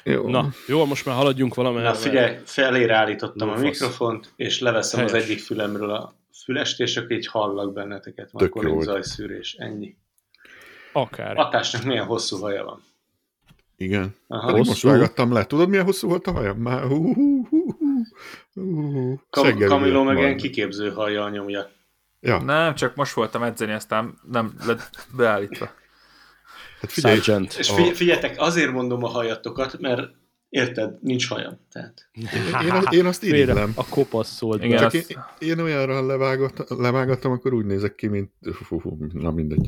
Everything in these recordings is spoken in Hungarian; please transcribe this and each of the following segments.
Na, jó, most már haladjunk valamerre. Na figyelj, felére állítottam a mikrofont, és leveszem helyes. Az egyik fülemről a fülest, és akkor így hallak benneteket. Akkor nincs zajszűrés, ennyi. Akár. Atásnak milyen hosszú haja van. Igen. Pedig most vágattam le. Tudod, milyen hosszú volt a hajam? Már Camilo meg ilyen kiképző hajjal nyomja. Ja. Nem, csak most voltam edzeni, aztán nem lett beállítva. Hát figyelj, és figyeljetek, azért mondom a hajatokat, mert érted, nincs hajam. Tehát. Én azt irigylem. A kopasz szólt. Igen, én olyanra levágattam, akkor úgy nézek ki, mint... Na mindegy.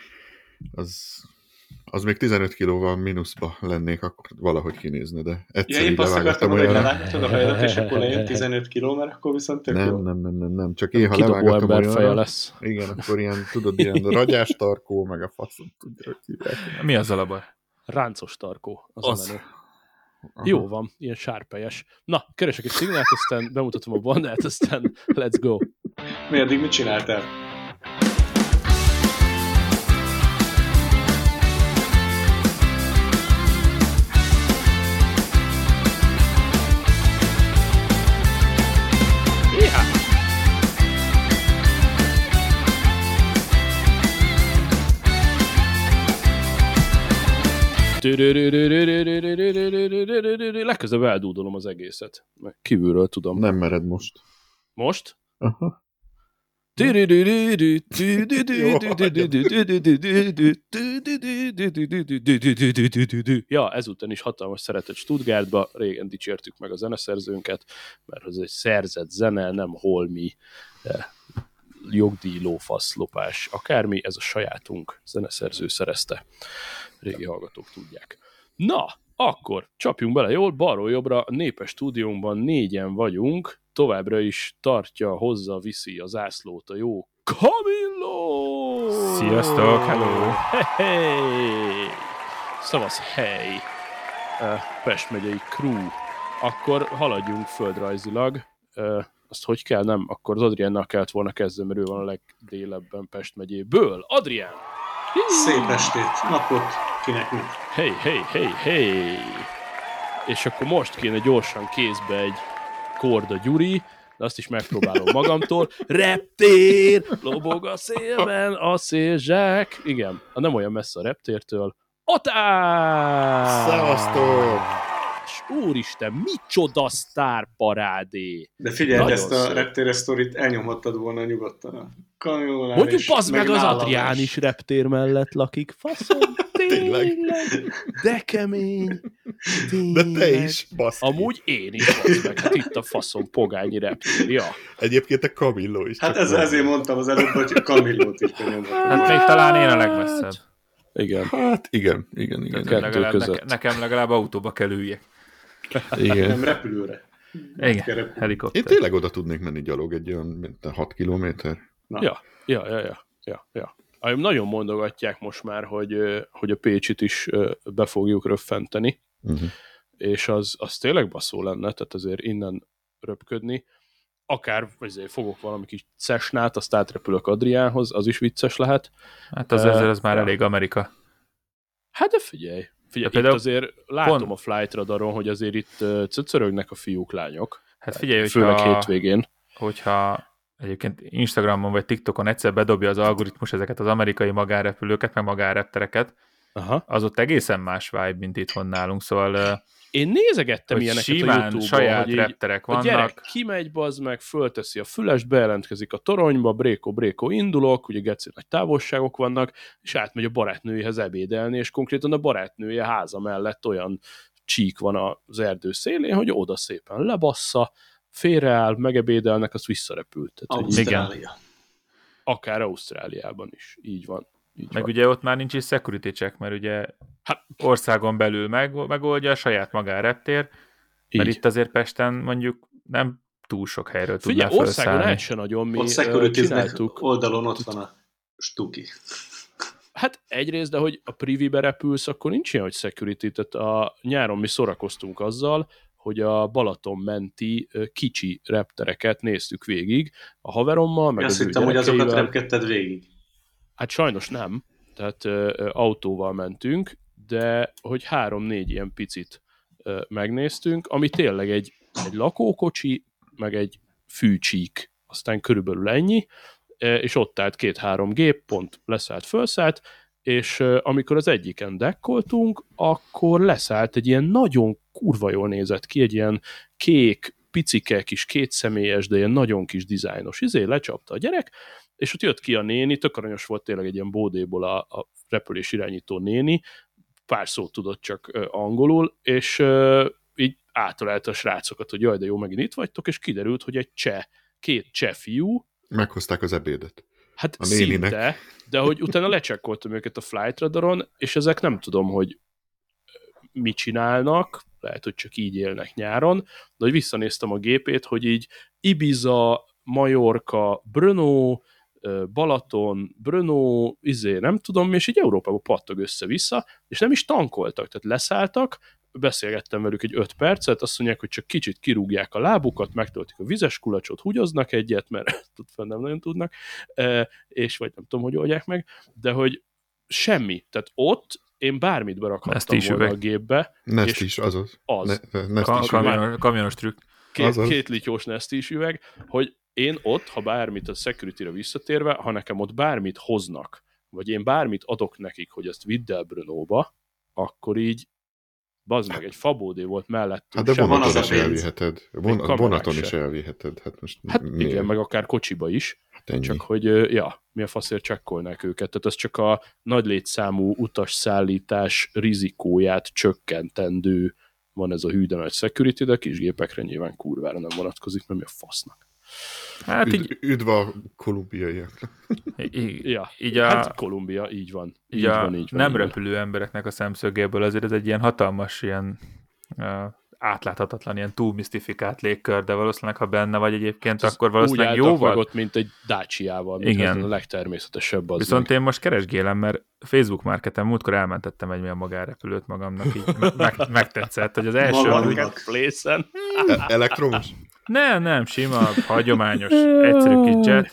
Az még 15 kilóval mínuszba lennék, akkor valahogy kinézne, de egyszer így levágattam olyanra. Hogy levágtad a hajadat, és akkor lejön 15 kiló, mert akkor viszont tök jó. Nem. Csak én, ha levágattam olyanra... lesz. Igen, akkor ilyen, tudod, ilyen ragyás tarkó, meg a faszom tudja, hogy hívják. Mi az a baj? Ráncos tarkó. Az. Jó van, ilyen sárpelyes. Na, keresek egy szignált, aztán bemutatom a bandát, aztán let's go. Mi addig mit csináltál? Legközelebb eldúdolom az egészet. Kívülről tudom. Nem mered most. Most? Aha. Ja, ezúttal is hatalmas szeretet Stuttgartba. Régen dicsértük meg a zeneszerzőnket, mert ez egy szerzett zene, nem holmi jogdíj, lófasz, lopás, akármi, ez a sajátunk, zeneszerző szerezte. Régi hallgatók tudják. Na, akkor csapjunk bele jól, balról jobbra, a Népes stúdiónkban 4-en vagyunk, továbbra is tartja, hozza, viszi a zászlót a jó Camillo! Sziasztok, hello! Hey! Szavasz, hey! Pest megyei crew. Akkor haladjunk földrajzilag. Azt hogy kell? Nem, akkor az Adriánnal kellett volna kezdeni, mert ő van a legdélebben Pest megyéből. Adrián! Szép estét, napot, kinek mit? Hey! És akkor most kéne gyorsan kézbe egy Korda Gyuri, de azt is megpróbálom magamtól. Reptér, lobog a szélben a szélzsák. Igen, nem olyan messze a reptértől. Atás! Szevasztok! Úristen, micsoda sztárparádé! De figyelj, ezt a reptéres sztorit elnyomhattad volna nyugodtan a Camillónál. Mondjuk bazd meg, az Adrián is reptér mellett lakik. Faszom, tényleg. De kemény. Tényleg. De te is, baszki. Amúgy én is, bazd meg. Hát itt a faszom pogányi reptér, ja. Egyébként a Camillo is. Hát ezért mondtam az előbb, hogy Camillót is benyomhatom. Hát még talán én a legmesszebb. Igen. Hát igen. Nekem legalább autóba kell üljek. Igen. Nem repülőre. Igen, helikopter. Én tényleg oda tudnék menni gyalog egy olyan 6 kilométer. Ja. Nagyon mondogatják most már, hogy a Pécsit is be fogjuk röffenteni, és az tényleg baszó lenne, tehát azért innen röpködni. Akár azért fogok valami kis Cessnát, azt átrepülök Adriánhoz, az is vicces lehet. Hát az már elég Amerika. Hát de figyelj, itt azért látom a flight radaron, hogy azért itt cöcörögnek a fiúk, lányok. Hát figyelj, főleg hétvégén. Hogyha egyébként Instagramon vagy TikTokon egyszer bedobja az algoritmus ezeket az amerikai magánrepülőket, meg magánreptereket, az ott egészen más vibe, mint itthon nálunk, szóval... Én nézegettem ilyeneket a YouTube-on, saját hogy repterek vannak. A gyerek kimegy, bazd meg, fölteszi a fülest, bejelentkezik a toronyba, bréko, indulok, ugye geci nagy távolságok vannak, és átmegy a barátnőjéhez ebédelni, és konkrétan a barátnője háza mellett olyan csík van az erdő szélén, hogy oda szépen lebassza, félreáll, megebédelnek, azt visszarepült. Ausztrália. Akár Ausztráliában is, így van. Meg ugye ott már nincs is security check, mert ugye országon belül megoldja a saját magánreptér, mert itt azért Pesten mondjuk nem túl sok helyről tudnál felszállni. Országon át se nagyon mi csináltuk. Oldalon ott van a stuki. Hát egyrészt, de hogy a privibe repülsz, akkor nincs ilyen, hogy security, tehát a nyáron mi szórakoztunk azzal, hogy a Balaton menti kicsi reptereket néztük végig, a haverommal, meg azt hittem, hogy azokat repkedted végig. Hát sajnos nem, tehát autóval mentünk, de hogy 3-4 ilyen picit megnéztünk, ami tényleg egy lakókocsi, meg egy fűcsík, aztán körülbelül ennyi, és ott állt 2-3 gép, pont leszállt, felszállt, és amikor az egyiken dekkoltunk, akkor leszállt egy ilyen nagyon kurva jól nézett ki, egy ilyen kék, picike kis kétszemélyes, de ilyen nagyon kis dizájnos lecsapta a gyerek, és ott jött ki a néni, tök aranyos volt tényleg egy ilyen bódéból a repülés irányító néni, pár szót tudott csak angolul, és így átalált a srácokat, hogy jaj, de jó, megint itt vagytok, és kiderült, hogy két cseh fiú. Meghozták az ebédet. Hát szinte, de hogy utána lecsekkoltam őket a flight radaron, és ezek nem tudom, hogy mit csinálnak, lehet, hogy csak így élnek nyáron, de hogy visszanéztem a gépét, hogy így Ibiza, Majorka, Brno, Balaton, Brno, nem tudom, és így Európában pattog össze-vissza, és nem is tankoltak, tehát leszálltak, beszélgettem velük egy 5 percet, azt mondják, hogy csak kicsit kirúgják a lábukat, megtöltik a vizes kulacsot, húgyoznak egyet, mert nem nagyon tudnak, és vagy nem tudom, hogy oldják meg, de hogy semmi. Tehát ott én bármit berakhattam volna a gépbe. Nest is, azaz. Az. Kamionos trükk. Két lityós Nestis üveg, hogy én ott, ha bármit a security-re visszatérve, ha nekem ott bármit hoznak, vagy én bármit adok nekik, hogy ezt vidd el Brnóba, akkor így bazd meg, egy fabódé volt mellettünk. Hát de vonaton is elviheted. Vonaton is elviheted. Hát igen, meg akár kocsiba is. Hát csak hogy, mi a faszért csekkolnák őket. Tehát ez csak a nagy létszámú utasszállítás rizikóját csökkentendő van ez a hű de nagy security, de a kis gépekre nyilván kurvára nem vonatkozik, mert mi a fasznak. Hát üdv a kolumbiaiak. Hát Kolumbia, így van. Így van. Nem repülő embereknek a szemszögéből azért ez egy ilyen hatalmas, ilyen átláthatatlan, ilyen túl misztifikált légkör, de valószínűleg, ha benne vagy egyébként, hát akkor valószínűleg jóval... Úgy mint egy Dacia-val, mint a legtermészetesebb az. Viszont én most keresgélem, mert Facebook Marketen múltkor elmentettem egy milyen magánrepülőt magamnak, így megtetszett, hogy az első... Marketplace-en. Elektromos? Nem, sima, hagyományos, egyszerű kis jet.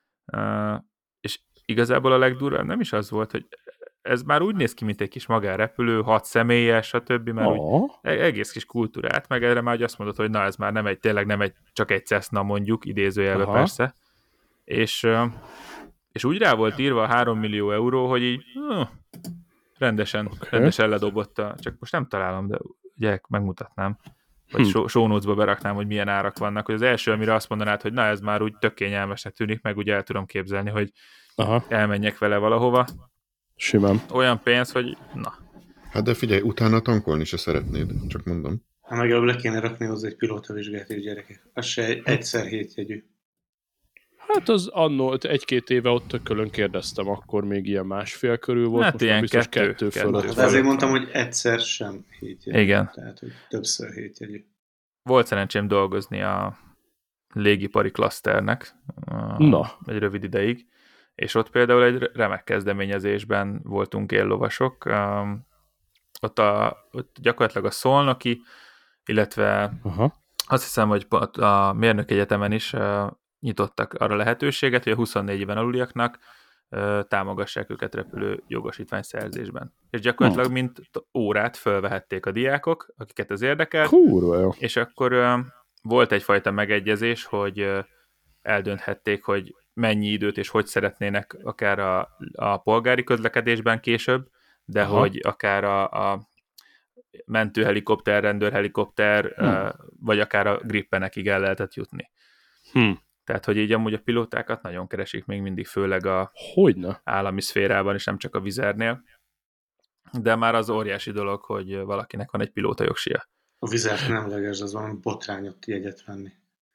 És igazából a legdurvább nem is az volt, hogy ez már úgy néz ki, mint egy kis magánrepülő, 6 személyes, stb., mert úgy egész kis kultúrát, meg erre már azt mondod, hogy na ez már tényleg nem csak egy Cessna mondjuk, idézőjelben persze. És úgy rá volt írva a 3 millió euró, hogy így rendesen ledobott csak most nem találom, de ugye megmutatnám, vagy show notes-ba beraknám, hogy milyen árak vannak, hogy az első, amire azt mondanád, hogy na ez már úgy tök kényelmesnek tűnik, meg ugye el tudom képzelni, hogy elmenjek vele valahova. Simán. Olyan pénz, hogy na. Hát de figyelj, utána tankolni se szeretnéd, csak mondom. Hát meg le kéne rakni hozzá egy pilótavizsgát és gyerekek. Az se egyszer 7 jegyű. Hát az annó, 1-2 éve ott tökölön kérdeztem, akkor még ilyen 1,5 körül volt. Hát most ilyen biztos 2 fölött. De azért mondtam, hogy egyszer sem 7 jegyű. Igen. Tehát, hogy többször 7 jegyű. Volt szerencsém dolgozni a légipari klaszternek egy rövid ideig, és ott például egy remek kezdeményezésben voltunk éllovasok. Ott gyakorlatilag a szolnoki, illetve azt hiszem, hogy a Mérnök Egyetemen is nyitottak arra lehetőséget, hogy a 24 éven aluliaknak támogassák őket repülő jogosítvány szerzésben. És gyakorlatilag mint órát fölvehették a diákok, akiket ez érdekelt, és akkor volt egyfajta megegyezés, hogy eldönthették, hogy mennyi időt és hogy szeretnének akár a polgári közlekedésben később, de hogy akár a mentőhelikopter, rendőrhelikopter, vagy akár a grippenekig el lehetett jutni. Tehát, hogy így amúgy a pilótákat nagyon keresik még mindig, főleg a állami szférában, és nem csak a Vizernél. De már az óriási dolog, hogy valakinek van egy pilóta jogsia. A Vizert nemleges, az valami botrányot jegyet venni.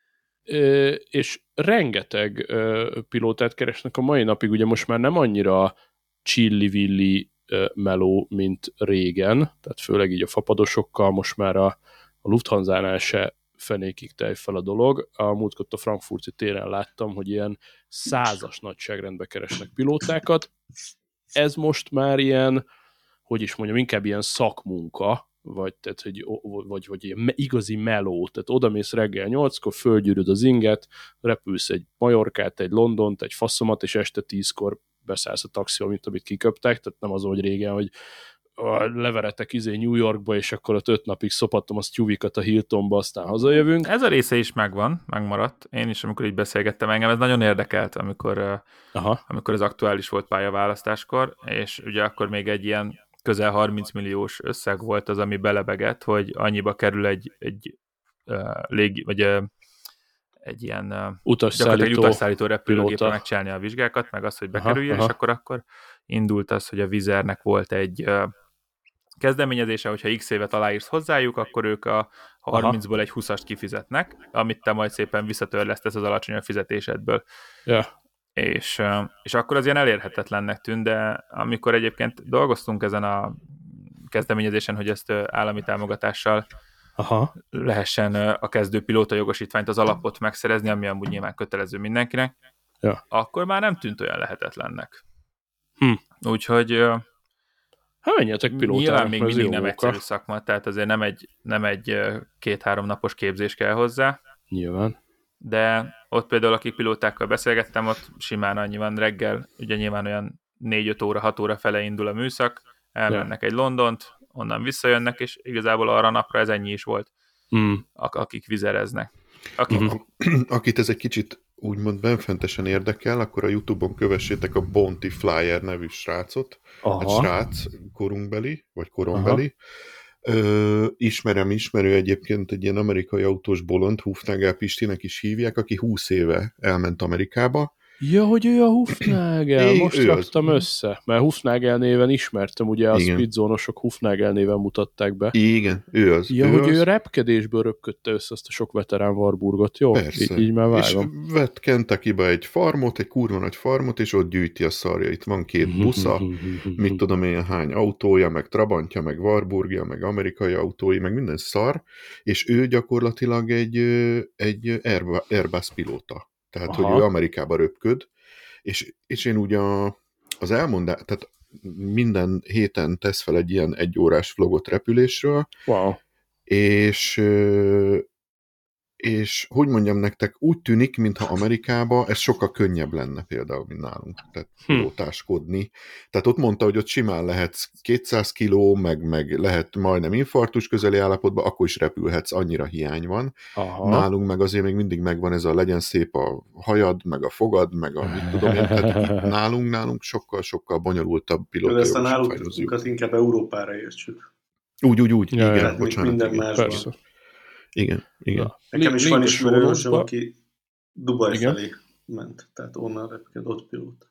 És rengeteg pilótát keresnek a mai napig, ugye most már nem annyira csilli-villi meló, mint régen, tehát főleg így a fapadosokkal, most már a Lufthansa-nál se fenékig tej fel a dolog. A múltkor a frankfurti téren láttam, hogy ilyen 100-as nagyságrendbe keresnek pilótákat. Ez most már ilyen, hogy is mondjam, inkább ilyen szakmunka, vagy ilyen igazi meló. Tehát odamész reggel 8-kor, fölgyűröd az inget, repülsz egy Majorkát, egy Londont, egy faszomat, és este 10-kor beszállsz a taxival, mint amit kiköptek, tehát nem az, hogy régen, hogy leveretek New Yorkba, és akkor ott 5 napig szopattam a tyúvikat a Hiltonba, aztán hazajövünk. Ez a része is megmaradt. Én is, amikor így beszélgettem, engem ez nagyon érdekelt, amikor ez aktuális volt pályaválasztáskor, és ugye akkor még egy ilyen közel 30 milliós összeg volt az, ami belebegett, hogy annyiba kerül egy ilyen utasszállító repülőgépre megcsinálni a vizsgákat, meg az, hogy bekerüljön, és akkor indult az, hogy a Wizz Airnek volt egy kezdeményezése, hogyha x évet aláírsz hozzájuk, akkor ők a 30-ból egy 20-ast kifizetnek, amit te majd szépen visszatörlesztesz az alacsonyabb fizetésedből. Yeah. És akkor az ilyen elérhetetlennek tűnt, de amikor egyébként dolgoztunk ezen a kezdeményezésen, hogy ezt állami támogatással lehessen a kezdő pilóta jogosítványt, az alapot megszerezni, ami amúgy nyilván kötelező mindenkinek, akkor már nem tűnt olyan lehetetlennek. Úgyhogy menjetek pilótának, nyilván még mindig nem egyszerű szakma, tehát azért nem egy 2-3 napos képzés kell hozzá. Nyilván. De ott például, akik pilótákkal beszélgettem, ott simán annyi van reggel, ugye nyilván olyan 4-5 óra, 6 óra fele indul a műszak, elmennek egy Londont, onnan visszajönnek, és igazából arra a napra ez ennyi is volt, akik vizereznek. Akit ez egy kicsit úgymond benfentesen érdekel, akkor a YouTube-on kövessétek a Bounty Flyer nevű srácot. Egy srác, korunkbeli, vagy korombeli. Ismerő egyébként egy ilyen amerikai autós bolond, Hufnagel Pistinek is hívják, aki 20 éve elment Amerikába. Ja, hogy ő a Hufnagel, most raktam össze, mert Hufnagel néven ismertem, ugye a speedzónosok Hufnagel néven mutatták be. Igen, ő az. Ja, hogy ő repkedésből röpködte össze azt a sok veterán Warburgot, jó? Persze. Így már vágom. És vett Kentuckyba egy farmot, egy kurva nagy farmot, és ott gyűjti a szarjait. Van 2 busza, mit tudom én, hány autója, meg Trabantja, meg Warburgja, meg amerikai autói, meg minden szar, és ő gyakorlatilag egy Airbus pilóta. Tehát, hogy ő Amerikába röpköd, és én ugye az elmondás, tehát minden héten tesz fel egy ilyen 1 órás vlogot repülésről, és hogy mondjam nektek, úgy tűnik, mintha Amerikában ez sokkal könnyebb lenne például, mint nálunk, tehát pilótáskodni. Tehát ott mondta, hogy ott simán lehetsz 200 kiló, meg lehet majdnem infarktus közeli állapotban, akkor is repülhetsz, annyira hiány van. Nálunk meg azért még mindig megvan ez a legyen szép a hajad, meg a fogad, meg a mit tudom én, tehát nálunk sokkal bonyolultabb pilóta. Ezt a nálukat inkább Európára értsük. Úgy, igen, bocsánat. Minden másban. Igen. Nekem is van ismerősöm, aki Dubaj felé ment, tehát onnan repked, ott pilóta.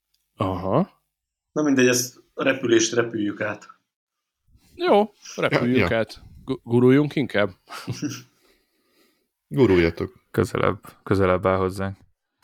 Na mindegy, ezt a repülést repüljük át. Jó, repüljük át. Guruljunk inkább? Guruljatok. Közelebb áll hozzánk.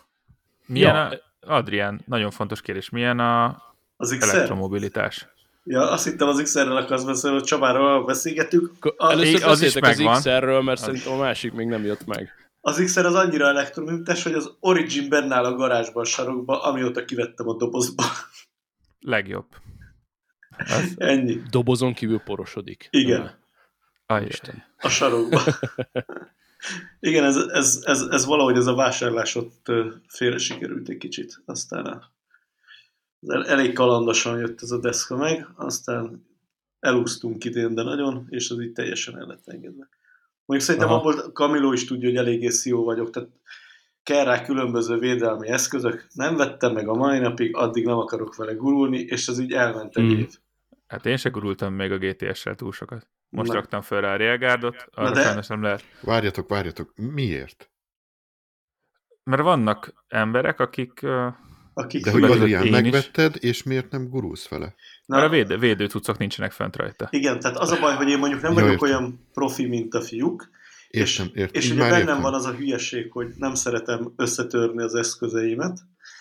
Adrián, nagyon fontos kérdés, milyen az elektromobilitás? Ja, azt hittem az XR-rel akarsz beszélni, hogy Csabáról beszélgetünk. Először beszéltek az XR-ről, mert szerintem a másik még nem jött meg. Az XR az annyira elektromobilitás, hogy az Origin benne áll a garázsban, a sarokban, amióta kivettem a dobozba. Legjobb. Ennyi. Dobozon kívül porosodik. Igen. Isten. A sarokban. Igen, ez valahogy ez a vásárlás ott félre sikerült egy kicsit. Aztán elég kalandosan jött ez a deszka meg, aztán elúsztunk idén, de nagyon, és az így teljesen el lett engedve. Mondjuk szerintem abból Camilo is tudja, hogy eléggé szívó vagyok, tehát kell rá különböző védelmi eszközök, nem vettem meg a mai napig, addig nem akarok vele gurulni, és az így elment egy év. Hát én se gurultam még a GTS-sel túl sokat. Most raktam fel rá a Railguardot, arra sajnos nem lehet. Várjatok, miért? Mert vannak emberek, akik de hogy Adrián, megvetted, és miért nem gurulsz vele? Mert a védőcuccok nincsenek fent rajta. Igen, tehát az a baj, hogy én mondjuk nem vagyok olyan profi, mint a fiúk, értem. És ugye bennem van az a hülyeség, hogy nem szeretem összetörni az eszközeimet.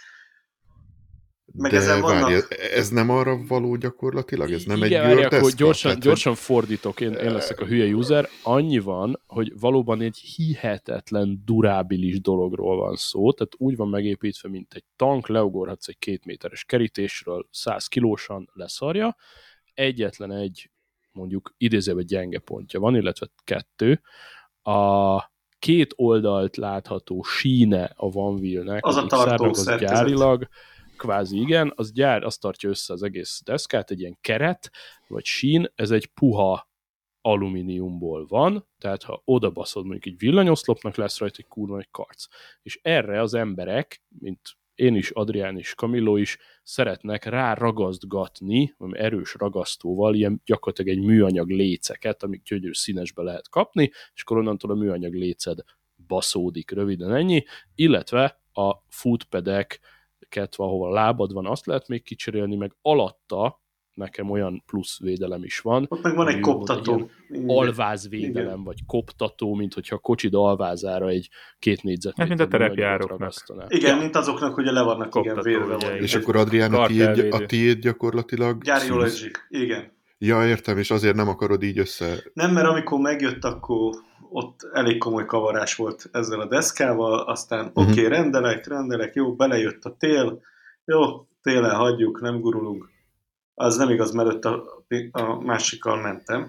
Meg de várj, ez nem arra való gyakorlatilag? Ez nem igen, egy győrdeszka? Gyorsan fordítok, én leszek a hülye user. Annyi van, hogy valóban egy hihetetlen durábilis dologról van szó, tehát úgy van megépítve, mint egy tank, leugorhatsz egy 2 méteres kerítésről, 100 kilósan leszarja, egyetlen egy, mondjuk idézőben gyenge pontja van, illetve 2, a 2 oldalt látható síne a Van Wheel-nek, az a tartó szerkezet. Gyárilag kvázi igen, az tartja össze az egész deszkát, egy ilyen keret, vagy sín, ez egy puha alumíniumból van, tehát ha odabaszod, mondjuk egy villanyoszlopnak lesz rajta egy kurva egy karc. És erre az emberek, mint én is, Adrián is, Camillo is szeretnek ráragasztgatni, valami erős ragasztóval, ilyen gyakorlatilag egy műanyag léceket, amik gyönyörű színesbe lehet kapni, és akkor onnantól a műanyag léced baszódik, röviden ennyi, illetve a footpadeket, ahol a lábad van, azt lehet még kicserélni, meg alatta nekem olyan plusz védelem is van. Ott meg van egy koptató. Alvázvédelem, vagy koptató, mint hogyha a kocsid alvázára egy 2 négyzetméter. Hát, mint a terepjáróknak. Igen, mint azoknak, hogy le vannak igen védve. És akkor Adrián, a tiéd gyakorlatilag Gyári Logic, igen. Ja, értem, és azért nem akarod így össze... Nem, mert amikor megjött, akkor ott elég komoly kavarás volt ezzel a deszkával, aztán oké, rendelek, jó, belejött a tél, jó, télen hagyjuk, nem gurulunk. Az nem igaz, mert a másikkal mentem.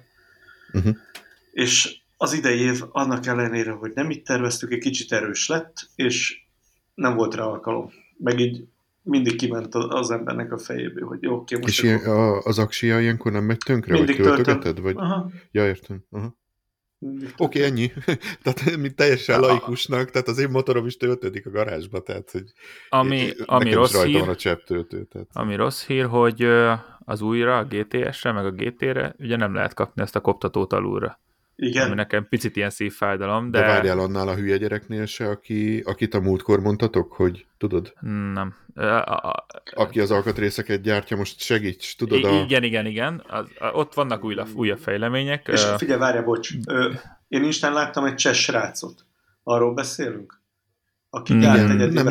És az idei év annak ellenére, hogy nem itt terveztük, egy kicsit erős lett, és nem volt rá alkalom. Meg így mindig kiment az embernek a fejéből, hogy jó, oké, most... És az aksia ilyenkor nem megy tönkre, mindig vagy töltögeted? Vagy... Ja, értem. Oké, ennyi. Tehát mint teljesen laikusnak, tehát az én motorom is töltődik a garázsba, tehát hogy ami rossz hír, van a csepptöltő. Tehát... Ami rossz hír, hogy az újra, a GTS-re, meg a GT-re ugye nem lehet kapni ezt a koptatót alulra. Igen. Ami nekem picit ilyen szívfájdalom, de... De várjál annál a hülye gyereknél se, akit a múltkor mondtatok, hogy tudod? Nem. Aki az alkatrészeket gyártja, most segíts, tudod? Igen. Ott vannak újabb fejlemények. És figyelj, várjál, bocs. Én Instán láttam egy cseh srácot. Arról beszélünk? Aki gyárt egyedül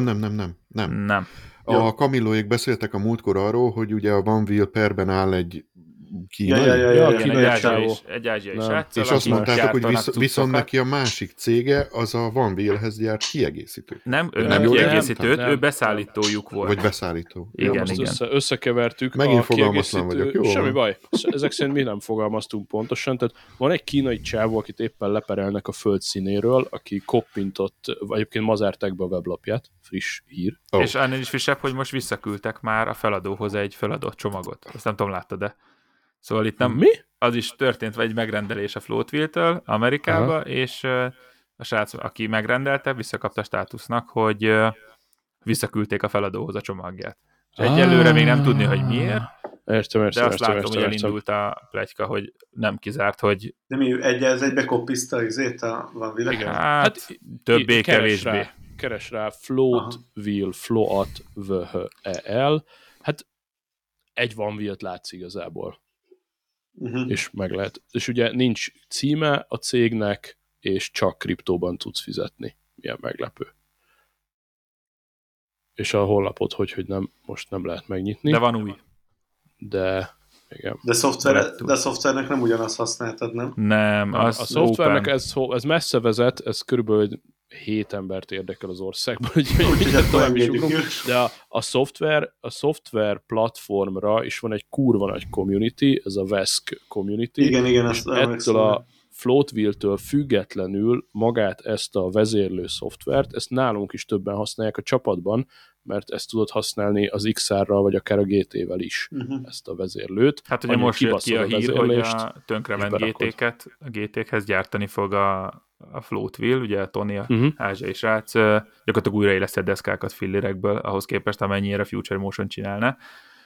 Nem. A Camillóék beszéltek a múltkor arról, hogy ugye a One Wheel perben áll egy kínai, egy ázsiai srác. És azt mondtátok, hogy viszont neki a másik cége az a One Wheel-hez gyárt kiegészítőt. Nem, ő nem kiegészítőt, ő beszállítójuk volt. Vagy beszállító. Igen. Összekevertük. Megint fogalmatlan vagyok, jó? Semmi baj. Ezek szerint mi nem fogalmaztunk pontosan. Tehát van egy kínai csávó, akit éppen leperelnek a föld színéről, aki koppintott, vagy egyébként mazárták be a weblapját. Friss hír. És ennél is frissebb, hogy most visszaküldtek már a feladóhoz egy feladott csomagot. Azt nem tudom, láttad-e? Szóval itt nem... Mi? Az is történt, vagy egy megrendelés a Floatville-től Amerikába, és a srác, aki megrendelte, visszakapta a státusznak, hogy visszaküldték a feladóhoz a csomagját. És egyelőre még nem tudni, hogy miért, Értem, de azt látom, hogy elindult a pletyka, hogy nem kizárt, hogy... De mi egybe koppizta a Van Wheel-eket? Hát többé-kevésbé. Keres rá Floatville, Float-V-H-E-L. Hát egy Van Wheel-t látsz igazából. És meg lehet. És ugye nincs címe a cégnek, és csak kriptóban tudsz fizetni. Milyen meglepő. És a honlapot, hogy nem, most nem lehet megnyitni. De van új. De igen. De a szoftvernek nem ugyanazt használtad, nem? Nem, az a szoftvernek ez messze vezet, ez körülbelül 7 embert érdekel az országban, de a szoftver platformra is van egy kurva nagy community, ez a Vesk community, igen, és ettől a Floatville-től függetlenül magát ezt a vezérlő szoftvert, ezt nálunk is többen használják a csapatban, mert ezt tudod használni az XR-ral, vagy akár a GT-vel is, ezt a vezérlőt. Hát ugye most jött ki a hír, hogy a tönkrement a GT-khez gyártani fog a Floatville, ugye a Tony, a ázsiai srác, gyakorlatilag újraélesztett deszkákat fillérekből, ahhoz képest amennyire Future Motion csinálna.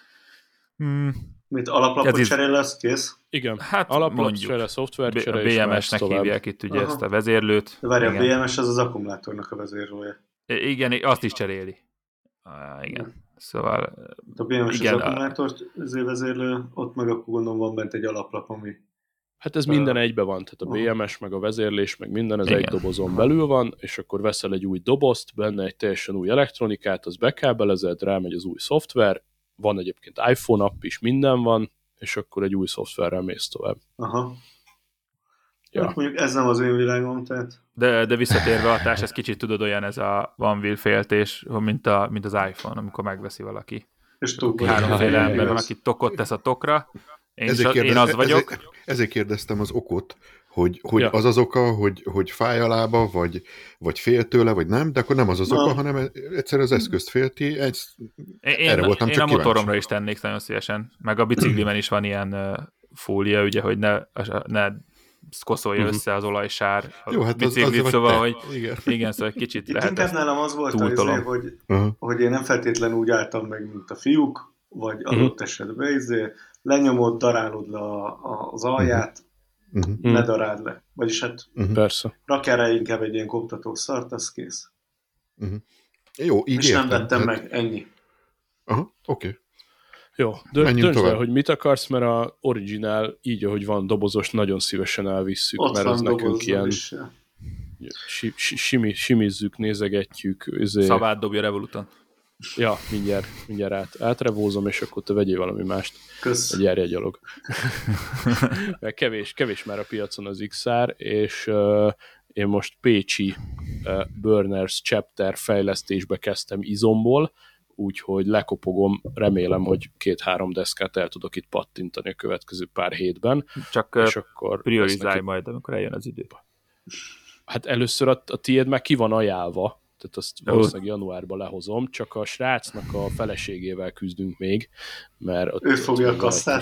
Mint alaplapot cserél lesz, kész? Igen, hát alaplap csere, szoftver csere, a BMS-nek hívják itt ugye ezt a vezérlőt. De várj, a BMS az akkumulátornak a vezérlője. Igen, azt is cseréli. Igen. Szóval... A BMS az akkumulátort vezérlő, ott meg akkor gondolom van bent egy alaplap, ami... Hát ez minden egybe van, tehát a BMS, meg a vezérlés, meg minden, ez egy dobozon belül van, és akkor veszel egy új dobozt, benne egy teljesen új elektronikát, az bekábelezed, rámegy az új szoftver, van egyébként iPhone app is, minden van, és akkor egy új szoftverrel mész tovább. Aha. Ja. Hát mondjuk ez nem az én világom, tehát... De visszatérve a társ, ez kicsit tudod olyan ez a One Wheel féltés, mint az iPhone, amikor megveszi valaki. És háromféle ember van, aki tokot tesz a tokra, Én az vagyok. Ezért kérdeztem az okot, hogy az az oka, hogy fáj a lába, vagy fél tőle, vagy nem, de akkor nem az oka, hanem egyszerűen az eszközt félti. Erre voltam csak kíváncsi. Én a motoromra is tennék nagyon szívesen, meg a biciklimen is van ilyen fólia, ugye, hogy ne koszolja össze az olajsár a jó, hát biciklit, szóval, hogy igen, szóval egy kicsit itt lehet. Inkább nálam az volt azért, hogy én nem feltétlenül úgy álltam meg, mint a fiúk, vagy adott esetben lenyomod, darálod le az alját, ne daráld le. Vagyis hát rakj rá inkább egy ilyen koptatós szart, az kész. Jó, így és nem vettem meg, ennyi. Aha, oké. Jó, döntsd el, hogy mit akarsz, mert a originál, így ahogy van dobozos, nagyon szívesen elvisszük, ott mert ez nekünk ilyen simizzük, nézegetjük. Szavát dobja Revoluton. Ja, mindjárt átrevózom, és akkor te vegyél valami mást. Kösz. Hogy járj egy gyalog. Mert kevés már a piacon az XR, és én most pécsi Burners Chapter fejlesztésbe kezdtem izomból, úgyhogy lekopogom, remélem, hogy 2-3 deszkát el tudok itt pattintani a következő pár hétben. Csak és akkor priorizálj majd, amikor eljön az idő. Hát először a tiéd már ki van ajánlva, tehát azt valószínűleg januárban lehozom, csak a srácnak a feleségével küzdünk még, mert ő fogja a kasztát.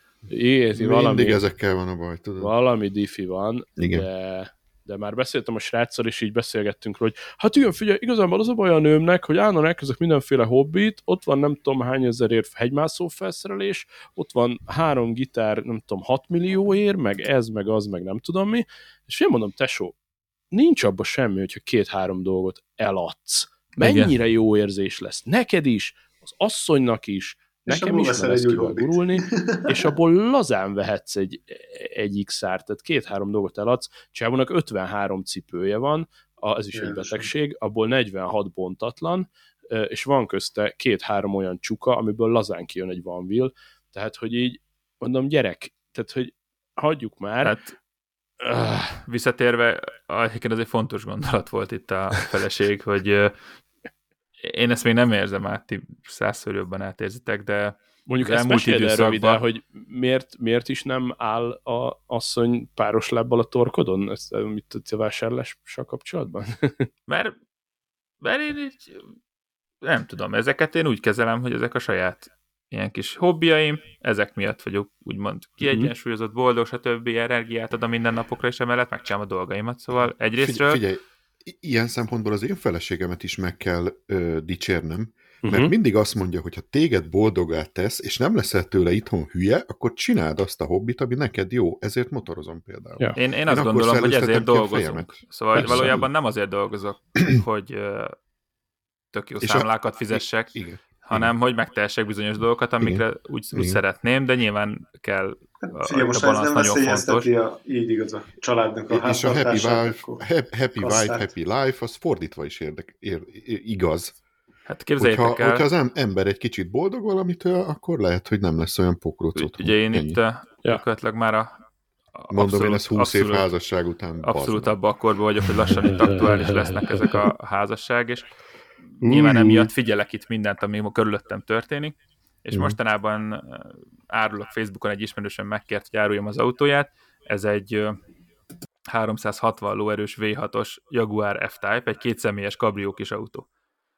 Mindig ezekkel van a baj, tudod? Valami diffi van, de már beszéltem a sráccal, és így beszélgettünk róla, hogy hát igen, figyelj, igazából az a baj a nőmnek, hogy állandóan elkezdek mindenféle hobbit, ott van nem tudom hány ezerért hegymászó felszerelés, ott van 3 gitár, nem tudom, 6 millióért, meg ez, meg az, meg nem tudom mi, és én mondom, tesó, nincs abban semmi, hogyha 2-3 dolgot eladsz. Mennyire jó érzés lesz neked is, az asszonynak is, nekem is, mert ezt kivel gurulni, és abból lazán vehetsz egy XR-t, tehát 2-3 dolgot eladsz, Csávónak 53 cipője van, ez is egy betegség, abból 46 bontatlan, és van közte 2-3 olyan csuka, amiből lazán kijön egy Van Wheel, tehát, hogy így mondom, gyerek, tehát, hogy hagyjuk már. Hát, visszatérve, egyébként ez egy fontos gondolat volt itt a feleség, hogy én ezt még nem érzem át, ti 100-szor jobban átérzitek, de mondjuk ezt meséld el röviden, hogy miért is nem áll a asszony páros lábbal a torkodon? Ezt mit tudsz a vásárlással kapcsolatban? mert én így nem tudom, ezeket én úgy kezelem, hogy ezek a saját ilyen kis hobbiaim, ezek miatt vagyok úgymond kiegyensúlyozott, boldog, stb. Energiát ad a mindennapokra, és emellett megcsinálom a dolgaimat, szóval egyrésztről... Figyelj, ilyen szempontból az én feleségemet is meg kell dicsérnem, mert mindig azt mondja, hogy ha téged boldoggá tesz, és nem leszel tőle itthon hülye, akkor csináld azt a hobbit, ami neked jó. Ezért motorozom például. Ja. Én azt gondolom, hogy ezért dolgozunk. Szóval persze, valójában nem azért dolgozok, hogy tök jó számlákat fizessek, hanem hogy megtehessek bizonyos dolgokat, amikre úgy szeretném, de nyilván kell a most ez nem veszélyezteti így igaz a családnak a háztartását. És a happy wife, happy life, az fordítva is igaz. Hát képzeljétek el. Hogyha az ember egy kicsit boldog valamitől, akkor lehet, hogy nem lesz olyan pokróc. Ugye én itt gyakorlatilag már mondom, én ezt 20 év házasság után abszolút abban akkorban vagyok, hogy lassan itt aktuális lesznek ezek a házasság, és nyilván emiatt figyelek itt mindent, ami körülöttem történik, és mostanában árulok Facebookon, egy ismerősöm megkért, hogy áruljam az autóját. Ez egy 360 lóerős V6-os Jaguar F-Type, egy 2 személyes kabrió kis autó.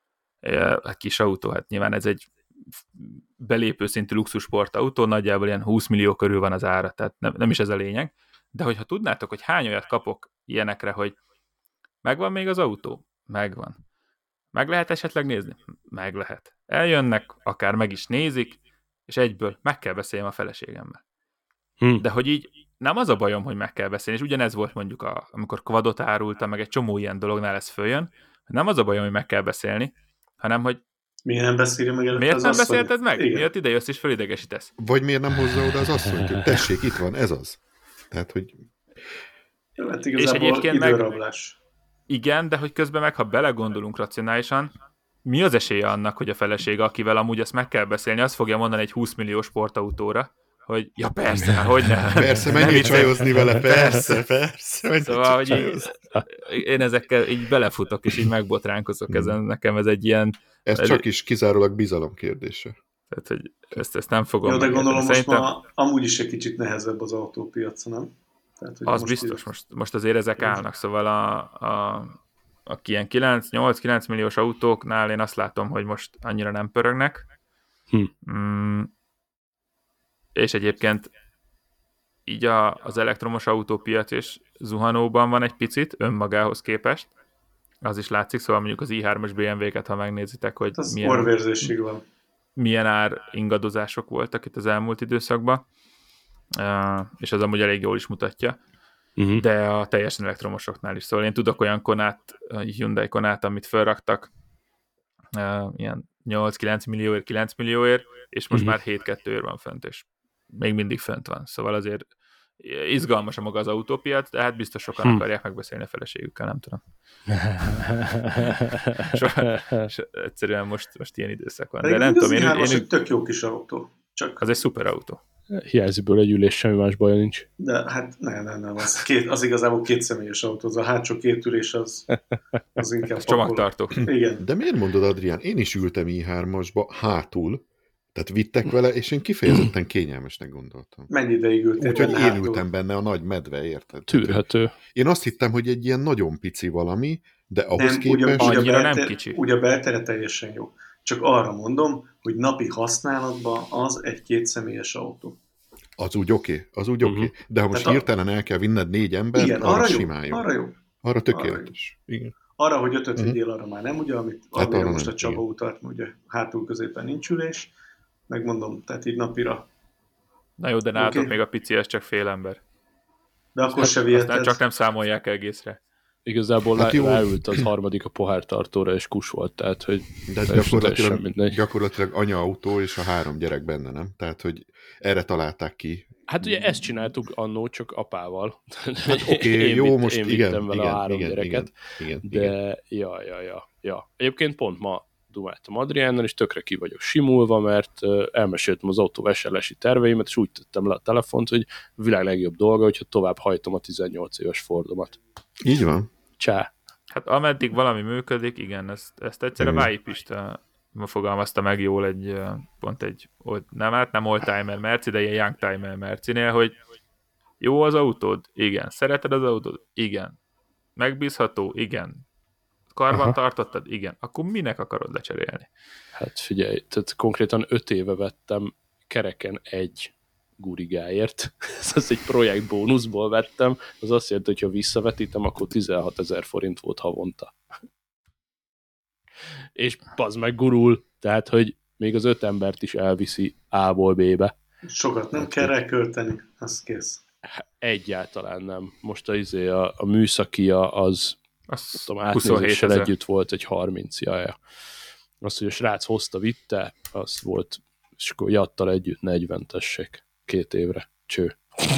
Kis autó, hát nyilván ez egy belépő szintű luxus sportautó, nagyjából ilyen 20 millió körül van az ára, tehát nem is ez a lényeg. De hogyha tudnátok, hogy hány olyat kapok ilyenekre, hogy megvan még az autó? Megvan. Meg lehet esetleg nézni? Meg lehet. Eljönnek, akár meg is nézik, és egyből meg kell beszéljem a feleségemmel. De hogy így nem az a bajom, hogy meg kell beszélni, és ugyanez volt mondjuk, amikor quadot árultam, meg egy csomó ilyen dolognál ez följön, nem az a bajom, hogy meg kell beszélni, hanem hogy miért nem beszélj meg miért az nem beszélted meg? Igen. Miért ide jössz és fölidegesítesz? Vagy miért nem hozza oda az asszonyt, hogy tessék, itt van, ez az. Tehát, hogy... Jó, hát igazából időrablás. Igen, de hogy közben meg, ha belegondolunk racionálisan, mi az esélye annak, hogy a felesége, akivel amúgy ezt meg kell beszélni, azt fogja mondani egy 20 millió sportautóra, hogy ja persze, hogy ne. Persze, menjél csajozni vele, persze. Szóval, hogy én ezekkel így belefutok, és így megbotránkozok ezen. Nekem ez egy ilyen... Ez csak is kizárólag bizalom kérdése. Tehát, hogy ezt nem fogom de megérteni. gondolom Szerintem most már amúgy is egy kicsit nehezebb az autópiac, nem? Tehát, hogy az biztos, most azért ezek állnak, szóval aki ilyen 8-9 milliós autóknál én azt látom, hogy most annyira nem pörögnek. És egyébként így az elektromos autópiac is zuhanóban van egy picit önmagához képest. Az is látszik, szóval mondjuk az i3-as BMW-ket, ha megnézitek, hogy milyen ár ingadozások voltak itt az elmúlt időszakban, és az amúgy elég jól is mutatja, de a teljesen elektromosoknál is. Szóval én tudok olyan Konát, Hyundai Konát, amit felraktak ilyen 8-9 millióért, 9 millióért, és most már 7-2-ért van fönt, és még mindig fönt van. Szóval azért izgalmas a maga az autópiac, de hát biztos sokan akarják megbeszélni a feleségükkel, nem tudom. Egyszerűen most ilyen időszak van. De nem tudom, én tök jó kis autó. Az egy szuper autó. Hiányziből egy ülés, semmi más baja nincs. De hát nem. Az igazából kétszemélyes autó. Az a hátsó két ülés az inkább az csomagtartó. Igen. De miért mondod, Adrián? Én is ültem i3-asba hátul, tehát vittek vele, és én kifejezetten kényelmesnek gondoltam. Mennyi ideig ültél? Úgyhogy én ültem benne a nagy medve, érted? Tűrhető. Én azt hittem, hogy egy ilyen nagyon pici valami, de ahhoz képest... Annyira nem kicsi. Ugye a beltere teljesen jó. Csak arra mondom, hogy napi használatban az egy kétszemélyes autó. Az úgy oké. De ha most hirtelen el kell vinned 4 embert, igen, arra simán jó. Arra jó. Arra tökéletes. Igen. Arra, hogy 5-5 vigyél, arra már nem, ugye, amire most a Csaba utalt, ugye hátul középen nincs ülés. Megmondom, tehát így napira. Na jó, de nálatok még a pici, ez csak fél ember. De akkor se viheted. Csak nem számolják egészre. Igazából ráült az harmadik a pohártartóra, és kus volt, tehát hogy... De gyakorlatilag anya-autó és a 3 gyerek benne, nem? Tehát, hogy erre találták ki. Hát ugye ezt csináltuk annó, csak apával. Hát jó, most én vittem vele a 3 gyereket. Igen. De, ja. Egyébként pont ma dumáltam Adriánnal, és tökre ki vagyok simulva, mert elmeséltem az autó vásárlási terveimet, és úgy tettem le a telefont, hogy a világ legjobb dolga, hogyha tovább hajtom a 18 éves Fordomat. Így van. Csá. Hát ameddig valami működik, igen, ezt egyszer a Vályi Pista fogalmazta meg jól nem oldtimer Merci, de ilyen youngtimer Mercinél, hogy jó az autód? Igen. Szereted az autód? Igen. Megbízható? Igen. Karban tartottad? Igen. Akkor minek akarod lecserélni? Hát figyelj, tehát konkrétan 5 éve vettem kereken egy gurigáért. Ez egy projekt bónuszból vettem. Az azt jelenti, hogy ha visszavetítem, akkor 16 000 forint volt havonta. És pazd meg gurul, tehát, hogy még az 5 embert is elviszi A-ból B-be. Sokat nem kell rá költeni, az kész. Egyáltalán nem. Most a műszakia az átnézéssel együtt volt egy 30 jaja. Azt, hogy a srác hozta, vitte, az volt, és akkor jattal együtt 40, tessék, 2 évre. Cső.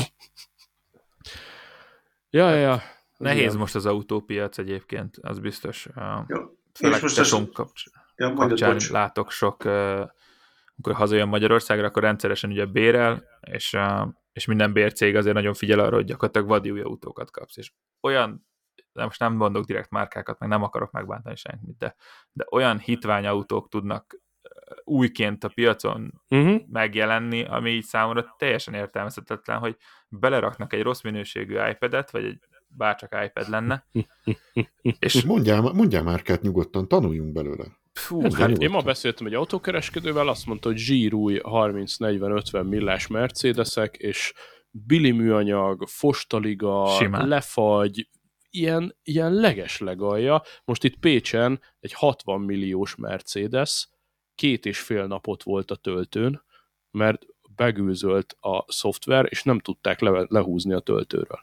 Ja. Nehéz most az autópiac egyébként, az biztos. Főleg tesóm kapcsán látok sok, amikor hazajön Magyarországra, akkor rendszeresen ugye bérel, és minden bércég azért nagyon figyel arra, hogy gyakorlatilag vadi új autókat kapsz. És olyan, de most nem mondok direkt márkákat, meg nem akarok megbántani senkit, de olyan hitványautók tudnak újként a piacon megjelenni, ami így számomra teljesen értelmezhetetlen, hogy beleraknak egy rossz minőségű iPad-et, vagy egy bárcsak iPad lenne. És mondjál márkát nyugodtan, tanuljunk belőle. Én ma beszéltem egy autókereskedővel, azt mondta, hogy zsírúj 30-40-50 millás Mercedesek, és bili műanyag, fostaliga, simán. Lefagy, ilyen legeslegalja. Most itt Pécsen egy 60 milliós Mercedes 2,5 napot volt a töltőn, mert begőzölt a szoftver, és nem tudták lehúzni a töltőről.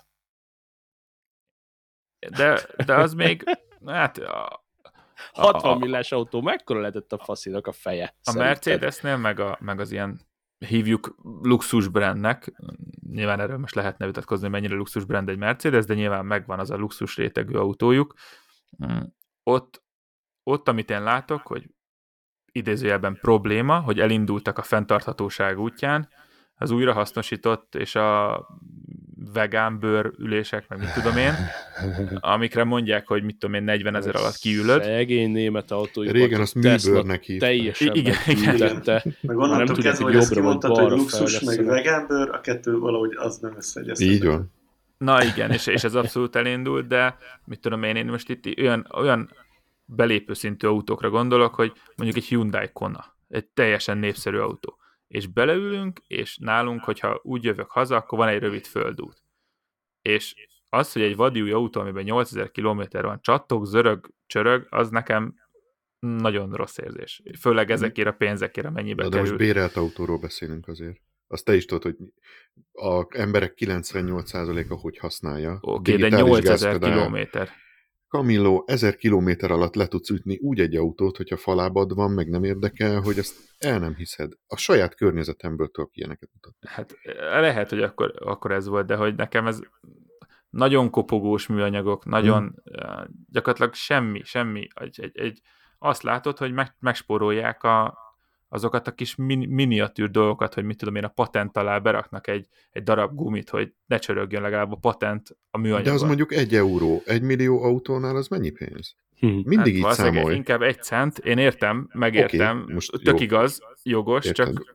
De az még, hát... 60 millás autó, mekkora lehetett a faszinak a feje? A Mercedesnél, meg az ilyen, hívjuk luxus brandnek, nyilván erről most lehetne vitatkozni, mennyire luxus brand egy Mercedes, de nyilván megvan az a luxus rétegű autójuk. Ott, amit én látok, hogy idézőjelben probléma, hogy elindultak a fenntarthatóság útján, az újrahasznosított és a vegán bőrülések, meg mit tudom én, amikre mondják, hogy mit tudom én, 40 000 alatt kiülöd. Szegény német autóipart. Régen azt műbőrnek hívták. Teljesen megfűtette. Meg onnantól kezdve, hogy ezt kimondtad, hogy luxus, meg vegánbőr, a kettő valahogy az nem összeegyeztethető. Így van. Na igen, és ez abszolút elindult, de mit tudom én most itt olyan belépő szintű autókra gondolok, hogy mondjuk egy Hyundai Kona, egy teljesen népszerű autó. És beleülünk, és nálunk, hogyha úgy jövök haza, akkor van egy rövid földút. És az, hogy egy vadi új autó, amiben 8000 kilométer van, csattog, zörög, csörög, az nekem nagyon rossz érzés. Főleg ezekért a pénzekért, amennyibe kerül. De most bérelt autóról beszélünk azért. Azt te is tudod, hogy az emberek 98%-a hogy használja. Oké, de 8000 kilométer. Camillo, 1000 kilométer alatt le tudsz ütni úgy egy autót, hogyha falábad van, meg nem érdekel, hogy ezt el nem hiszed. A saját környezetemből tudok ilyeneket mutatni. Hát lehet, hogy akkor ez volt, de hogy nekem ez nagyon kopogós műanyagok, nagyon gyakorlatilag semmi. Azt látod, hogy megspórolják azokat a kis miniatűr dolgokat, hogy mit tudom én, a patent alá beraknak egy darab gumit, hogy ne csörögjön legalább a patent a műanyagon. De az mondjuk 1 euró, 1 millió autónál az mennyi pénz? Mindig hát így számolj. Inkább 1 cent, én értem, megértem, okay, tök igaz, jogos,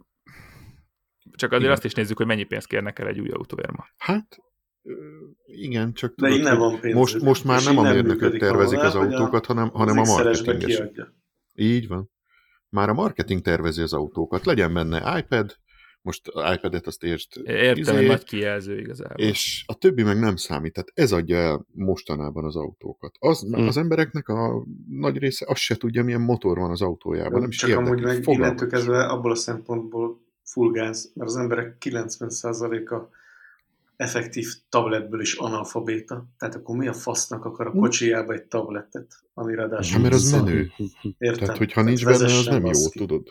csak azért azt is nézzük, hogy mennyi pénzt kérnek el egy új autóért ma. Hát, igen, csak de tudod, van pénz, most már nem a mérnökök tervezik az autókat, hanem a marketingesek. Így van. Már a marketing tervezi az autókat. Legyen benne iPad, most iPad-et azt értem, egy nagy kijelző igazából. És a többi meg nem számít. Tehát ez adja el mostanában az autókat. Az embereknek a nagy része azt se tudja, milyen motor van az autójában. Nem csak amúgy meg innentől kezdve abból a szempontból full gáz, mert az emberek 90%-a effektív tabletből is analfabéta. Tehát akkor mi a fasznak akar a kocsijába egy tabletet, ami ráadásul... mert az menő. Értem. Tehát, hogyha nincs benne, az nem jó, tudod.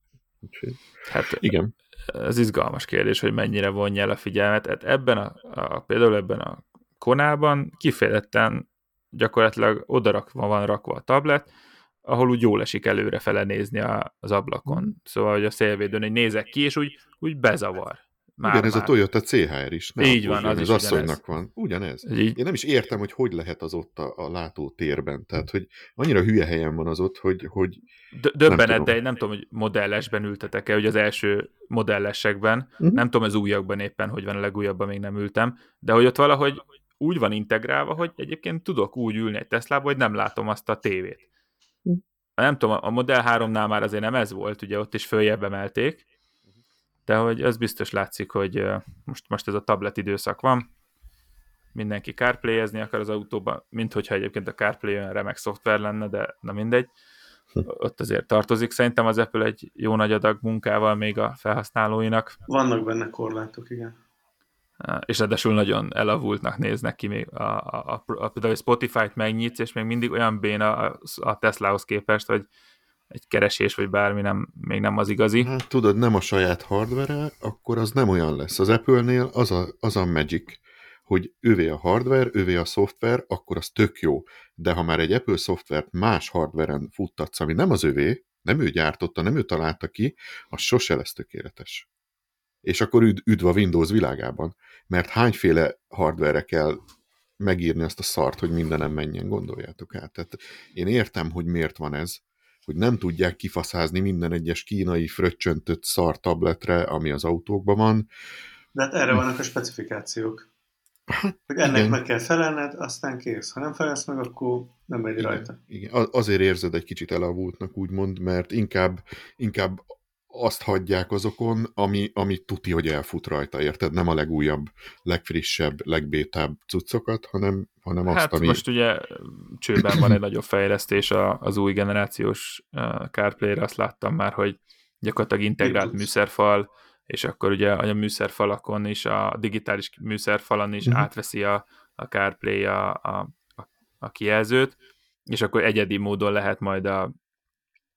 Hát igen. Ez izgalmas kérdés, hogy mennyire vonja el a figyelmet. Hát például ebben a Konában kifejezetten gyakorlatilag odarakva van rakva a tablet, ahol úgy jól esik előrefele nézni az ablakon. Szóval, hogy a szélvédőn, hogy nézek ki, és úgy bezavar. Igen, ez a Toyota CHR is. Így van, az is asszonynak van. Ugyanez. Én nem is értem, hogy lehet az ott a látótérben. Tehát, hogy annyira hülye helyen van az ott, hogy döbbenet, de nem tudom, hogy modellesben ültetek-e, hogy az első modellesekben, nem tudom, az újakban éppen, hogy van, a legújabban még nem ültem, de hogy ott valahogy úgy van integrálva, hogy egyébként tudok úgy ülni egy Teslába, hogy nem látom azt a tévét. Nem tudom, a Model 3-nál már azért nem ez volt, ugye ott is följebb emelték, de hogy az biztos látszik, hogy most ez a tablet időszak van, mindenki CarPlay-ezni akar az autóban, mint hogyha egyébként a CarPlay olyan remek szoftver lenne, de na mindegy. Ott azért tartozik szerintem az Apple egy jó nagy adag munkával még a felhasználóinak. Vannak benne korlátok, igen. És ráadásul nagyon elavultnak néznek ki még például Spotify-t megnyitsz, és még mindig olyan béna a Teslahoz képest, hogy egy keresés, vagy bármi még nem az igazi. Hát tudod, nem a saját hardware-e, akkor az nem olyan lesz. Az Apple-nél az a magic, hogy ővé a hardware, ővé a szoftver, akkor az tök jó. De ha már egy Apple szoftvert más hardware-en futtatsz, ami nem az ővé, nem ő gyártotta, nem ő találta ki, az sose lesz tökéletes. És akkor üdv a Windows világában. Mert hányféle hardware-re kell megírni azt a szart, hogy mindenem menjen, gondoljátok át. Tehát én értem, hogy miért van ez, hogy nem tudják kifaszázni minden egyes kínai fröccsöntött szar tabletre, ami az autókban van. De hát erre vannak a specifikációk. Hát, hogy ennek igen. Meg kell felelned, aztán kész. Ha nem felelsz meg, akkor nem megy rajta. Igen. Azért érzed egy kicsit elavultnak, úgymond, mert inkább azt hagyják azokon, ami tuti, hogy elfut rajta, érted? Nem a legújabb, legfrissebb, legbétább cuccokat, hanem azt, hát ami... most ugye csőben van egy nagyobb fejlesztés az új generációs CarPlay-re, azt láttam már, hogy gyakorlatilag integrált műszerfal, és akkor ugye a műszerfalakon is, a digitális műszerfalon is átveszi a CarPlay a kijelzőt, és akkor egyedi módon lehet majd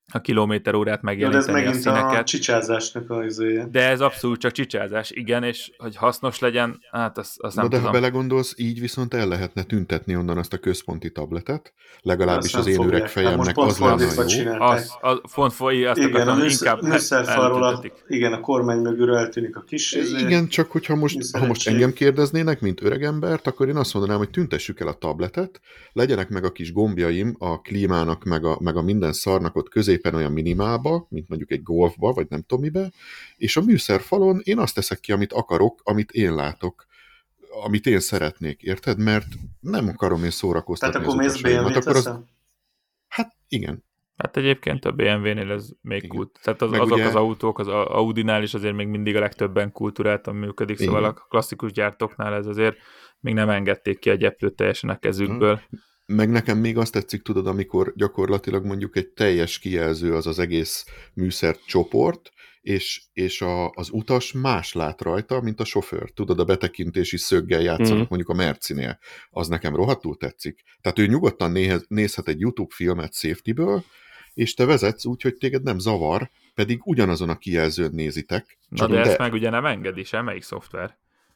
a kilométerórát megjelenteni a színeket. De ez megint a csicsázásnak az izéje. De ez abszolút csak csicsázás, igen, és hogy hasznos legyen, hát azt nem tudom. De ha belegondolsz, így viszont el lehetne tüntetni onnan azt a központi tabletet, legalábbis az én öreg fejemnek az lenne jó. Igen, a műszerfalról a kormány mögül eltűnik a kis igen, csak hogyha most engem kérdeznének, mint öregembert, akkor én azt mondanám, hogy tüntessük el a tabletet, legyenek meg a kis gombjaim a klímának, meg a minden szarnak ott középen olyan minimálba, mint mondjuk egy golfba, vagy nem tudom mibe, és a műszerfalon én azt teszek ki, amit akarok, amit én látok, amit én szeretnék, érted? Mert nem akarom én szórakoztatni. Tehát akkor mész BMW-t veszel? Hát igen. Hát egyébként a BMW-nél ez még kult. Tehát azok ugye... az autók, az Audinál is azért még mindig a legtöbben kultúráltan működik, szóval a klasszikus gyártóknál ez azért még nem engedték ki a gyeplőt teljesen a kezükből. Meg nekem még azt tetszik, tudod, amikor gyakorlatilag mondjuk egy teljes kijelző az egész műszert csoport, és az utas más lát rajta, mint a sofőr. Tudod, a betekintési szöggel játszanak mondjuk a Mercinél. Az nekem rohadtul tetszik. Tehát ő nyugodtan nézhet egy YouTube filmet safety-ből, és te vezetsz úgy, hogy téged nem zavar, pedig ugyanazon a kijelzőn nézitek. Na de ezt meg ugye nem engedi semmelyik szoftver.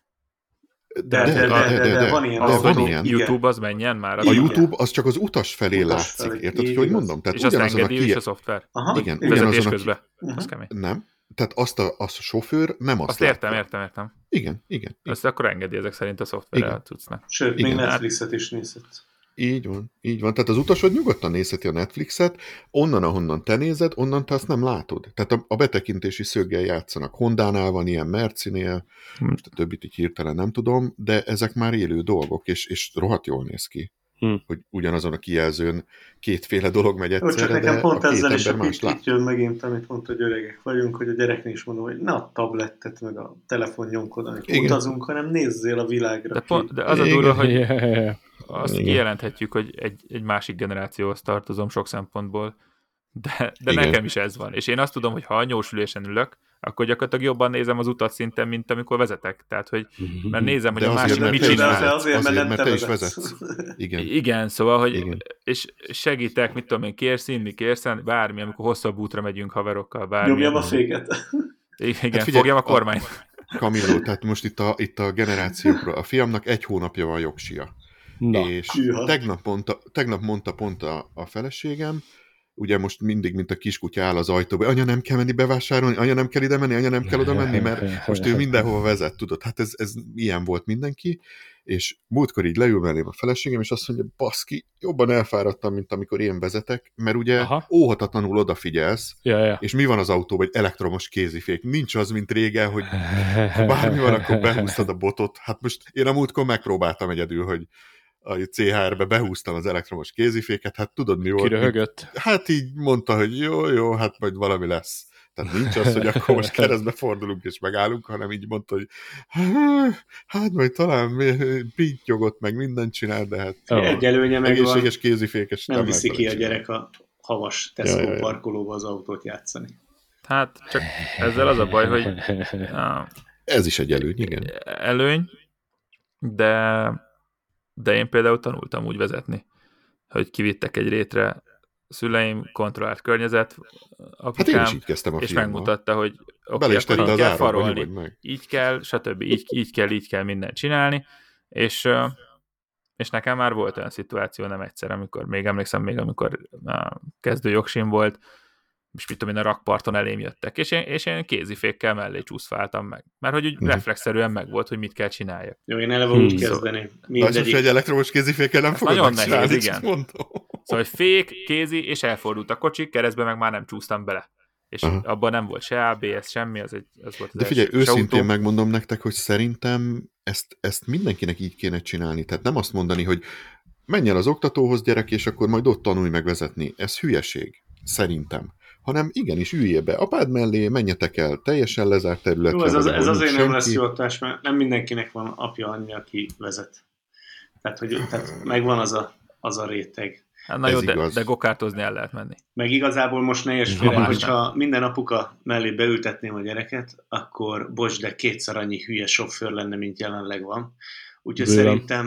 De van ilyen. YouTube az menjen már. A YouTube az csak az utas felé látszik, érted, hogy mondom? Tehát és azt engedi is a szoftver? Igen, vezetés közben. Nem. Tehát azt a sofőr nem azt értem. Igen. Azt akkor engedi ezek szerint a szoftver a cuccnak. Sőt, még Netflixet is nézhetsz. Így van. Tehát az utasod nyugodtan nézheti a Netflixet, onnan, ahonnan te nézed, onnan te azt nem látod. Tehát a betekintési szöggel játszanak. Hondánál van ilyen, Mercinél, most a többit így hirtelen nem tudom, de ezek már élő dolgok, és rohadt jól néz ki. Hogy ugyanazon a kijelzőn kétféle dolog megy egyszerre, csak nekem pont ezzel is itt jön megint, amit mondta, hogy öregek vagyunk, hogy a gyereknél is mondom, hogy ne a tablettet, meg a telefonnyomkod, amikor utazunk, hanem nézzél a világra. De az a durva, hogy azt kijelenthetjük, hogy egy másik generációhoz tartozom sok szempontból, de nekem is ez van. És én azt tudom, hogy ha anyósülésen ülök, akkor gyakorlatilag jobban nézem az utat szinten, mint amikor vezetek. Tehát, hogy mert nézem, hogy a másik mit csinál. Azért, mert te is vezetsz. Igen, szóval, hogy és segítek, mit tudom én, kérsz inni, bármi, amikor hosszabb útra megyünk haverokkal, bármi. Nyomjam a féket. Igen, hát fogjam a kormányt. Camillo, tehát most itt a generációkról. A fiamnak 1 hónapja van jogsia. És tegnap mondta pont a feleségem, ugye most mindig, mint a kiskutya áll az ajtóba, anya nem kell menni bevásárolni, anya nem kell ide menni, anya nem kell oda menni, mert most ő mindenhova vezet, tudod, hát ez ilyen volt mindenki, és múltkor így leül mellém a feleségem, és azt mondja, baszki, jobban elfáradtam, mint amikor én vezetek, mert ugye óhatatlanul odafigyelsz, és mi van az autóban, egy elektromos kézifék, nincs az, mint régen, hogy ha bármi van, akkor behúztad a botot, hát most én a múltkor megpróbáltam egyedül, hogy a CHR-be behúztam az elektromos kéziféket, hát tudod mi volt? Kiröhögött. Hát így mondta, hogy jó, hát majd valami lesz. Tehát nincs az, hogy akkor most keresztbe fordulunk és megállunk, hanem így mondta, hogy hát majd talán pittyogott, meg mindent csinál, de hát egy előnye meg egészséges kézifékes nem viszi ki a gyerek a havas Tesco parkolóba az autót játszani. Hát csak ezzel az a baj, hogy ez is egy előny, igen. Előny, de én például tanultam úgy vezetni, hogy kivittek egy rétre szüleim, kontrollált környezet, apukám, hát én is így kezdtem a és filmmal. megmutatta, hogy így kell farolni, így kell, stb. Így kell mindent csinálni, és nekem már volt olyan szituáció nem egyszer, amikor amikor kezdő jogsim volt, és mit tudom én, a rakparton elém jöttek, és én kézifékkel mellé csúszfáltam meg. Mert hogy úgy reflexzerűen megvolt, hogy mit kell csináljak. Jó, én eleve úgy kezdeném. Mindegyik. Egy elektromos kézifékkel nem fogod nagyon megcsinálni, nehéz, igen. Szóval fék, kézi, és elfordult a kocsik, keresztbe meg már nem csúsztam bele. És abban nem volt se ABS, semmi, az volt az. De figyelj, őszintén megmondom nektek, hogy szerintem ezt mindenkinek így kéne csinálni. Tehát nem azt mondani, hogy menj el az oktatóhoz, gyerek, és akkor majd ott tanulj meg vezetni. Ez hülyeség, szerintem. Hanem igenis üljél be apád mellé, menjetek el teljesen lezárt területre. Jó, ez azért nem lesz jó hatás, mert nem mindenkinek van apja, anyja, aki vezet. Tehát megvan az a réteg. Hát na jó, de gokártozni el lehet menni. Meg igazából most ne érts félre, hogyha minden apuka mellé beültetném a gyereket, akkor bocs, de 2-szer annyi hülye sofőr lenne, mint jelenleg van. Úgyhogy szerintem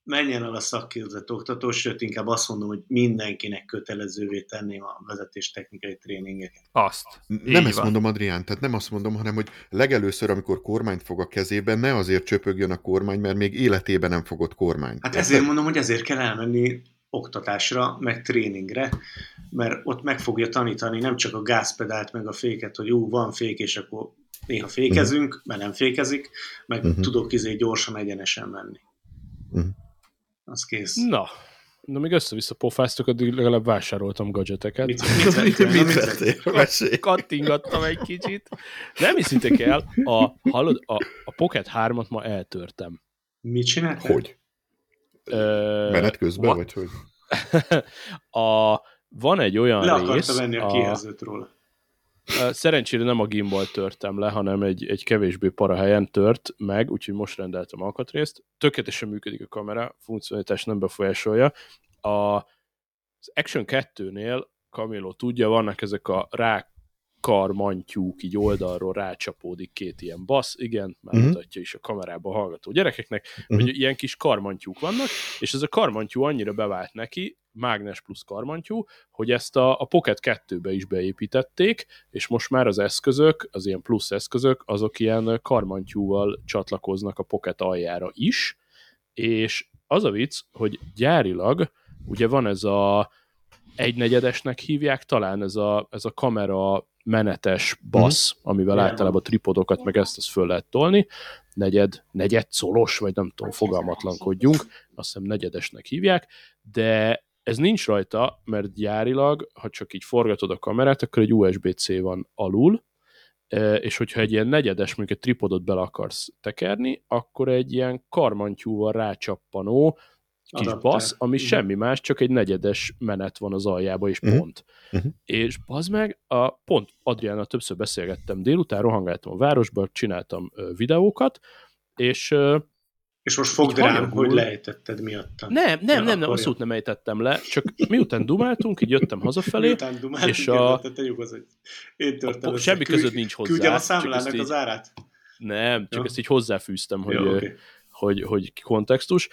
menjen el a szakképzett oktató, sőt, inkább azt mondom, hogy mindenkinek kötelezővé tenném a vezetéstechnikai tréningeket. Nem ezt mondom, Adrián, tehát nem azt mondom, hanem, hogy legelőször, amikor kormányt fog a kezében, ne azért csöpögjön a kormány, mert még életében nem fogott kormányt. Hát ezért mondom, hogy ezért kell elmenni oktatásra, meg tréningre, mert ott meg fogja tanítani nem csak a gázpedált, meg a féket, hogy van fék, és akkor néha fékezünk, mert nem fékezik, meg tudok gyorsan egyenesen menni. Az kész. Na, még össze-vissza pofáztok, addig legalább vásároltam gadgeteket. Mit vettél? Kattingattam egy kicsit. Nem hiszitek el, a Pocket 3-at ma eltörtem. Mit csináltál? Hogy? Menet közben, vagy hogy? Van egy olyan rész... Le akarta venni a kijelzőt róla. Szerencsére nem a gimbal törtem le, hanem egy kevésbé para helyen tört meg, úgyhogy most rendeltem alkatrészt. Tökéletesen működik a kamera, funkcionalitás nem befolyásolja. Az Action 2-nél, Camillo tudja, vannak ezek a rákarmantyúk, így oldalról rácsapódik két ilyen bassz, igen, már mutatja is a kamerába hallgató gyerekeknek, hogy ilyen kis karmantyúk vannak, és ez a karmantyú annyira bevált neki, mágnes plusz karmantyú, hogy ezt a Pocket 2-be is beépítették, és most már az eszközök, az ilyen plusz eszközök, azok ilyen karmantyúval csatlakoznak a Pocket aljára is, és az a vicc, hogy gyárilag, ugye van ez a 1/4-esnek hívják, talán ez a kamera menetes bassz, amivel általában a tripodokat, meg ezt föl lehet tolni, negyed szolos, vagy nem tudom, fogalmatlankodjunk, azt hiszem negyedesnek hívják, de ez nincs rajta, mert gyárilag, ha csak így forgatod a kamerát, akkor egy USB-C van alul, és hogyha egy ilyen negyedes, mondjuk egy tripodot bele akarsz tekerni, akkor egy ilyen karmantyúval rácsappanó kis bassz, ami semmi más, csak egy negyedes menet van az aljába, és pont. És bazd meg, pont Adriánnal többször beszélgettem délután, rohangáltam a városba, csináltam videókat, és most fogd rám, hogy lejtetted miattam. Nem, abszolút nem ejtettem le, csak miután dumáltunk, így jöttem hazafelé, miután dumáltunk, és én törtem semmi között nincs hozzá. Küldjem a számlának az árát? Nem, csak ezt így hozzáfűztem, hogy kontextus.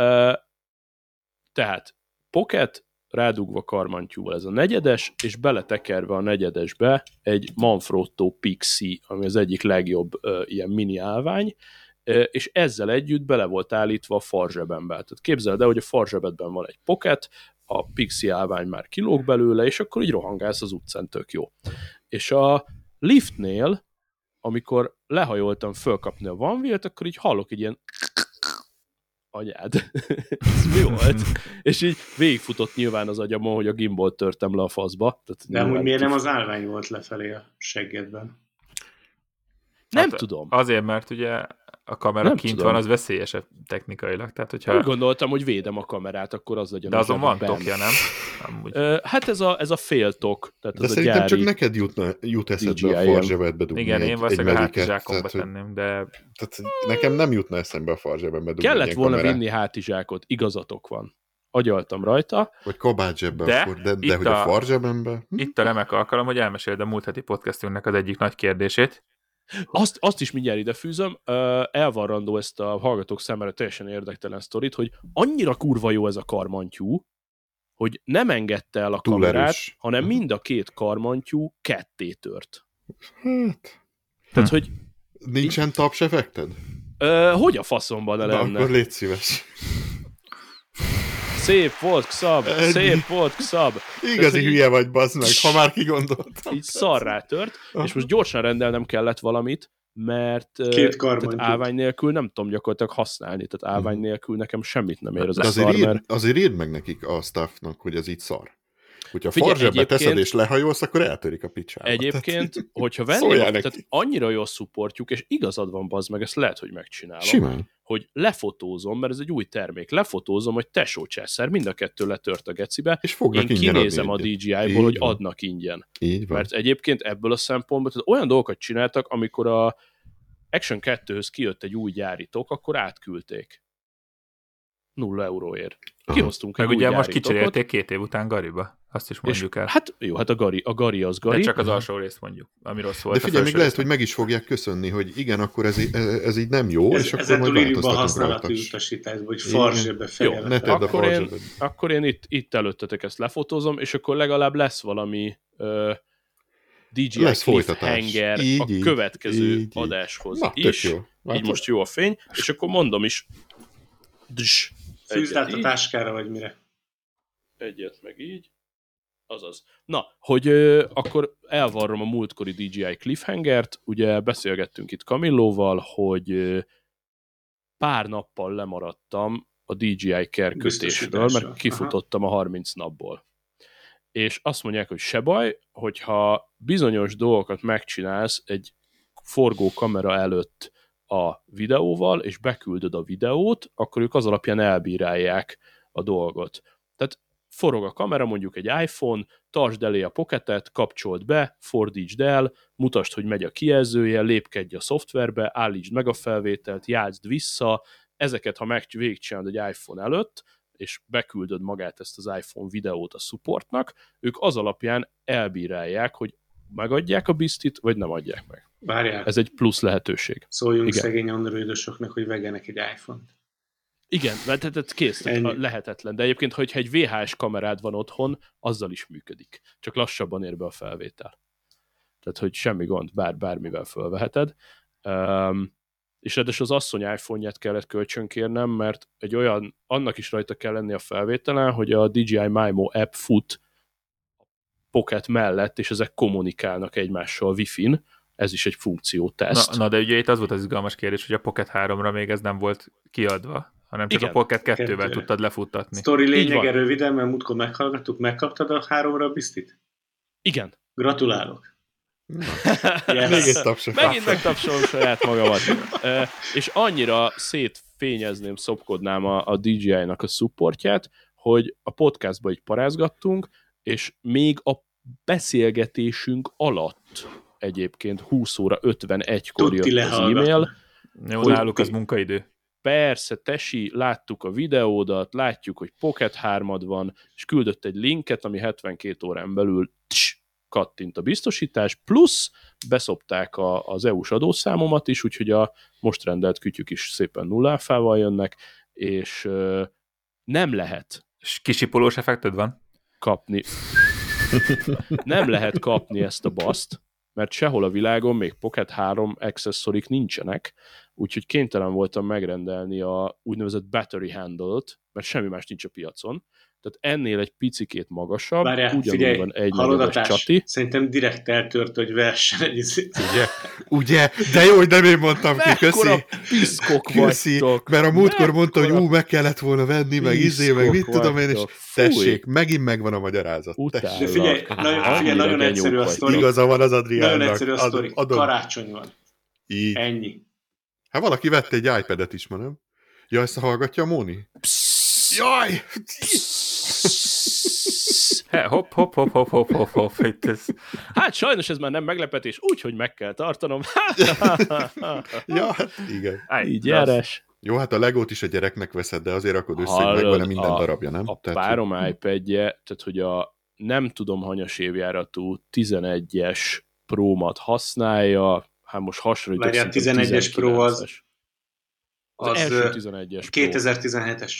Tehát Pocket rádugva karmantyúval ez a negyedes, és beletekerve a negyedesbe egy Manfrotto Pixie, ami az egyik legjobb ilyen mini állvány, és ezzel együtt bele volt állítva a farzsebembe. Tehát képzeld el, hogy a farzsebedben van egy Pocket, a Pixie állvány már kilóg belőle, és akkor így rohangálsz az utcán, tök jó. És a liftnél, amikor lehajoltam fölkapni a Vanwheel-t, akkor így hallok egy ilyen anyád. Ez mi volt? És így végigfutott nyilván az agyamon, hogy a gimbalt törtem le a faszba. Tehát de amúgy miért nem az állvány volt lefelé a seggedben? Nem tudom. Azért, mert ugye a kamera kint van, az veszélyesebb technikailag. Tehát, hogyha... Úgy gondoltam, hogy védem a kamerát, akkor az legyen. De azon van tokja, nem? Hát ez a fél tok. Tehát de szerintem csak neked jut eszedbe a farzsebedbe dugni. Igen, én valószínűleg a hátizsákomba tenném, de... Tehát nekem nem jutna eszembe a farzsebedbe dugni. Kellett volna vinni hátizsákot, igazatok van. Agyaltam rajta. Vagy kabátzsebbe akkor, de hogy a farzsebembe? Itt a remek alkalom, hogy elmeséld a múlt heti podcastünknek az egyik nagy kérdését. Azt is mindjárt ide fűzöm, elvarrandó ezt a hallgatók számára teljesen érdektelen sztorit, hogy annyira kurva jó ez a karmantyú, hogy nem engedte el a kamerát, hanem mind a két karmantyú ketté tört. Hát... Tehát, hogy... Nincsen taps effekted? Hogy a faszomban lenne? Akkor légy szíves. Szép volt, Xab! Szép volt, Xab! Igazi hülye vagy, bazd meg, ha már kigondoltam. Így szarrá tört, és most gyorsan rendelnem kellett valamit, mert tehát állvány nélkül nem tudom gyakorlatilag használni, tehát állvány nélkül nekem semmit nem ér az a szar, mert... Azért írd meg nekik a staffnak, hogy ez így szar. Hogyha farzsebbe teszed és lehajolsz, akkor eltörik a picsába. Egyébként, hogyha vennél, tehát annyira jól szupportjuk, és igazad van, bazd meg, ezt lehet, hogy megcsinálom. Simán. Hogy lefotózom, mert ez egy új termék, lefotózom, hogy tesó császár, mind a kettő letört a gecibe, és én kinézem a DJI-ból, hogy adnak ingyen. Így van. Mert egyébként ebből a szempontból tehát olyan dolgokat csináltak, amikor a Action 2-höz kijött egy új gyáritok, akkor átküldték. 0 euróért. Kihoztunk egy meg új ugye most gyáritokot. kicserélték 2 év után Gariba. Azt is mondjuk el. Hát jó, hát a Gari az Gari. De csak az alsó részt mondjuk, ami rossz volt. De figyelj, még lehet, hogy meg is fogják köszönni, hogy igen, akkor ez így nem jó, és akkor majd változtatunk rajta. Használati utasításba, hogy farzsébbe fejelet. Jó, ne tedd a farzsébbe. Akkor én itt előttetek ezt lefotózom, és akkor legalább lesz valami DJI cliffhanger a következő adáshoz is. Jó. Így most jó a fény, és akkor mondom is. Fűzd át a táskára, vagy mire? Egyet meg így. Azaz. Na, hogy akkor elvarrom a múltkori DJI cliffhangert, ugye beszélgettünk itt Camillóval, hogy pár nappal lemaradtam a DJI kerkötésről, mert kifutottam a 30 napból. És azt mondják, hogy se baj, hogyha bizonyos dolgokat megcsinálsz egy forgó kamera előtt a videóval, és beküldöd a videót, akkor ők az alapján elbírálják a dolgot. Tehát forog a kamera, mondjuk egy iPhone, tartsd elé a pocketet, kapcsold be, fordítsd el, mutasd, hogy megy a kijelzője, lépkedj a szoftverbe, állítsd meg a felvételt, játszd vissza, ezeket, ha végigcsinálod egy iPhone előtt, és beküldöd magát ezt az iPhone videót a supportnak, ők az alapján elbírálják, hogy megadják a biztit, vagy nem adják meg. Várjál. Ez egy plusz lehetőség. Szóljunk szegény androidosoknak, hogy vegyenek egy iPhone-t. Igen, mert kész, lehetetlen. De egyébként, hogyha egy VHS kamerád van otthon, azzal is működik. Csak lassabban ér be a felvétel. Tehát, hogy semmi gond, bármivel fölveheted. És ráadásul az asszony iPhone-ját kellett kölcsönkérnem, mert egy olyan, annak is rajta kell lenni a felvételen, hogy a DJI Mimo app fut Pocket mellett, és ezek kommunikálnak egymással Wi-Fi-n. Ez is egy funkcióteszt. Na, de ugye itt az volt az izgalmas kérdés, hogy a Pocket 3-ra még ez nem volt kiadva, hanem csak igen, a Pocket 2-vel tudtad lefuttatni. Sztori lényege röviden, mert múltkor meghallgattuk, megkaptad a 3-ra a biztit? Igen. Gratulálok. Yes. Megint megtapsolom saját magamat. És annyira szétfényezném, szopkodnám a DJI-nak a supportját, hogy a podcastba így parázgattunk, és még a beszélgetésünk alatt egyébként 20 óra 51-kor jött az e-mail. Jó, náluk az munkaidő. Persze, tesi, láttuk a videódat, látjuk, hogy Pocket 3-ad van, és küldött egy linket, ami 72 órán belül kattint a biztosítás, plusz beszopták az EU-s adószámomat is, úgyhogy a most rendelt kütyük is szépen nulláfával jönnek, és nem lehet. És kisipolós effekted van? Kapni. Nem lehet kapni ezt a baszt, mert sehol a világon még Pocket 3 accessorik nincsenek, úgyhogy kénytelen voltam megrendelni a úgynevezett battery handle-t, mert semmi más nincs a piacon. Tehát ennél egy picikét magasabb, ugyanúgy van egy nagyobb csati. Szerintem direkt eltört, hogy versen egy Ugye? De jó, hogy nem én mondtam ki, mekkora piszkok vagytok. Mert a múltkor mondta, hogy meg kellett volna venni, meg meg mit tudom én, és tessék, megint megvan a magyarázat. De figyelj, nagyon egyszerű a sztori. Igaza van az Adriánnak. Nagyon egyszerű a sztori. Karácsony van. Így. Ennyi. Hát valaki vette egy iPad-et is, ma nem? Ja, ezt hallgatja a Móni? Jaj! Hopp. Hát sajnos ez már nem meglepetés, úgyhogy meg kell tartanom. Ja, hát igen. Így járás. Jó, hát a Legót is a gyereknek veszed, de azért rakod össze, hogy megvan minden darabja, nem? A párom iPad-je, tehát hogy a nem tudom hanyas évjáratú 11-es Pro-mat használja, hát most hasonlítok szinte 11-es Pro az első 11-es 2017-es.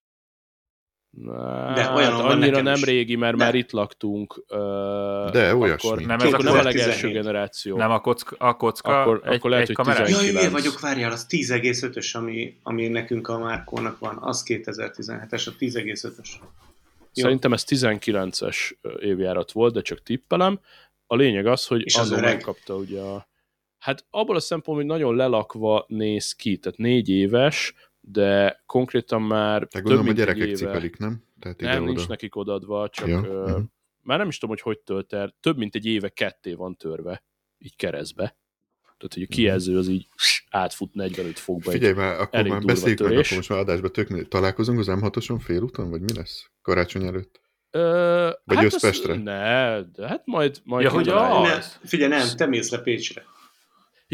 De olyan annyira nem régi, mert már itt laktunk. De olyasmi. Nem a legelső generáció. Nem a kocka akkor lehet, hogy 19. Jaj, vagyok, várjál, az 10,5-ös, ami nekünk a Márkónak van. Az 2017-es, a 10,5-ös. Szerintem ez 19-es évjárat volt, de csak tippelem. A lényeg az, hogy azon megkapta ugye hát abból a szempontból, hogy nagyon lelakva néz ki, tehát 4 éves, de konkrétan már több gondolom, mint a gyerekek cipelik, nem? Tehát nem, nincs nekik odadva, csak már nem is tudom, hogy tölt el, több mint egy éve ketté van törve, így keresztbe. Tehát, hogy a kijelző az így átfut 45 fokba. Figyelj már, akkor már beszéljük meg, akkor most már adásban találkozunk az M6-oson félúton, vagy mi lesz? Karácsony előtt? Vagy hát jössz Pestre? Ne, de hát majd figyelj, nem, te mész le Pécsre. Ja,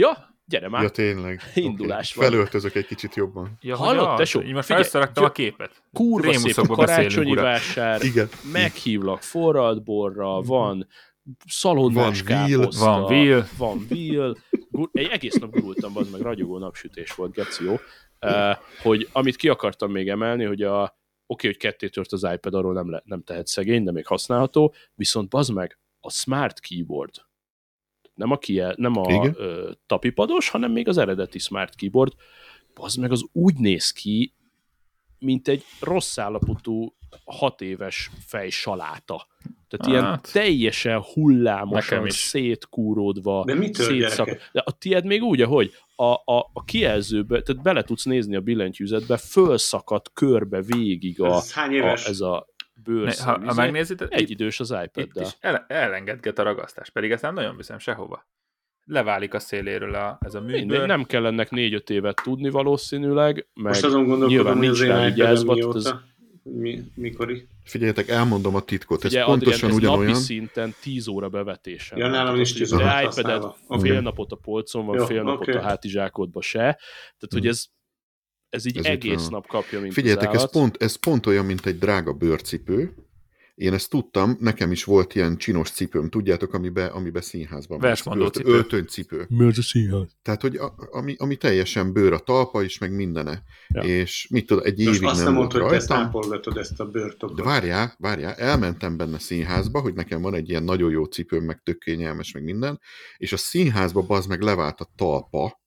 gyere már. Ja, tényleg. Indulás van. Felöltözök egy kicsit jobban. Ja, hallod, tesó? Így most felszeraktam a képet. Kurva szép a karácsonyi vásár. Igen. Meghívlak forradborra, van szalonnás káposzta. Van Will. Egy egész nap gurultam, az meg ragyogó napsütés volt, geci jó. Hogy amit ki akartam még emelni, hogy hogy ketté tört az iPad, arról nem tehet szegény, de még használható, viszont bazd meg, a Smart Keyboard, nem a tapipados, hanem még az eredeti Smart Keyboard, bazd meg, az úgy néz ki, mint egy rossz állapotú 6 éves fejsaláta. Tehát ilyen teljesen hullámosan, szétkúródva. De mitől, De a tied még úgy, ahogy a kijelzőbe, tehát bele tudsz nézni a billentyűzetbe, fölszakadt körbe végig ez a bőrszín. Ha megnézed, egyidős az iPad-del. Elengedget a ragasztás, pedig ezt nem nagyon viszem sehova. Leválik a széléről ez a műbőr. Nem kell ennek 4-5 évet tudni valószínűleg, meg most azon gondolkodom, hogy az én iPad-em mikori. Figyeljetek, elmondom a titkot, ez pontosan ugyanolyan. Napi szinten 10 óra bevetésen. Ja, nálam is 10 óra használva. Fél napot a polcon van, fél napot a hátizsákodba se. Tehát, hogy ez így egész nap kapja, mint figyeljetek, ez pont olyan, mint egy drága bőrcipő. Én ezt tudtam, nekem is volt ilyen csinos cipőm, tudjátok, amiben színházban versmondó cipő. Öltönycipő. Mert a színház. Tehát, hogy ami teljesen bőr a talpa is, meg mindene. Ja. És mit tudom, egy évig azt nem volt rajta. Azt nem mondtad, hogy te támpolgatod ezt a bőrtokot. De várjál, elmentem benne színházba, hogy nekem van egy ilyen nagyon jó cipőm, meg tök kényelmes, meg minden, és a színházba bazd meg levált a talpa,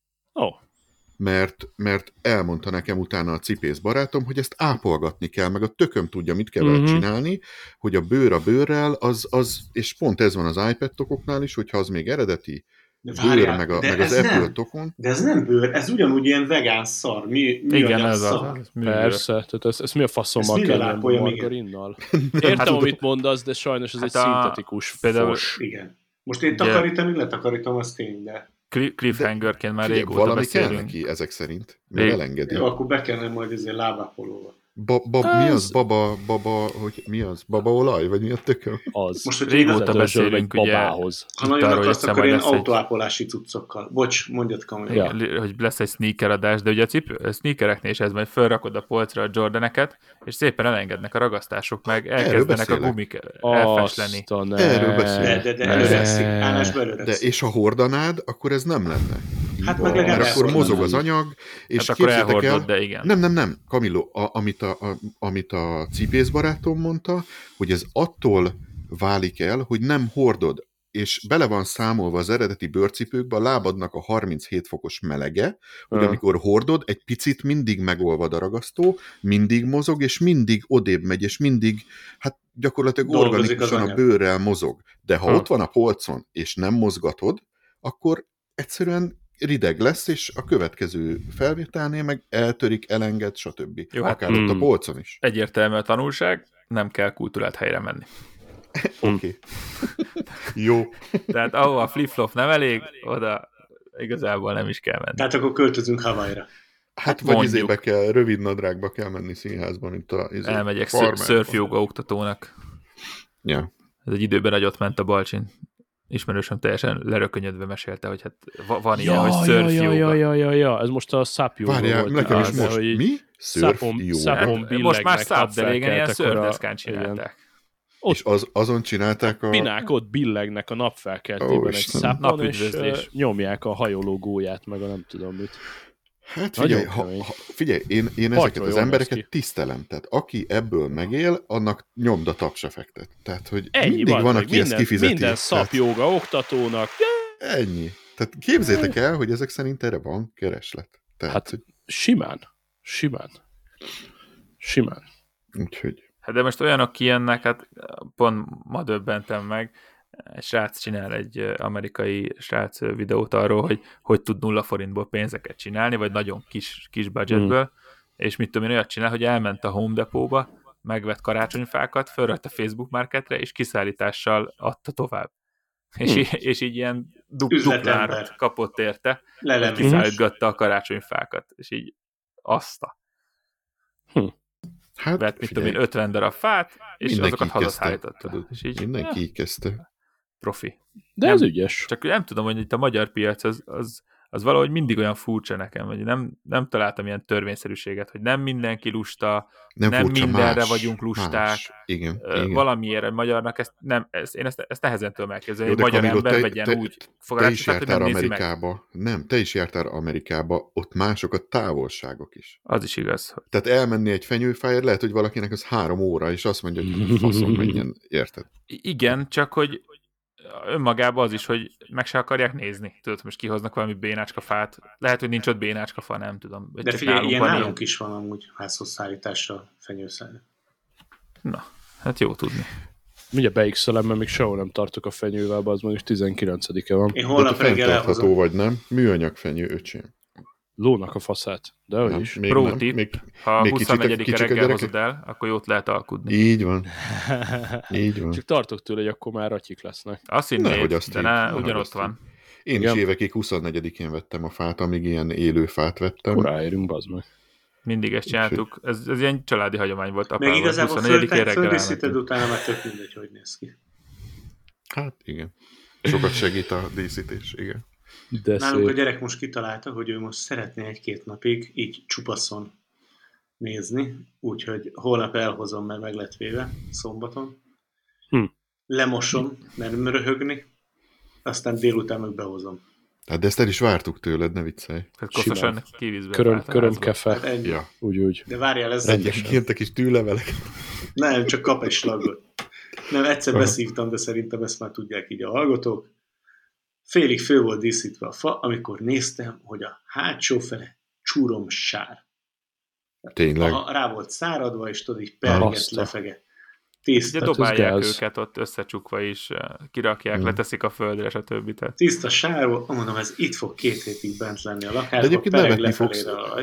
mert elmondta nekem utána a cipész barátom, hogy ezt ápolgatni kell, meg a tököm tudja, mit kell csinálni, hogy a bőr a bőrrel, és pont ez van az iPad tokoknál is, hogyha az még eredeti bőr, meg az Apple tokon. De ez nem bőr, ez ugyanúgy ilyen vegán szar. Igen, ez szar. Persze, tehát ez mi a faszommal kell margarinnal? Értem, amit mondasz, de sajnos ez egy szintetikus fos. Igen. Most én takarítom, letakarítom, az tény, de... Cliffhangerként már régóta valami beszélünk. Valami kell neki ezek szerint, mert elengedi. Jó, akkor be kellene majd ezért lábápolóval. Mi az? Babaolaj? Vagy mi a tököm? Az. Most, hogy régóta beszélünk, ugye, babához. Ha nagyon akarsz, akkor ilyen autóápolási cuccokkal. Bocs, mondjad Kamila. Hogy lesz egy sneaker adás, de ugye a sneakereknél is ez, majd felrakod a polcra a Jordaneket, és szépen elengednek a ragasztások, meg elkezdenek a gumik elfesleni. Erről beszélek. De előveszik. Állásba előveszik. De és ha hordanád, akkor ez nem lenne. Hát meg legalább akkor mozog az anyag, és hát képzeljétek el, de igen. Nem, Kamilo, amit a cipész barátom mondta, hogy ez attól válik el, hogy nem hordod, és bele van számolva az eredeti bőrcipőkbe a lábadnak a 37 fokos melege, hogy amikor hordod, egy picit mindig megolvad a ragasztó, mindig mozog, és mindig odébb megy, és mindig, hát gyakorlatilag organikusan a bőrrel mozog. De ha ott van a polcon, és nem mozgatod, akkor egyszerűen rideg lesz, és a következő felvételnél meg eltörik, elenged, stb. Jó, akár ott a polcon is. Egyértelmű a tanulság, nem kell kultúrált helyre menni. Oké. Jó. Tehát ahol a flip-flop nem elég, oda igazából nem is kell menni. Tehát akkor költözünk Hawaii-ra. Hát vagy izébe kell, rövid nadrágba kell menni színházban, mint a elmegyek szörfjóga oktatónak. Ja. Ez egy időben nagyot ment a Balcsin. Ismerősöm teljesen lerökönyödve mesélte, hogy hát van ilyen, hogy szörfjóga. Ja, ez most a SAP jóga volt. Várjál, nekem is most. Mi? Szapon most már SAP, de régen ilyen szörfdeszkán csinálták. És azon csinálták a... Pinák ott billegnek a napfelkeltében egy szapon, és nyomják a hajoló gólyát, meg a nem tudom mit. Hát figyelj, én ezeket az embereket tisztelem. Tehát aki ebből megél, annak nyomd a tapsefektet. Tehát, hogy mindig van, aki ezt kifizeti. Minden szapjóga oktatónak. Ennyi. Tehát képzétek el, hogy ezek szerint erre van kereslet. Tehát, hát hogy... simán. Úgyhogy... Hát de most olyanok kijönnek, hát pont ma döbbentem meg, egy srác csinál egy amerikai srác videót arról, hogy tud 0 forintból pénzeket csinálni, vagy nagyon kis budgetből, és mit tudom én, olyat csinál, hogy elment a Home Depotba, megvett karácsonyfákat, fölrakt a Facebook Marketre, és kiszállítással adta tovább. És így ilyen duplárat kapott érte, hogy kiszállítgatta a karácsonyfákat, és így azta. Hát, vett, mit tudom én, 50 darab fát, és mindenki azokat hazaszállította. És így, mindenki így kezdte. Profi. De ez ügyes. Csak nem tudom, hogy itt a magyar piac az az valahogy mindig olyan furcsa nekem, hogy nem találtam ilyen törvényszerűséget, hogy nem mindenki lusta, nem furcsa, mindenre vagyunk lusták. Más. Igen. Valamiért a magyarnak én ezt nehezen tudom elképzelni, hogy magyar Kamilo, ember vegyen úgy te is jártál nem Amerikába. Nem, te is jártál Amerikába, ott mások a távolságok is. Az is igaz. Tehát elmenni egy fenyőfáért, lehet, hogy valakinek az 3 óra, és azt mondja, hogy faszom menjen, érted? Igen, csak hogy önmagában az is, hogy meg se akarják nézni. Tudod, most kihoznak valami bénácska fát. Lehet, hogy nincs ott bénácska fa, nem tudom. De figyelj, ilyen nálunk is van amúgy házhoz szállításra fenyőszállít. Na, hát jó tudni. Mindjárt beixelem, mert még sehol nem tartok a fenyővel, az mondjuk 19-e van. Én holnap reggel elhozom. Vagy nem? Műanyag fenyő, öcsém. Lónak a faszát, de hogy is. Pro tip, ha 24-e reggel hozod el, akkor jót lehet alkudni. Így van. Így van. Csak tartok tőle, hogy akkor már ratyik lesznek. Azt hinnéd, de ugyanott van. Én is évekig 24-én vettem a fát, amíg ilyen élő fát vettem. Koráérünk, bazd meg. Mindig ezt csináltuk. Ez ilyen családi hagyomány volt. Meg igazából földíszíted utána, már tök mindegy, hogy néz ki. Hát igen. Sokat segít a díszítés, igen. De nálunk szép. A gyerek most kitalálta, hogy ő most szeretné 1-2 napig így csupaszon nézni, úgyhogy holnap elhozom, mert meg lett véve szombaton. Lemosom, nem röhögni, aztán délután meg behozom. Hát de ezt el is vártuk tőled, ne viccelj. Tehát koszosan kivízbe. Köröm kefe. Hát ja. Úgy. De várjál, ez kértek is tűlevelek. Nem, csak kap egy slagot. Nem, egyszer beszívtam, de szerintem ezt már tudják így a hallgatók. Félig fő volt díszítve a fa, amikor néztem, hogy a hátsó fele csúrom sár. Tényleg? Rá volt száradva, és tudod, így perget, lefege. Tiszta. Ugye dobálják őket ott összecsukva is, kirakják, leteszik a földre, és a többi. Tiszta sár volt, mondom, ez itt fog 2 hétig bent lenni a lakásban. De egyébként nevetni fogsz.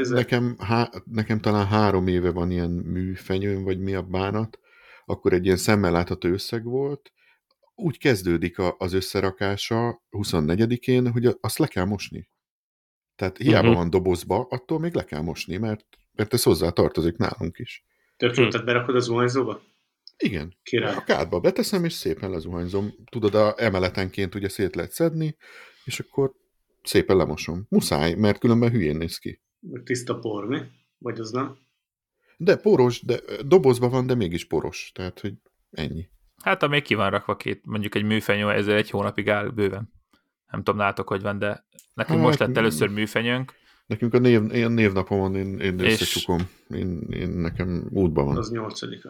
Nekem talán 3 éve van ilyen műfenyőm, vagy mi a bánat, akkor egy ilyen szemmel látható összeg volt. Úgy kezdődik az összerakása 24-én, hogy azt le kell mosni. Tehát hiába van dobozba, attól még le kell mosni, mert ez hozzá tartozik nálunk is. Tök jó, tehát berakod a zuhanyzóba? Igen. Király. A kádba beteszem, és szépen lezuhanyzom. Tudod, emeletenként ugye szét lehet szedni, és akkor szépen lemosom. Muszáj, mert különben hülyén néz ki. Tiszta por, mi? Vagy az nem? De poros, de dobozban van, de mégis poros. Tehát, hogy ennyi. Hát, amíg ki van rakva mondjuk egy műfenyő, ezzel 1 hónapig áll bőven. Nem tudom, nálatok, hogy van, de nekünk most lett először műfenyőnk. Nekünk a névnapomon én összecsukom. Én nekem útban van. Az 8-a.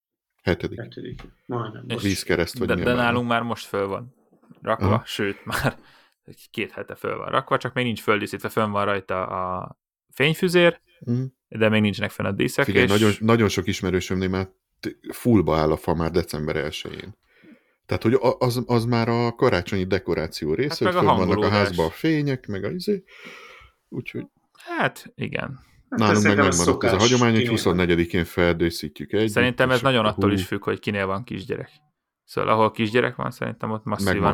7. Majdnem. Vízkereszt, vagy de nálunk már most föl van rakva, sőt, már 2 hete föl van rakva, csak még nincs földíszítve, fönn van rajta a fényfüzér, de még nincsenek fenn a díszek. Figyelj, nagyon sok ismerősömnél már fullba áll a fa már december 1-én. Tehát, hogy az már a karácsonyi dekoráció része, hát hogy fönn vannak a házba a fények, meg a izé. Úgyhogy... Hát, igen. Nálunk meg megmaradt ez a hagyomány, hogy 24-én feldíszítjük együtt. Szerintem ez nagyon attól is függ, hogy kinél van kisgyerek. Szóval ahol kisgyerek van, szerintem ott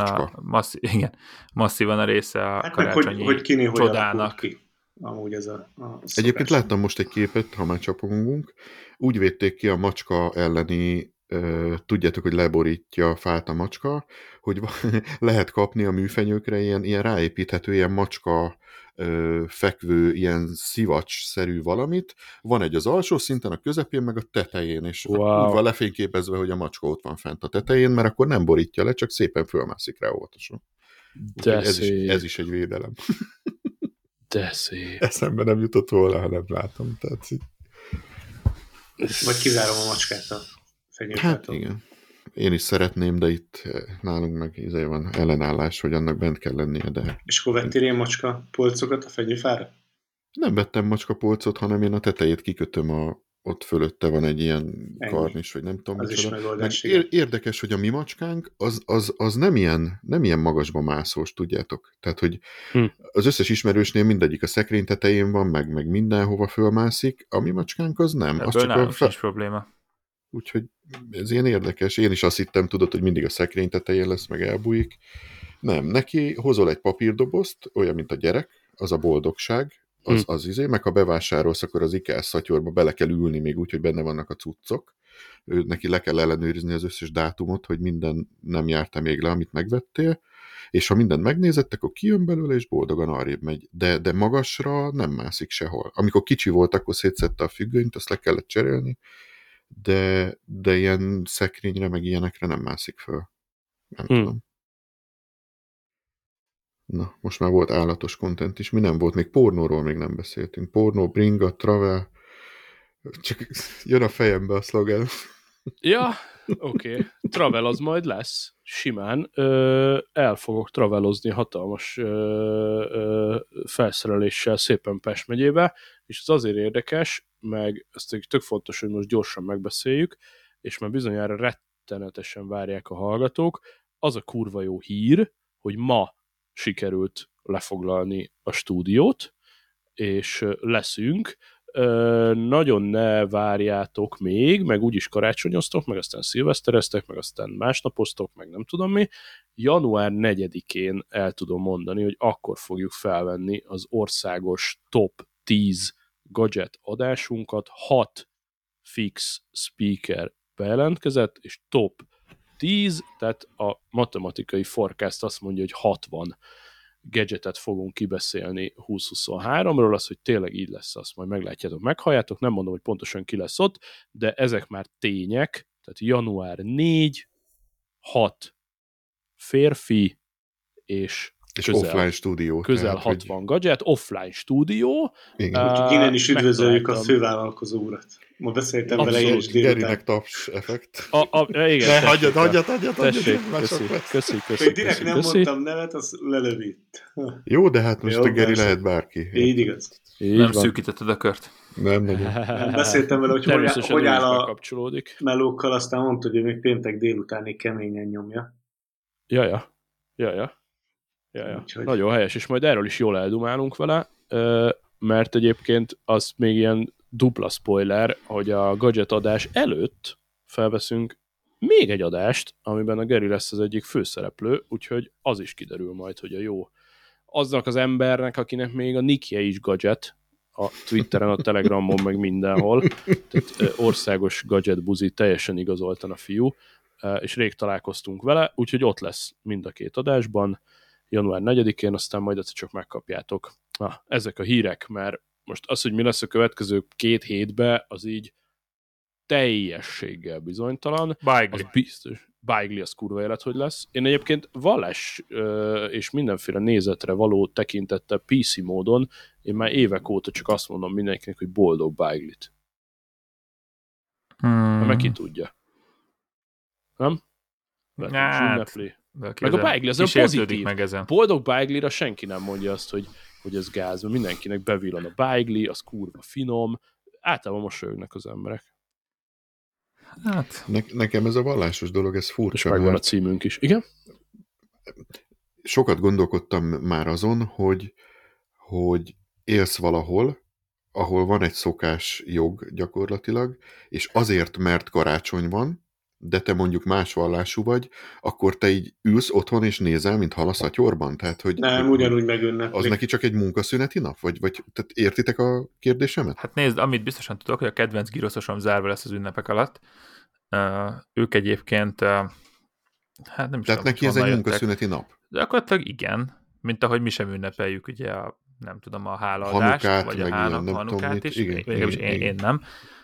masszívan a része a karácsonyi hogy kinél, csodának. Ki. Amúgy ez a egyébként láttam most egy képet, ha már csapongunk. Úgy védték ki a macska elleni, tudjátok, hogy leborítja a fát a macska, hogy lehet kapni a műfenyőkre ilyen ráépíthető, ilyen macska fekvő, ilyen szivacs-szerű valamit. Van egy az alsó szinten, a közepén, meg a tetején, és úgy van lefényképezve, hogy a macska ott van fent a tetején, mert akkor nem borítja le, csak szépen fölmászik rá óvatosan. Ez is egy védelem. De szép. Eszembe nem jutott volna, ha nem látom. Tehát... Vagy kizárom a macskát a fenyőtától. Hát igen. Én is szeretném, de itt nálunk meg van ellenállás, hogy annak bent kell lennie, de... És akkor vettél ilyen macska polcokat a fenyőfára? Nem vettem macska polcot, hanem én a tetejét kikötöm, ott fölötte van egy ilyen karnis, vagy nem tudom. Az is megoldás. Érdekes, hogy a mi macskánk az nem ilyen magasba mászós, tudjátok. Tehát, hogy az összes ismerősnél mindegyik a szekrény tetején van, meg mindenhova fölmászik, a mi macskánk az nem. Ebből az nálunk nincs probléma. Úgyhogy ez ilyen érdekes. Én is azt hittem, tudod, hogy mindig a szekrény tetején lesz, meg elbújik. Nem, neki hozol egy papírdobozt, olyan, mint a gyerek, az a boldogság, az meg ha bevásárolsz, akkor az IKEA szatyorba bele kell ülni még úgy, hogy benne vannak a cuccok, neki le kell ellenőrizni az összes dátumot, hogy minden nem járta még le, amit megvettél, és ha mindent megnézett, akkor kijön belőle, és boldogan arrébb megy. De magasra nem mászik sehol. Amikor kicsi volt, akkor szétszedte a függönyt, azt le kellett cserélni, de ilyen szekrényre, meg ilyenekre nem mászik föl. Nem tudom. Na, most már volt állatos content is. Mi nem volt? Még pornóról még nem beszéltünk. Pornó, bringa, travel. Csak jön a fejembe a szlogen. Ja, oké. Travel az majd lesz. Simán. El fogok travelozni hatalmas felszereléssel szépen Pest megyébe, és ez azért érdekes, meg ezt tök fontos, hogy most gyorsan megbeszéljük, és már bizonyára rettenetesen várják a hallgatók. Az a kurva jó hír, hogy ma sikerült lefoglalni a stúdiót, és leszünk. Nagyon ne várjátok még, meg úgyis karácsonyoztok, meg aztán szilvesztereztek, meg aztán másnapoztok, meg nem tudom mi. Január 4-én el tudom mondani, hogy akkor fogjuk felvenni az országos top 10 gadget adásunkat. 6 fix speaker bejelentkezett, és top 10, tehát a matematikai forecast azt mondja, hogy 60 gadgetet fogunk kibeszélni 2023-ról, az, hogy tényleg így lesz, azt majd meglátjátok, meghalljátok, nem mondom, hogy pontosan ki lesz ott, de ezek már tények, tehát január 4, 6 férfi, és offline stúdió. Közel tehát, 60 hogy... gadget, offline stúdió. Úgyhogy innen is üdvözöljük a fővállalkozó urat. Ma beszéltem vele én is délután. Gerinek taps effekt. Igen, hagyjad. Köszi. Direkt nem mondtam nevet, az lelövít. Jó, de hát most a Geri lehet bárki. Így igaz. Nem szűkítetted a kört. Nem. Beszéltem vele, hogy áll a melókkal, aztán mondta, hogy még péntek délutánig keményen nyomja. Ja. Nagyon helyes, és majd erről is jól eldumálunk vele, mert egyébként az még ilyen dupla spoiler, hogy a gadget adás előtt felveszünk még egy adást, amiben a Geri lesz az egyik főszereplő, úgyhogy az is kiderül majd, hogy a jó aznak az embernek, akinek még a nickje is gadget, a Twitteren, a Telegramon, meg mindenhol, tehát országos gadget buzi, teljesen igazoltan a fiú, és rég találkoztunk vele, úgyhogy ott lesz mind a két adásban, január 4-én, aztán majd egyszer csak megkapjátok. Ezek a hírek, mert most az, hogy mi lesz a következő 2 hétben, az így teljességgel bizonytalan. Bájgli. Az biztos. Bájgli az kurva élet, hogy lesz. Én egyébként vallás és mindenféle nézetre való tekintettel PC módon, én már évek óta csak azt mondom mindenkinek, hogy boldog Bájglit. Meg ki tudja. Nem? Ünnepli. Meg a Bájgli az olyan pozitív. Meg ezen. Boldog Bájglira senki nem mondja azt, hogy ez gáz, mert mindenkinek bevillan a Bájgli, az kurva finom, általában mosolyognak az emberek. Hát. Nekem ez a vallásos dolog, ez furcsa. És megvan a címünk is. Igen? Sokat gondolkodtam már azon, hogy élsz valahol, ahol van egy szokás jog gyakorlatilag, és azért, mert karácsony van, de te mondjuk más vallású vagy, akkor te így ülsz otthon és nézel, mint hal a szatyorban? Tehát, hogy, nem, ugyanúgy megünneplik. Az neki csak egy munkaszüneti nap? Vagy tehát értitek a kérdésemet? Hát nézd, amit biztosan tudok, hogy a kedvenc giroszosom zárva lesz az ünnepek alatt. Ők egyébként hát nem is tehát neki ez egy munkaszüneti nap? De gyakorlatilag igen, mint ahogy mi sem ünnepeljük ugye a hálaadást, Hanukát, vagy a Hanukát is. Én nem.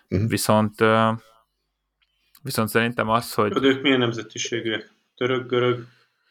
Viszont szerintem az, hogy... Ők milyen nemzetiségűek? Török, görög?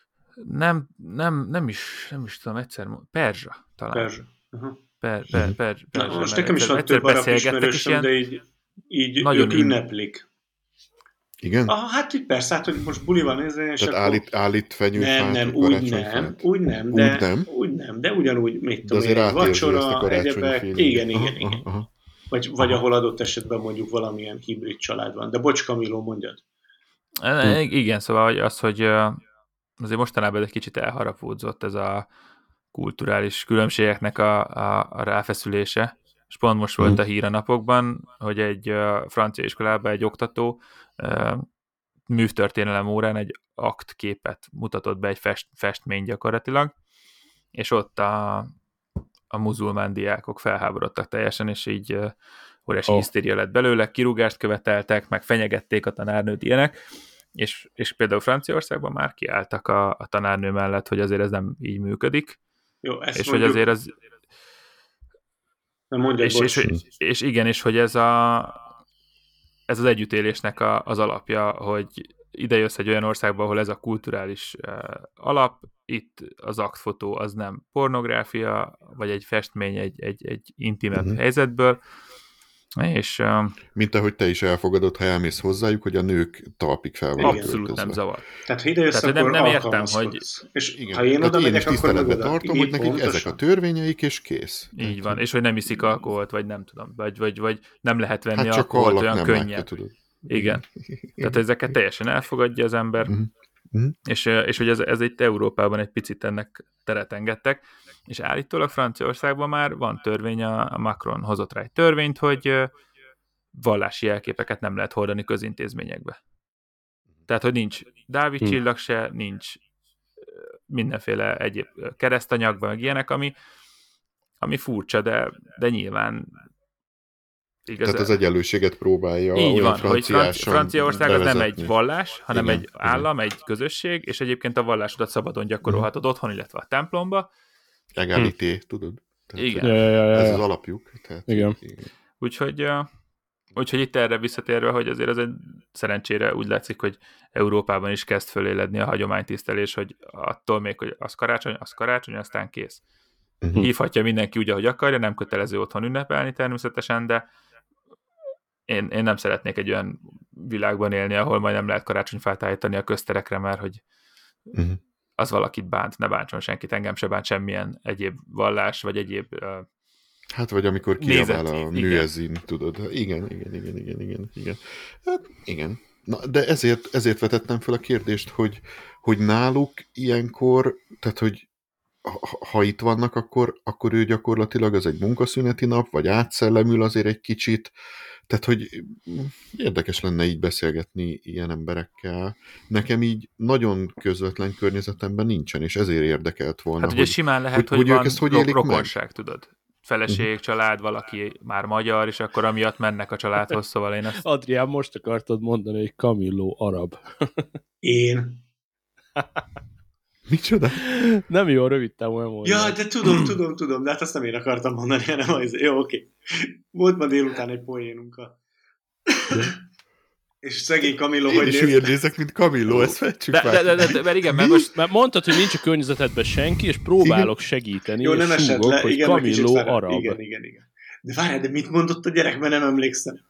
Nem is tudom, egyszer perzsa talán. Perzsa. Perzsa. Most nekem is van több arab ismerősöm, de így ők ünneplik. Igen? Hát így persze, hát, hogy most buli van nézni, és tehát akkor... állít fenyőfát, nem, úgy nem, de ugyanúgy, mit tudom én, vacsora, egyebek, igen. Aha. Vagy ahol adott esetben mondjuk valamilyen hibrid család van. De bocs, Kamiló, mondjad. Igen, szóval az, hogy azért mostanában egy kicsit elharapódzott ez a kulturális különbségeknek a ráfeszülése, és pont most volt a hír a napokban, hogy egy francia iskolában egy oktató művtörténelem órán egy aktképet mutatott be, egy festmény gyakorlatilag, és ott a muzulmán diákok felháborodtak teljesen, és így óriási hisztéria lett belőle, kirúgást követeltek, meg fenyegették a tanárnőt, ilyenek, és például Franciaországban már kiálltak a tanárnő mellett, hogy azért ez nem így működik. Jó, ezt és mondjuk... hogy azért az... És igen, és hogy ez az együttélésnek az alapja, hogy ide jössz egy olyan országba, ahol ez a kulturális alap, itt az aktfotó az nem pornográfia, vagy egy festmény egy intimebb helyzetből, és... Mint ahogy te is elfogadod, ha elmész hozzájuk, hogy a nők talpig fel vannak abszolút öltözve. nem zavar. Tehát ha ide jössz, akkor nem értem, hogy... És igen, ha én oda megyek, is tiszteletbe tartom, hogy nekik pontosan. ezek a törvényeik, és kész. Így van, és hogy nem iszik alkoholt, vagy nem tudom, vagy nem lehet venni hát alkoholt olyan könnyen. Látja, igen. Tehát ezeket teljesen elfogadja az ember, és hogy ez itt Európában egy picit ennek teret engedtek, és állítólag Franciaországban már van törvény, a Macron hozott rá egy törvényt, hogy vallási jelképeket nem lehet hordani közintézményekbe. Tehát, hogy nincs Dávid csillag se, nincs mindenféle egyéb keresztanyagban, meg ilyenek, ami furcsa, de nyilván igaz. Tehát az egyenlőséget próbálja. Így van, hogy Franciaország az nem egy vallás, hanem igen, egy állam, egy közösség, és egyébként a vallásodat szabadon gyakorolhatod otthon, illetve a templomba. Egalité, tudod? Tehát igen. Ez az alapjuk. Tehát, igen. Úgyhogy itt erre visszatérve, hogy azért ez egy szerencsére úgy látszik, hogy Európában is kezd föléledni a hagyománytisztelés, hogy attól még, hogy az karácsony, aztán kész. Hívhatja mindenki úgy, ahogy akarja, nem kötelező otthon ünnepelni természetesen, de én nem szeretnék egy olyan világban élni, ahol majd nem lehet karácsonyfát állítani a közterekre, mert hogy az valakit bánt, ne bántson senkit, engem se bánt semmilyen egyéb vallás, vagy egyéb hát vagy amikor kiabál a műezzin, tudod. Igen. Hát igen. Na, de ezért vetettem fel a kérdést, hogy náluk ilyenkor, tehát hogy ha itt vannak, akkor ő gyakorlatilag az egy munkaszüneti nap, vagy átszellemül azért egy kicsit, tehát hogy érdekes lenne így beszélgetni ilyen emberekkel. Nekem így nagyon közvetlen környezetemben nincsen, és ezért érdekelt volna. Hát ugye simán lehet, hogy van rokonság, tudod. Feleség, család, valaki már magyar, és akkor amiatt mennek a családhoz, szóval én ezt... Adrián, most akartad mondani, hogy Camillo arab. Én? Micsoda? Nem jó, rövid távon mondani. Ja, de tudom, de hát azt nem én akartam mondani, hanem az... Jó, oké. Volt ma délután egy poénunk és szegény Camillo, hogy is úgy nézek, mint Camillo, ezt fejtsük de igen, mert mondtad, hogy nincs a környezetedben senki, és próbálok segíteni, jó, és nem súgok, le, hogy igen, Camillo arab. Igen. De várjál, de mit mondott a gyerek, mert nem emlékszem?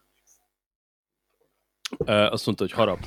Azt mondta, hogy harap.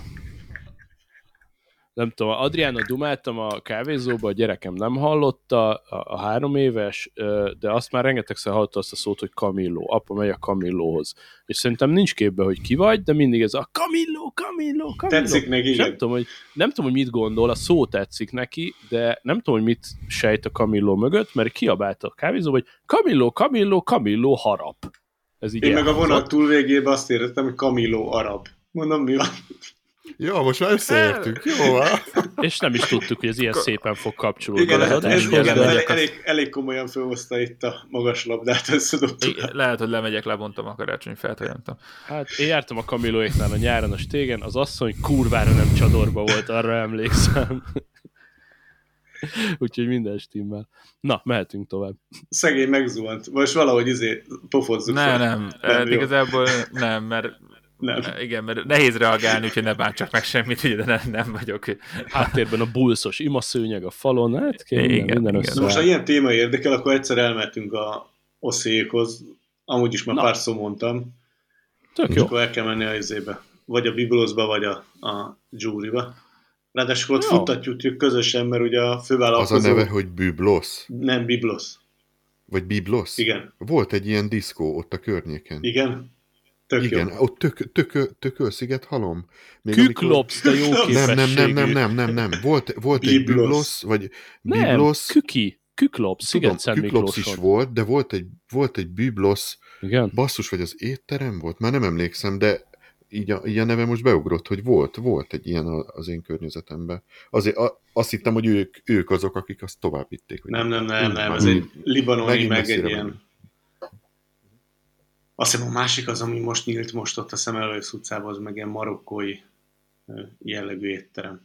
Nem tudom, Adriánnal dumáltam a kávézóba, a gyerekem nem hallotta, a 3 éves, de azt már rengetegszer hallotta azt a szót, hogy Camillo. Apa megy a Camillóhoz. És szerintem nincs képbe, hogy ki vagy, de mindig ez a Camillo. Tetszik neki, igen. Nem tudom, hogy mit gondol, a szó tetszik neki, de nem tudom, hogy mit sejt a Camillo mögött, mert kiabált a kávézóba, hogy Camillo harap. Ez így én meg a vonat túl végében azt értettem, hogy Camillo arab. Mondom, mi van? Jó, most már összeértünk, jó? És nem is tudtuk, hogy ez ilyen szépen fog kapcsolódni. Igen, elég komolyan felhozta itt a magas labdát, összedobtuk. Lehet, hogy lemegyek, lebontom a karácsonyfát, vagy nem tudom. Hát én jártam a Camilloéknál a nyáron a stégen, az asszony kurvára nem csadorba volt, arra emlékszem. Úgyhogy minden stimmel. Na, mehetünk tovább. Szegény megzuhant. Most valahogy pofozzuk. Nem, igazából nem, mert nem. Igen, mert nehéz reagálni, úgyhogy ne bántsak meg semmit, ugye, de nem vagyok. Háttérben a bulszos imaszőnyeg a falon, hát minden össze. Most ha ilyen téma érdekel, akkor egyszer elmentünk a oszélyékhoz, amúgy is már pár szó mondtam. Tök jó. Akkor el kell menni a izébe. Vagy a Bibloszba, vagy a Júriba. Ráadásul ott futtatjuk közösen, mert ugye a fővállalkozó... Az a neve, hogy Biblos? Nem, Biblos. Vagy Biblos? Igen. Volt egy ilyen diszkó ott a környéken. Igen. Igen, jó. Ott Tököl-sziget halom. Küklopsz, de jó képességű. Nem. Volt egy Biblos, vagy Biblos. Nem, Küklopsz, Sziget-Szent Küklopsz is volt, de volt egy Biblos. Igen. Basszus, vagy az étterem volt? Már nem emlékszem, de így a neve most beugrott, hogy volt egy ilyen az én környezetemben. Azért azt hittem, hogy ők azok, akik azt tovább vitték. Nem, ez egy libanoni, meg egy ilyen... Azt hiszem a másik az, ami most nyílt most ott a Szemmelweis utcában, az meg ilyen marokkói jellegű étterem.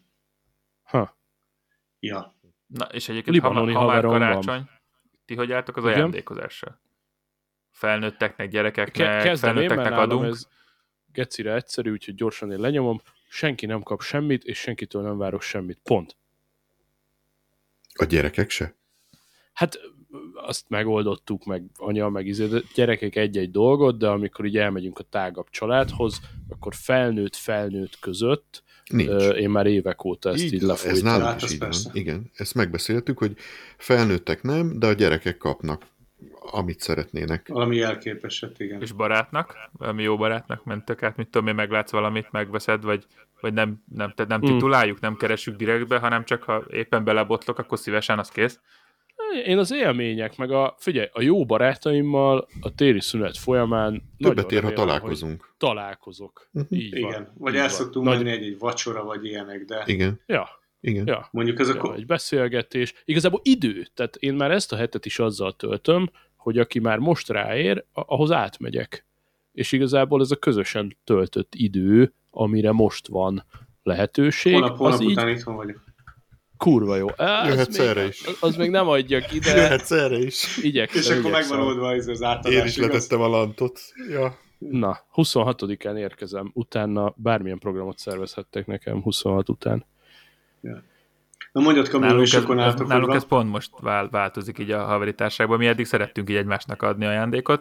Ja. Na, és egyébként, ha már karácsony, ti hogy álltok az ajándékozással? Felnőtteknek, gyerekeknek, felnőtteknek adunk. Ez gecire egyszerű, úgyhogy gyorsan én lenyomom. Senki nem kap semmit, és senkitől nem várok semmit. Pont. A gyerekek se? Hát azt megoldottuk, meg anya, meg gyerekek egy-egy dolgot, de amikor így elmegyünk a tágabb családhoz, akkor felnőtt között én már évek óta ezt így lefolytam. Ez nálunk is így van. Igen, ezt megbeszéltük, hogy felnőttek nem, de a gyerekek kapnak, amit szeretnének. Valami jelképeset, igen. És barátnak? Valami jó barátnak mentek át? Mit tudom én, meglátsz valamit, megveszed, vagy nem tituláljuk, nem keresünk direktbe, hanem csak ha éppen belebotlok, akkor szívesen az kész. Én az élmények, meg figyelj, a jó barátaimmal a téli szünet folyamán többet ér, ha találkozunk. Találkozok. Így igen. Van. Vagy el szoktunk menni egy vacsora, vagy ilyenek, de... Igen. Igen. Ja. Mondjuk ez a... egy beszélgetés. Igazából idő. Tehát én már ezt a hetet is azzal töltöm, hogy aki már most ráér, ahhoz átmegyek. És igazából ez a közösen töltött idő, amire most van lehetőség. Hónap után itthon vagyok. Kurva jó. Jöhetsz erre is. Az még nem adjak ide. Jöhetsz erre is. Igyekszem. És akkor megvan oldva az átadás. Én is letettem a lantot. Ja. Na, 26-án érkezem. Utána bármilyen programot szervezhettek nekem 26 után. Ja. Na mondjad, Kamil, és akkor nálunk ez pont most változik így a haveri társaságban. Mi eddig szerettünk így egymásnak adni ajándékot.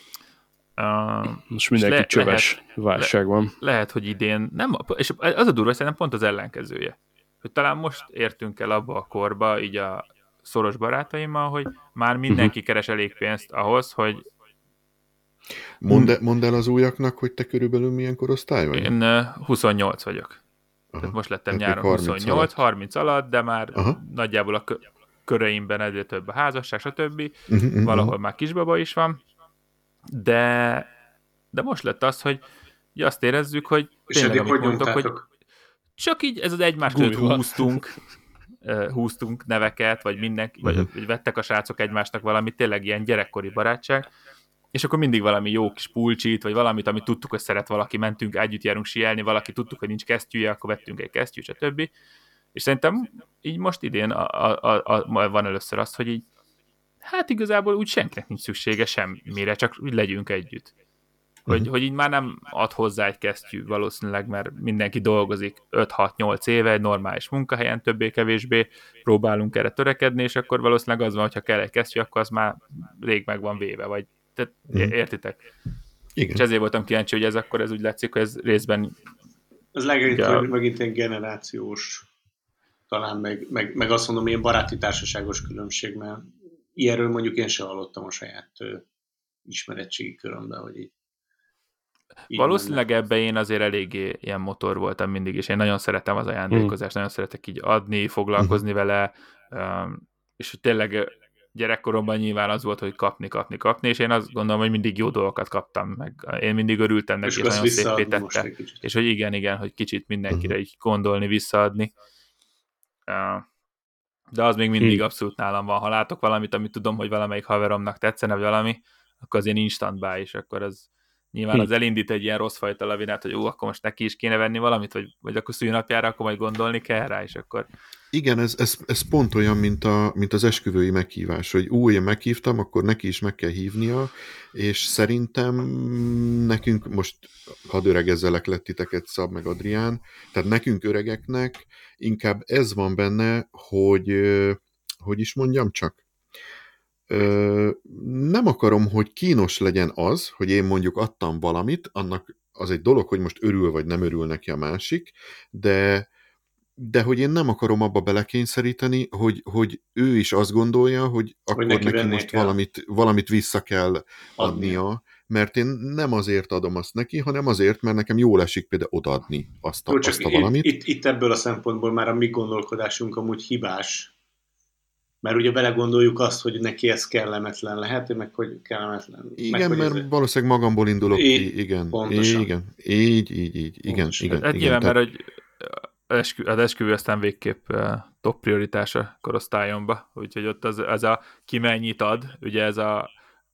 Most mindenki csöves válság van. Lehet, hogy idén nem, és az a durva, szerintem pont az ellenkezője. Hogy talán most értünk el abba a korba, így a szoros barátaimmal, hogy már mindenki keres elég pénzt ahhoz, hogy... Mondd el az újaknak, hogy te körülbelül milyen korosztály vagy? Én 28 vagyok. Tehát most lettem nyáron 28, 30 alatt, de már nagyjából a köreimben egyre több a házasság, stb. Valahol már kisbaba is van. De most lett az, hogy azt érezzük, hogy tényleg, amit mondtok, hogy csak így ez az egymás között húztunk neveket, vagy mindenki, vagy vettek a srácok egymásnak valamit, tényleg ilyen gyerekkori barátság, és akkor mindig valami jó kis pulcsit, vagy valamit, amit tudtuk, hogy szeret valaki, mentünk, együtt járunk síelni, valaki tudtuk, hogy nincs kesztyűje, akkor vettünk egy kesztyűt, stb. És szerintem így most idén van először az, hogy így hát igazából úgy senkinek nincs szüksége semmire, csak úgy legyünk együtt. Hogy így már nem ad hozzá egy kesztyű valószínűleg, mert mindenki dolgozik 5-6-8 éve egy normális munkahelyen, többé-kevésbé próbálunk erre törekedni, és akkor valószínűleg az van, hogyha kell egy kesztyű, akkor az már rég meg van véve, vagy tehát értitek? Igen. És ezért voltam kíváncsi, hogy ez úgy látszik, hogy ez részben... Ez leginkább megint egy generációs, talán meg azt mondom, ilyen baráti társaságos különbség, mert ilyenről mondjuk én sem hallottam a saját ismeretségi körömben, hogy így valószínűleg ebben én azért eléggé ilyen motor voltam mindig, és én nagyon szeretem az ajándékozást, nagyon szeretek így adni, foglalkozni vele, és tényleg gyerekkoromban nyilván az volt, hogy kapni, és én azt gondolom, hogy mindig jó dolgokat kaptam, meg én mindig örültem neki, és nagyon szépé tette, és hogy igen, hogy kicsit mindenkire így gondolni, visszaadni. De az még mindig abszolút nálam van. Ha látok valamit, amit tudom, hogy valamelyik haveromnak tetszene, vagy valami, akkor az ilyen instant buy, és akkor az nyilván az elindít egy ilyen rossz fajta lavinát, hogy akkor most neki is kéne venni valamit, vagy akkor szülinapjára, akkor majd gondolni kell rá, és akkor... Igen, ez pont olyan, mint az esküvői meghívás, hogy én meghívtam, akkor neki is meg kell hívnia, és szerintem nekünk, most hadd öregezzelek le titeket, Szab meg Adrián, tehát nekünk öregeknek inkább ez van benne, hogy is mondjam csak, nem akarom, hogy kínos legyen az, hogy én mondjuk adtam valamit, annak az egy dolog, hogy most örül vagy nem örül neki a másik, de hogy én nem akarom abba belekényszeríteni, hogy ő is azt gondolja, hogy akkor neki most valamit vissza kell adnia, mert én nem azért adom azt neki, hanem azért, mert nekem jól esik például odaadni azt a valamit. Itt ebből a szempontból már a mi gondolkodásunk amúgy hibás, mert ugye belegondoljuk azt, hogy neki ez kellemetlen lehet, meg hogy kellemetlen. Igen, mert valószínűleg magamból indulok ki, igen. Pontosan. Igen, így, igen. Hát nyilván, mert hogy az esküvő aztán végképp top prioritás a korosztályomba, úgyhogy ott az a ki mennyit ad, ugye ez a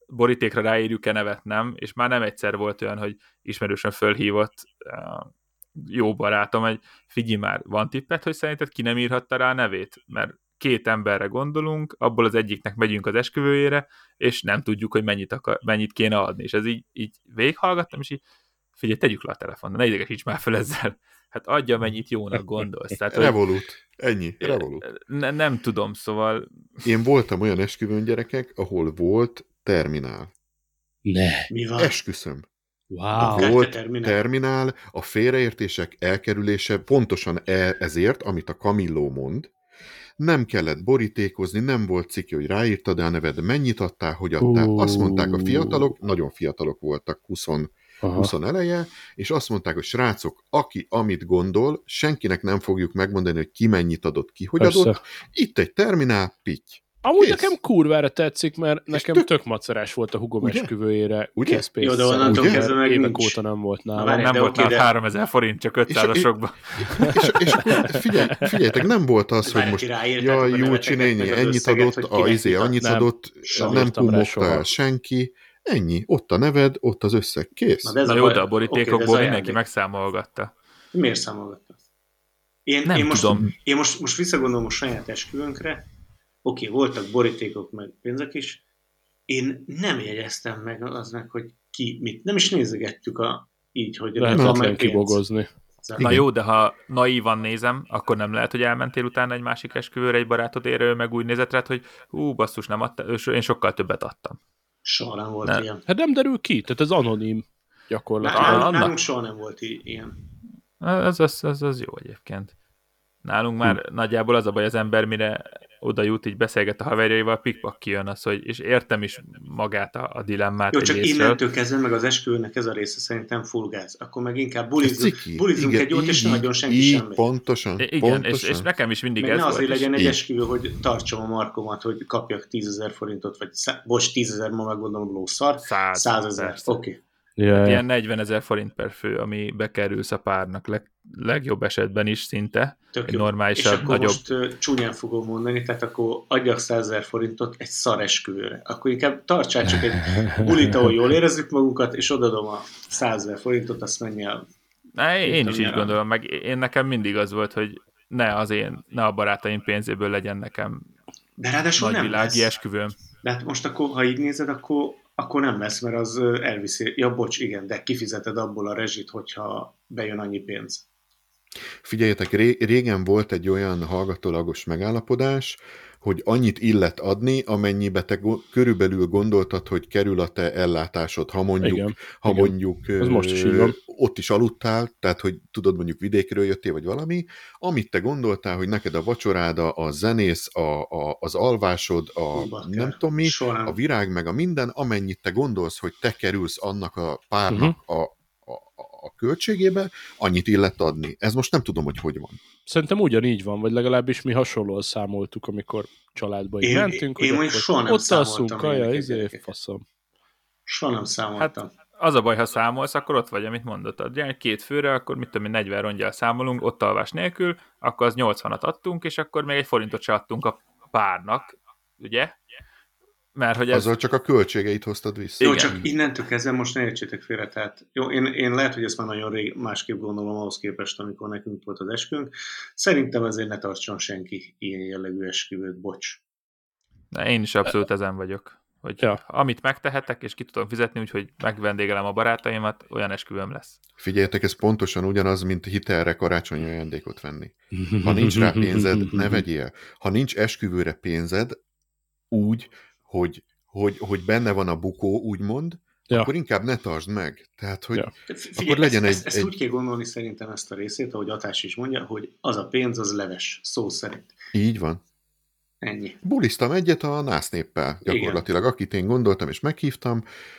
borítékra ráírjuk-e nevet, nem, és már nem egyszer volt olyan, hogy ismerősen fölhívott jó barátom, hogy figyelj már, van tippet, hogy szerinted ki nem írhatta rá a nevét? Mert 2 emberre gondolunk, abból az egyiknek megyünk az esküvőjére, és nem tudjuk, hogy mennyit kéne adni. És ez így végighallgattam, és így figyelj, tegyük le a telefont, ne idegesíts már fel ezzel. Hát adja, mennyit jónak gondolsz. Tehát, Revolut. Ennyi. Revolut. Nem tudom, szóval... Én voltam olyan esküvőn, gyerekek, ahol volt terminál. Ne. Mi van? Esküszöm. Wow. Volt terminál, a félreértések elkerülése pontosan ezért, amit a Camillo mond. Nem kellett borítékozni, nem volt cikk, hogy ráírtad a neved, mennyit adtál, hogy adtál. Azt mondták a fiatalok, nagyon fiatalok voltak, 20 eleje, és azt mondták, hogy srácok, aki amit gondol, senkinek nem fogjuk megmondani, hogy ki mennyit adott, ki hogy adott. Itt egy terminál, pitty. Amúgy nekem kurvára tetszik, mert nekem tök macerás volt a hugom esküvőjére készpénzsel. Jó, de onnantól kezdve meg évek óta nem volt nálam. Nem volt nálam 3000 forint, csak 500-asokban. És figyeljetek, nem volt az, hogy most Júlcsi néni ennyit adott, annyit adott, nem kumogta el senki. Ennyi, ott a neved, ott az összeg, kész. Na jó, de a borítékokból mindenki megszámolgatta. Miért számolgatta? Én most visszagondolom a saját esküvőnkre, oké, voltak borítékok meg pénzek is, én nem jegyeztem meg aznak, hogy ki mit. Nem is nézegettük így, hogy lehetetlen kibogozni. Na jó, de ha naívan nézem, akkor nem lehet, hogy elmentél utána egy másik esküvőre, egy barátod érő, meg úgy nézett rád, hogy basszus, nem adta, én sokkal többet adtam. Soha nem volt ilyen. Hát nem derül ki, tehát ez anonim gyakorlatilag. Nálunk soha nem volt ilyen. Ez jó egyébként. Nálunk már nagyjából az a baj, az ember mire oda jut, így beszélget a haverjaival, pikpak kijön az, hogy, és értem is magát a dilemmát. Jó, csak innentől kezdve meg az esküvőnek ez a része szerintem full gáz. Akkor meg inkább bulizunk egy jót, és ne hagyjon senki semmit. Pontosan. Igen, és nekem is mindig meg ez ne volt. Azért legyen egy esküvő, hogy tartsam a markomat, hogy kapjak 10 000 forintot, vagy 10 000, ma meggondolom lószar, 100 000. Oké. Yeah. Ilyen 40 000 forint per fő, ami bekerülsz a párnak legjobb esetben is szinte. Tök egy normálisabb, és akkor nagyobb... most csúnyán fogom mondani, tehát akkor adjak 100 000 forintot egy szar esküvőre. Akkor inkább tartsál csak egy bulit, ahol jól érezzük magunkat, és odadom a 100 000 forintot, azt menj el. Én is így gondolom, meg nekem mindig az volt, hogy ne a barátaim pénzéből legyen nekem de ráadásul nagyvilági esküvőm. De hát most akkor, ha így nézed, akkor nem lesz, mert az elviszi. Ja, bocs, igen, de kifizeted abból a rezsit, hogyha bejön annyi pénz. Figyeljetek, régen volt egy olyan hallgatólagos megállapodás, hogy annyit illet adni, amennyibe te körülbelül gondoltad, hogy kerül a te ellátásod, ha mondjuk most is így van. ott is aludtál, tehát hogy tudod, mondjuk vidékről jöttél, vagy valami, amit te gondoltál, hogy neked a vacsoráda, a zenész, az alvásod, nem tudom mi, a virág, meg a minden, amennyit te gondolsz, hogy te kerülsz annak a párnak a költségébe, annyit illet adni. Ez most nem tudom, hogy van. Szerintem ugyanígy van, vagy legalábbis mi hasonlóan számoltuk, amikor családba így mentünk. Én hogy soha nem ott alszunk, faszom. Soha nem számoltam. Hát az a baj, ha számolsz, akkor ott vagy, amit mondottad. Ugye 2 főre, akkor mit tudom én, 40 rongyal számolunk, ott alvás nélkül, akkor az 80-at adtunk, és akkor még egy forintot se adtunk a párnak, ugye? Mert hogy ez... Azzal csak a költségeit hoztad vissza. Jó, csak innentől kezdve most ne értsétek félre, tehát jó, én lehet, hogy ezt már nagyon másképp gondolom ahhoz képest, amikor nekünk volt az esküvőnk. Szerintem ezért ne tartson senki ilyen jellegű esküvőt, bocs. De én is abszolút ezen vagyok. Hogy amit megtehetek, és ki tudom fizetni, úgyhogy megvendégelem a barátaimat, olyan esküvőm lesz. Figyeljetek, ez pontosan ugyanaz, mint hitelre karácsonyi ajándékot venni. Ha nincs rá pénzed, ne vegyél. Ha nincs esküvőre pénzed, úgy, hogy benne van a bukó, úgymond, akkor inkább ne tartsd meg. Tehát, hogy akkor legyen ezt úgy kell gondolni szerintem ezt a részét, ahogy Atás is mondja, hogy az a pénz, az leves, szó szerint. Így van. Ennyi. Buliztam egyet a násznéppel gyakorlatilag. Igen. Akit én gondoltam és meghívtam,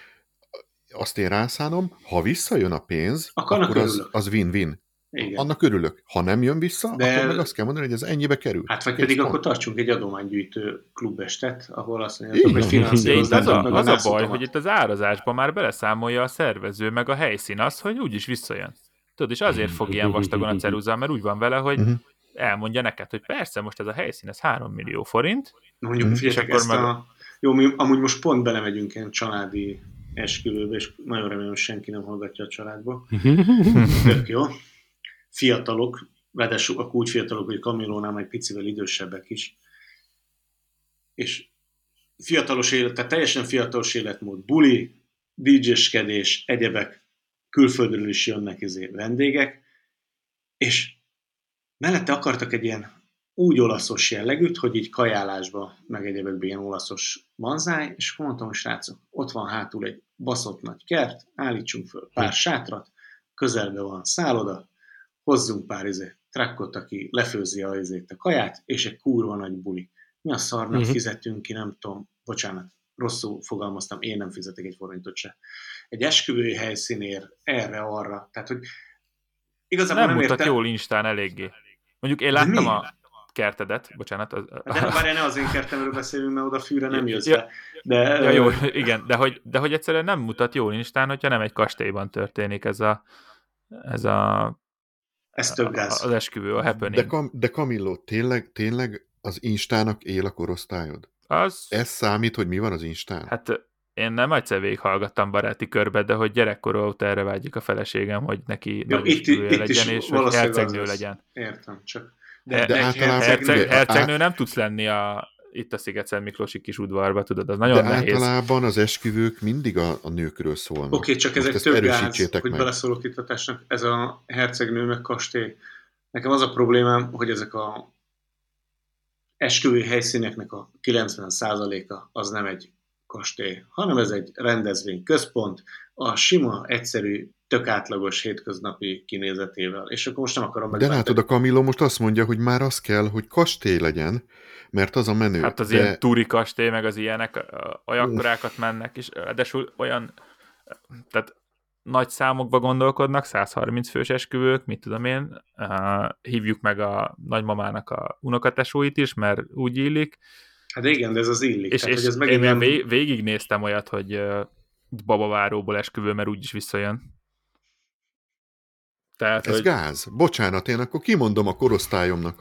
azt én rászánom, ha visszajön a pénz, akkor az win-win. Igen. Annak örülök. Ha nem jön vissza, akkor meg azt kell mondani, hogy ez ennyibe kerül. Hát vagy pedig akkor tartsunk egy adománygyűjtő klubestet, ahol azt mondjátok, hogy finanszírozzátok meg az a baj, hogy itt az árazásban már beleszámolja a szervező, meg a helyszín az, hogy úgyis visszajön. Tudod, és azért fog ilyen vastagon a ceruza, mert úgy van vele, hogy elmondja neked, hogy persze, most ez a helyszín, ez 3 millió forint. Mondjuk, figyeljetek, Jó, mi amúgy most pont belemegyünk ilyen családi esküvőbe, és nagyon remélem, hogy senki nem hallgatja a családba. Tök jó. Fiatalok, ráadásul akkor úgy fiatalok, hogy Camillónál egy picivel idősebbek is. És fiatalos élet, tehát teljesen fiatalos életmód, buli, DJ-skedés, egyebek, külföldről is jönnek vendégek, és mellette akartak egy ilyen úgy olaszos jellegűt, hogy így kajálásba, meg egyebekben ilyen olaszos manzáj, és akkor mondtam, hogy srácok, ott van hátul egy baszott nagy kert, állítsunk föl pár sátrat, közelben van szálloda, hozzunk pár trakkot, aki lefőzi a kaját, és egy kurva nagy buli. Mi a szarnak fizetünk ki, nem tudom, bocsánat, rosszul fogalmaztam, én nem fizetek egy forintot se. Egy esküvői helyszínért, erre-arra, tehát, hogy igazából nem mutat jól Instán eléggé. Mondjuk én láttam a kertedet, bocsánat. De várjál, ne az én kertemről beszélünk, mert oda fűre nem jössz be. De, ja, jó, igen, de hogy egyszerűen nem mutat jól Instán, hogyha nem egy kastélyban történik ez több gáz. Az esküvő, a happening. De Camillo, tényleg az Instának él a korosztályod? Ez számít, hogy mi van az Instán? Hát én nem egyszer végighallgattam baráti körbe, de hogy gyerekkor óta erre vágyik a feleségem, hogy neki nagy esküvője legyen, és hogy hercegnő legyen. Értem, csak... De általában... Hercegnő nem tudsz lenni itt a Sziget-Szent Miklósi kis udvarba, tudod, az nagyon nehéz. De általában az esküvők mindig a nőkről szólnak. Oké, csak ezek több gáz, hogy beleszólok itt a társadnak. Ez a hercegnő meg kastély. Nekem az a problémám, hogy ezek a esküvői helyszíneknek a 90%-a az nem egy kastély, hanem ez egy rendezvényközpont, a sima, egyszerű, tök átlagos hétköznapi kinézetével. És akkor most nem akarom De látod, a Camillo most azt mondja, hogy már az kell, hogy kastély legyen, mert az a menő. Hát az ilyen túri kastély, meg az ilyenek, olyankorákat mennek, és ráadásul olyan, tehát nagy számokba gondolkodnak, 130 fős esküvők, mit tudom én, hívjuk meg a nagymamának a unokatesóit is, mert úgy illik. Hát igen, de ez az illik. És, tehát, és hogy ez megint én végignéztem olyat, hogy babaváróból esküvő, mert úgyis visszajön. Tehát, ez hogy... gáz. Bocsánat, én akkor kimondom a korosztályomnak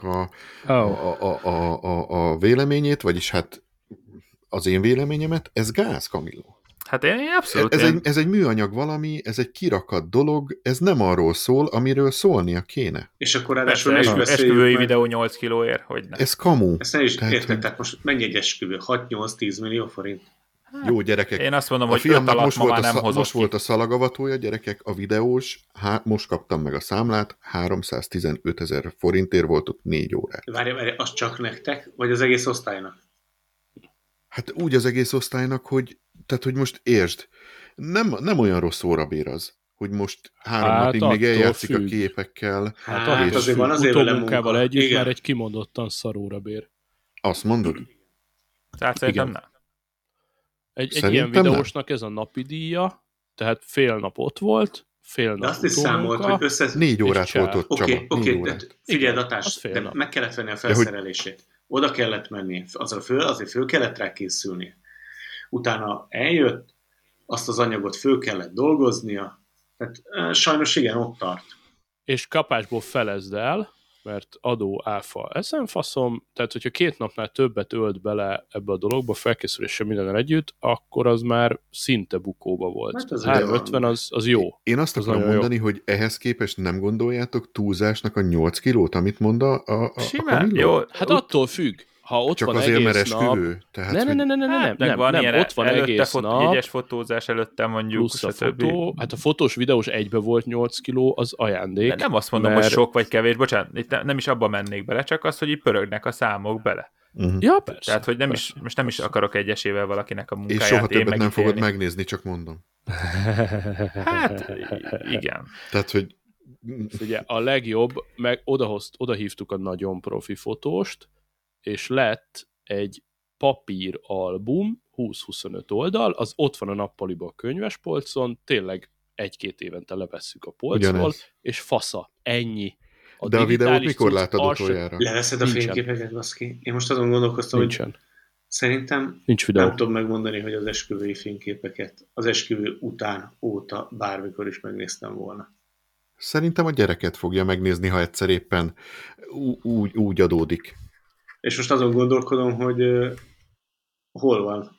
a véleményét, vagyis hát az én véleményemet, ez gáz, Camillo. Hát én abszolút... Ez egy műanyag valami, ez egy kirakat dolog, ez nem arról szól, amiről szólnia kéne. És akkor ráadásul ne is beszéljük esküvői meg... videó 8 kilóért, hogy ne. Ez kamu. Ezt ne is érted, tehát most mennyi egy esküvő? 6-8-10 millió forint? Jó, gyerekek. Én azt mondom, hogy 5 alatt ma már nem hozott most volt a szalagavatója, gyerekek, a videós, most kaptam meg a számlát, 315 000 forintért volt ott 4 órát. Várj, az csak nektek, vagy az egész osztálynak? Hát úgy az egész osztálynak, hogy most értsd, nem olyan rossz órabér az, hogy most 3 napig még eljátszik a képekkel. Hát azért van azért vele munkával együtt igen. Már egy kimondottan szar órabér. Azt mondod? Tehát szerintem nem. Egy ilyen videósnak ez a napi díja, tehát fél nap ott volt, fél nap de azt is számolt, hogy 4 órát volt ott, Oké, de figyeld a társ, de meg kellett venni a felszerelését. Oda kellett menni, azért föl kellett rá készülni. Utána eljött, azt az anyagot föl kellett dolgoznia, tehát sajnos igen, ott tart. És kapásból felezd el, mert adó, áfa, eszemfaszom, tehát hogyha 2 napnál többet ölt bele ebbe a dologba, felkészüléssel mindennel együtt, akkor az már szinte bukóba volt. Hát 350 az jó. Én azt akarom mondani, jó. Hogy ehhez képest nem gondoljátok túlzásnak a 8 kilót, amit mond a jó. Hát attól függ. Ha ott csak van azért, egész nap... Nem, ott van egész nap. Jegyes fotózás előtte mondjuk, plusz a fotó. Hát a fotós videós egybe volt 8 kiló, az ajándék. De nem azt mondom, hogy sok vagy kevés, bocsánat, itt nem is abba mennék bele, csak az, hogy így pörögnek a számok bele. Ja, persze. Tehát, hogy most nem is akarok egyesével valakinek a munkáját. És soha többet nem fogod megnézni, csak mondom. Hát, igen. Tehát, hogy... Ugye a legjobb, meg odahívtuk a nagyon profi fotóst, és lett egy papíralbum, 20-25 oldal, az ott van a nappaliba a könyvespolcon, tényleg 1-2 évente levesszük a polcról, ugyanez. És fasza, ennyi. De a videót mikor látod utoljára? Leveszed a fényképeket, baszki. Én most azon gondolkoztam, hogy szerintem nincs videó. Nem tudom megmondani, hogy az esküvői fényképeket az esküvő után, óta bármikor is megnéztem volna. Szerintem a gyereket fogja megnézni, ha egyszer éppen úgy adódik. És most azon gondolkodom, hogy hol van.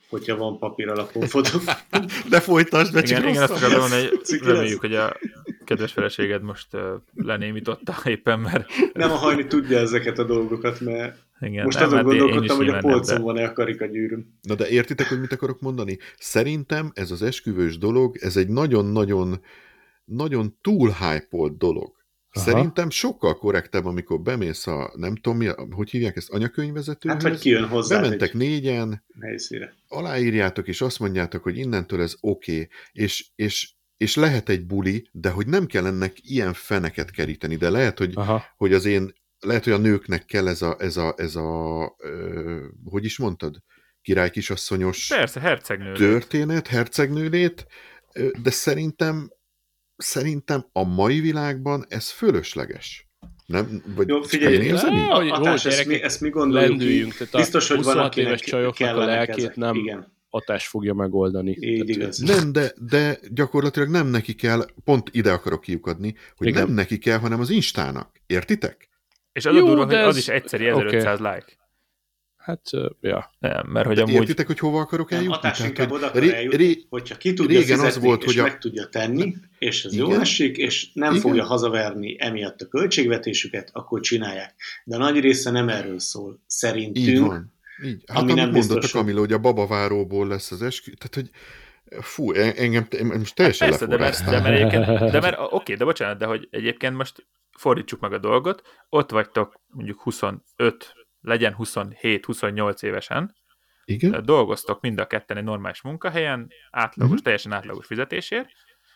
hogyha van papír alapú fotó. De folytasd be, csak igen, azt akarom mondani, hogy reméljük, hogy a kedves feleséged most lenémította éppen, mert... Nem a hajni tudja ezeket a dolgokat, mert igen, most azon gondolkodtam, hogy a polcon de... van-e a karikagyűrűm. Na de értitek, hogy mit akarok mondani? Szerintem ez az esküvős dolog, ez egy nagyon-nagyon túl hype-olt dolog. Aha. Szerintem sokkal korrektebb, amikor bemész a, nem tudom, hogy hívják ezt, anyakönyvvezetőhöz. Hát, hogy kijön hozzá. Bementek négyen, helyszíre. Aláírjátok, és azt mondjátok, hogy innentől ez oké, és lehet egy buli, de hogy nem kell ennek ilyen feneket keríteni, de lehet, hogy lehet, hogy a nőknek kell ez a hogy is mondtad? Király kisasszonyos persze, hercegnőlét. Történet, hercegnőlét, de szerintem a mai világban ez fölösleges. Nem? Vagy jó, figyelj, ezt mi gondoljuk ki? Biztos, hogy van, akinek éves csajoknak a lelkét nem igen. Hatás fogja megoldani. Így igaz. Nem, de gyakorlatilag nem neki kell, pont ide akarok kiukadni, hogy igen. Nem neki kell, hanem az Instának. Értitek? És az a durva, hogy az is egyszeri 1500 like. Hát, ja. Nem, mert hogy amúgy... Értitek, hogy hova akarok eljutni? Hatás inkább oda akar eljutni, hogyha ki tudja fizetni, az volt, és meg tudja tenni, és ez jól esik, és nem fogja hazaverni emiatt a költségvetésüket, akkor csinálják. De a nagy része nem erről szól. Szerintünk. Így van. Így. Hát ami nem mondott a Kamilla, hogy a babaváróból lesz az eskü... Tehát, hogy fú, engem most teljesen leforráztál. De mert oké, de bocsánat, de hogy egyébként most fordítsuk meg a dolgot, ott vagytok mondjuk 25, legyen 27-28 évesen, igen? Dolgoztok mind a ketten egy normális munkahelyen, teljesen átlagos fizetésért,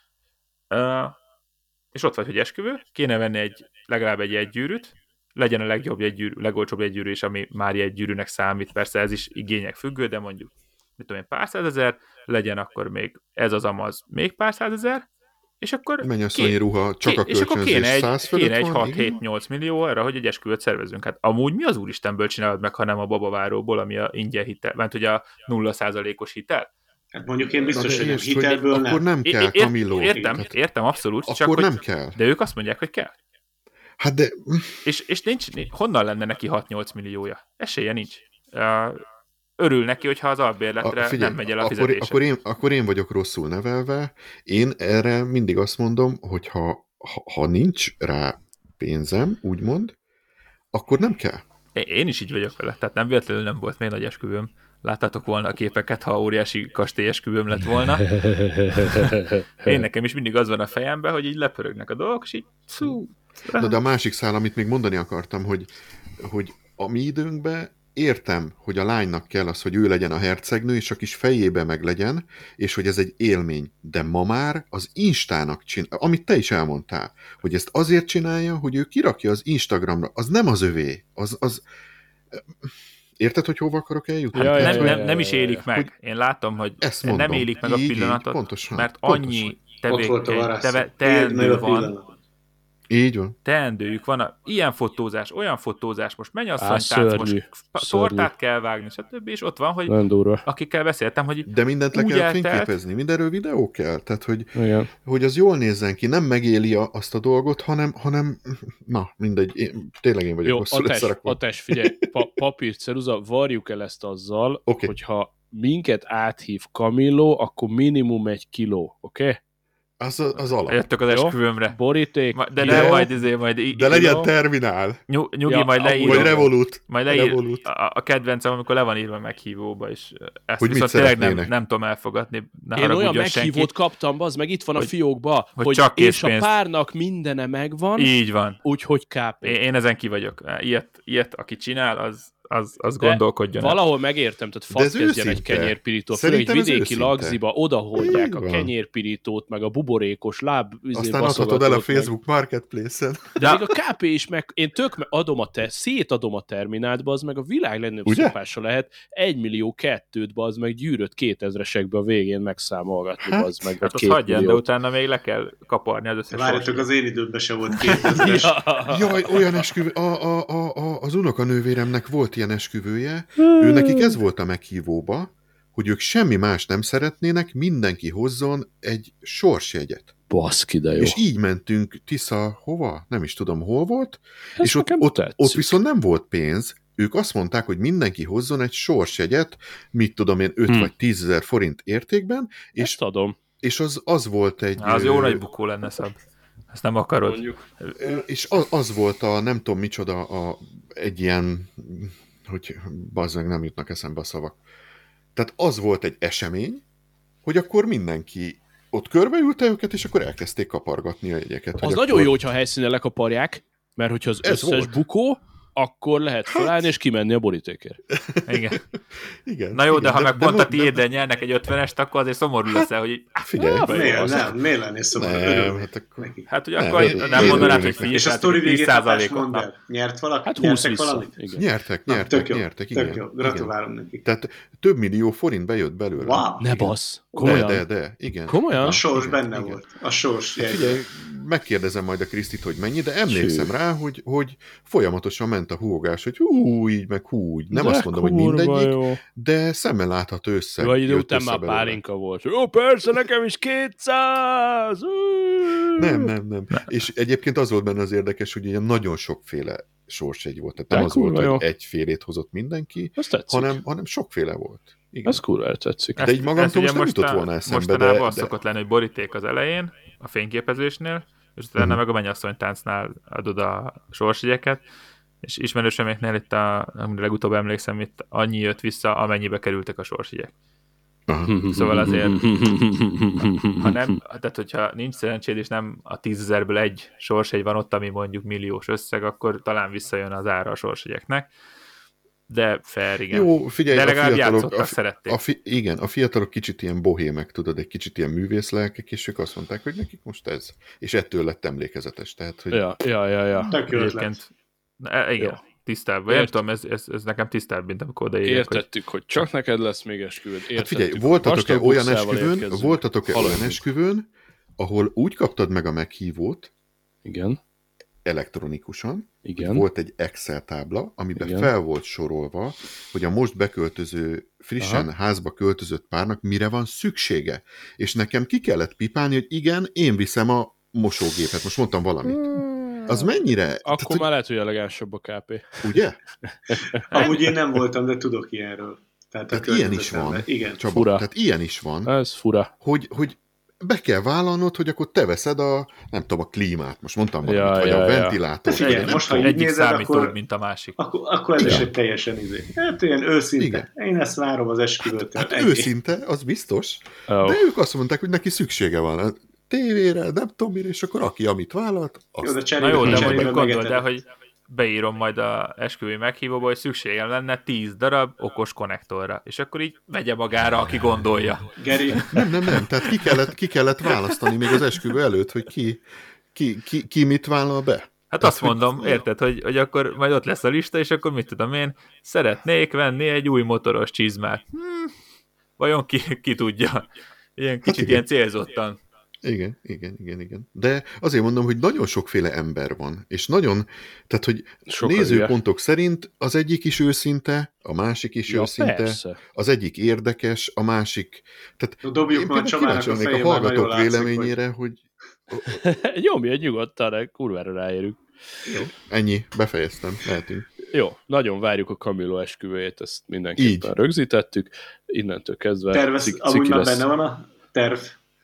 és ott vagy, hogy esküvő, kéne venni legalább egy jegygyűrűt, legyen a legolcsóbb jegygyűrű is, ami már jegygyűrűnek számít, persze ez is igények függő, de mondjuk, mit tudom én, pár százezer, legyen akkor még ez az amaz még pár százezer, és akkor mennyasszonyi ruha, csak a kölcsönzés 100 fölött van? Kéne egy 6-7-8 millió arra, hogy egy esküvőt szervezünk. Hát amúgy mi az úristenből csinálod meg, ha nem a babaváróból, ami a ingyen hitel, mert ugye a 0%-os hitel? Hát mondjuk én biztos, hogy nem hitelből nem. Akkor nem kell, Camillo. Értem, abszolút. Akkor csak nem kell. De ők azt mondják, hogy kell. Hát de... És nincs, honnan lenne neki 6-8 milliója? Esélye nincs. Örül neki, hogyha az albérletre nem megy el a fizetése. Akkor én vagyok rosszul nevelve. Én erre mindig azt mondom, hogy ha nincs rá pénzem, úgymond, akkor nem kell. Én is így vagyok vele. Tehát nem véletlenül nem volt még nagy esküvőm. Láttátok volna a képeket, ha óriási kastélyesküvőm lett volna. Én nekem is mindig az van a fejemben, hogy így lepörögnek a dolgok, és így de a másik szál, amit még mondani akartam, hogy a mi időnkben értem, hogy a lánynak kell az, hogy ő legyen a hercegnő, és a kis fejébe meg legyen, és hogy ez egy élmény. De ma már az Instának csinál, amit te is elmondtál, hogy ezt azért csinálja, hogy ő kirakja az Instagramra. Az nem az övé. Az... Érted, hogy hova akarok eljutni? Nem is élik meg. Hogy én látom, hogy nem élik meg a pillanatot, pontosan, mert annyi teendő van. Így van. Teendőjük van, ilyen fotózás, olyan fotózás, most mennyasszonytánc, most tortát kell vágni, stb. És ott van, hogy akikkel beszéltem, hogy de mindent le kell fényképezni, mindenről videó kell, tehát hogy az jól nézzen ki, nem megéli azt a dolgot, hanem na, mindegy, tényleg én vagyok hosszú leszarakva. Atás, figyelj, papír, ceruza, varjuk el ezt azzal, hogyha minket áthív Camillo, akkor minimum 1 kiló, oké? Az alap. Jöttök az esküvőmre. Boríték. De nem, majd de legyen terminál. Nyugi, majd leírom. Vagy Revolut. Majd leír a kedvencem, amikor le van írva meghívóba, és ezt hogy viszont tényleg nem tudom elfogadni. Én olyan meghívót kaptam, bazd meg itt van a fiókba, hogy csak és a párnak mindene megvan. Így van. Úgyhogy KP. Én ezen ki vagyok. Ilyet aki csinál, az gondolkodjon. Valahol megértem, tehát kezdjen egy kenyérpirító, főleg egy vidéki lagziba odaholdják a kenyérpirítót, meg a buborékos láb. Aztán adhatod el a Facebook Marketplace-en. De még a KP is meg, én szétadom a termináltba, az meg a világ legnagyobb szopása lehet 1 millió 2-t, az meg gyűrött 2000-esekbe a végén megszámolgatni, az meg. Hát azt hagyján, de utána még le kell kaparni az összes. Várjatok, az én időmben se volt 2000-es. Jaj, olyan esküvő, az unokanővéremnek volt ilyen esküvője, ő nekik ez volt a meghívóba, hogy ők semmi más nem szeretnének, mindenki hozzon egy sorsjegyet. Baszki, de jó. És így mentünk Tisza, hova? Nem is tudom, hol volt. És ott viszont nem volt pénz, ők azt mondták, hogy mindenki hozzon egy sorsjegyet, mit tudom én, 5 vagy 10 000 forint értékben, és, adom. És az volt egy... Az jó nagy bukó lenne, Szab. Ezt nem akarod. Mondjuk. És az volt a, nem tudom micsoda, egy ilyen, hogy bazzeg, nem jutnak eszembe a szavak. Tehát az volt egy esemény, hogy akkor mindenki ott körbeülte őket, és akkor elkezdték kapargatni a jegyeket. Az nagyon jó, hogyha a helyszínen lekaparják, mert hogyha az összes volt. Bukó, akkor lehet felállni és kimenni a borítékért. Igen. Na jó, de ha meg pont a tiéddel nyernek egy 50-est, akkor azért szomorú leszel, hogy... Figyelj. Miért lennél szomorú? Hát ugye akkor nem mondanád, hogy figyelj, és a sztori végét mondd el. Nyert valaki? Hát nyertek valamit? Nyertek. Tök jó. Gratulálom nekik. Tehát több millió forint bejött belőle. Wow. Ne bassz. Komolyan? De, igen. Komolyan? A sors benne volt. A sors. Figyelj, megkérdezem majd a Krisztit, hogy mennyi, de emlékszem rá, hogy folyamatosan ment a húgás, hogy hú, így, meg hú, így. Nem azt mondom, hogy mindegyik, jó. de szemmel látható összeg. Jó, idő után már pálinka volt. Jó, persze, nekem is 200! Nem. És egyébként az volt benne az érdekes, hogy ilyen nagyon sokféle sorsjegy volt. Tehát nem az volt, hogy egyfélét hozott mindenki, hanem sokféle volt. Igen. Ez kurva tetszik. De így magamtól most nem jutott volna eszembe. Mostanában az szokott lenni, hogy boríték az elején, a fényképezésnél, és utána meg a mennyasszonytáncnál adod a sorsjegyeket, és ismerősöméknél itt amire legutóbb emlékszem, itt annyi jött vissza, amennyibe kerültek a sorsjegyek. Szóval azért, ha nem, tehát hogyha nincs szerencséd, és nem a 10 000-ből egy sorsjegy van ott, ami mondjuk milliós összeg, akkor talán visszajön az ára a sorsjegyeknek. De fair, igen. Jó, figyelj, de legalább játszottak, szerették. Igen, a fiatalok kicsit ilyen bohémek, tudod, egy kicsit ilyen művészlelkek, és ők azt mondták, hogy nekik most ez. És ettől lett emlékezetes. Tehát, hogy... Ja. Egyébként. Igen, tisztább. Nem tudom, ez nekem tisztább, mint amikor odaérjek. Értettük, hogy csak neked lesz még esküvőd. Hát figyelj, voltatok-e olyan esküvőn, ahol úgy kaptad meg a meghívót, igen, elektronikusan, igen, volt egy Excel tábla, amiben fel volt sorolva, hogy a most beköltöző, frissen házba költözött párnak mire van szüksége. És nekem ki kellett pipálni, hogy igen, én viszem a mosógépet. Most mondtam valamit. Az mennyire? Akkor tehát, már lehet, hogy elegánsabb a KP. Ugye? Amúgy én nem voltam, de tudok ilyenről. Tehát ilyen is van. Igen. Csaba, fura. Tehát ilyen is van. Ez fura. Hogy be kell vállalnod, hogy akkor te veszed nem tudom, a klímát, most mondtam valamit, vagy a ventilátort. Figyelj, most, ha így egyik nézed, számít akkor, több, mint a másik. Akkor ez is egy teljesen hát ilyen őszinte. Igen. Én ezt várom az esküvőt. Hát őszinte, az biztos. De ők azt mondták, hogy neki szüksége van a tévére, nem tudom mire, és akkor aki amit vállalt, azt... Jó, de mondjuk gondold el, hogy beírom majd a esküvői meghívóba, hogy szükségem lenne 10 darab okos konnektorra. És akkor így vegye magára, aki gondolja. Geri. Nem. Tehát ki kellett választani még az esküvő előtt, hogy ki mit vállal be. Hát tehát, azt mondom, érted, hogy akkor majd ott lesz a lista, és akkor mit tudom én, szeretnék venni egy új motoros csizmát. Vajon ki tudja? Ilyen kicsit ilyen célzottan. Igen. De azért mondom, hogy nagyon sokféle ember van, és nagyon, tehát, hogy sokan nézőpontok szerint az egyik is őszinte, a másik is őszinte, persze. Az egyik érdekes, a másik... Tehát dobjuk már Csamának a fejében, a hallgatók véleményére, hogy... Nyomj nyugodtan, kurvára ráérünk. Jó, ennyi, befejeztem, lehetünk. Jó, nagyon várjuk a Camillo esküvőjét, ezt mindenképpen rögzítettük, innentől kezdve... Amúgy már benne van a terv.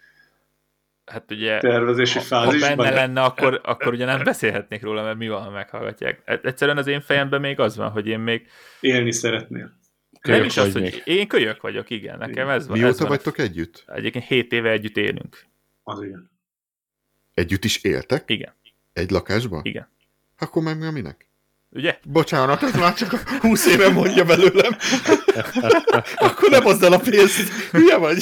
Hát ugye, tervezési fázisban. Ha benne lenne, akkor ugye nem beszélhetnék róla, mert mi van, ha meghallgatják. Egyszerűen az én fejemben még az van, hogy én még... Élni szeretnél. Nem is az, hogy én kölyök vagyok, igen. Nekem ez van. Mióta vagytok együtt? Egyébként 7 éve együtt élünk. Az igen. Együtt is éltek? Igen. Egy lakásban? Igen. Akkor meg minek? Ugye? Bocsánat, ez már csak 20 éve mondja belőlem. Akkor nem hozd el a pénzt. Hülye vagy?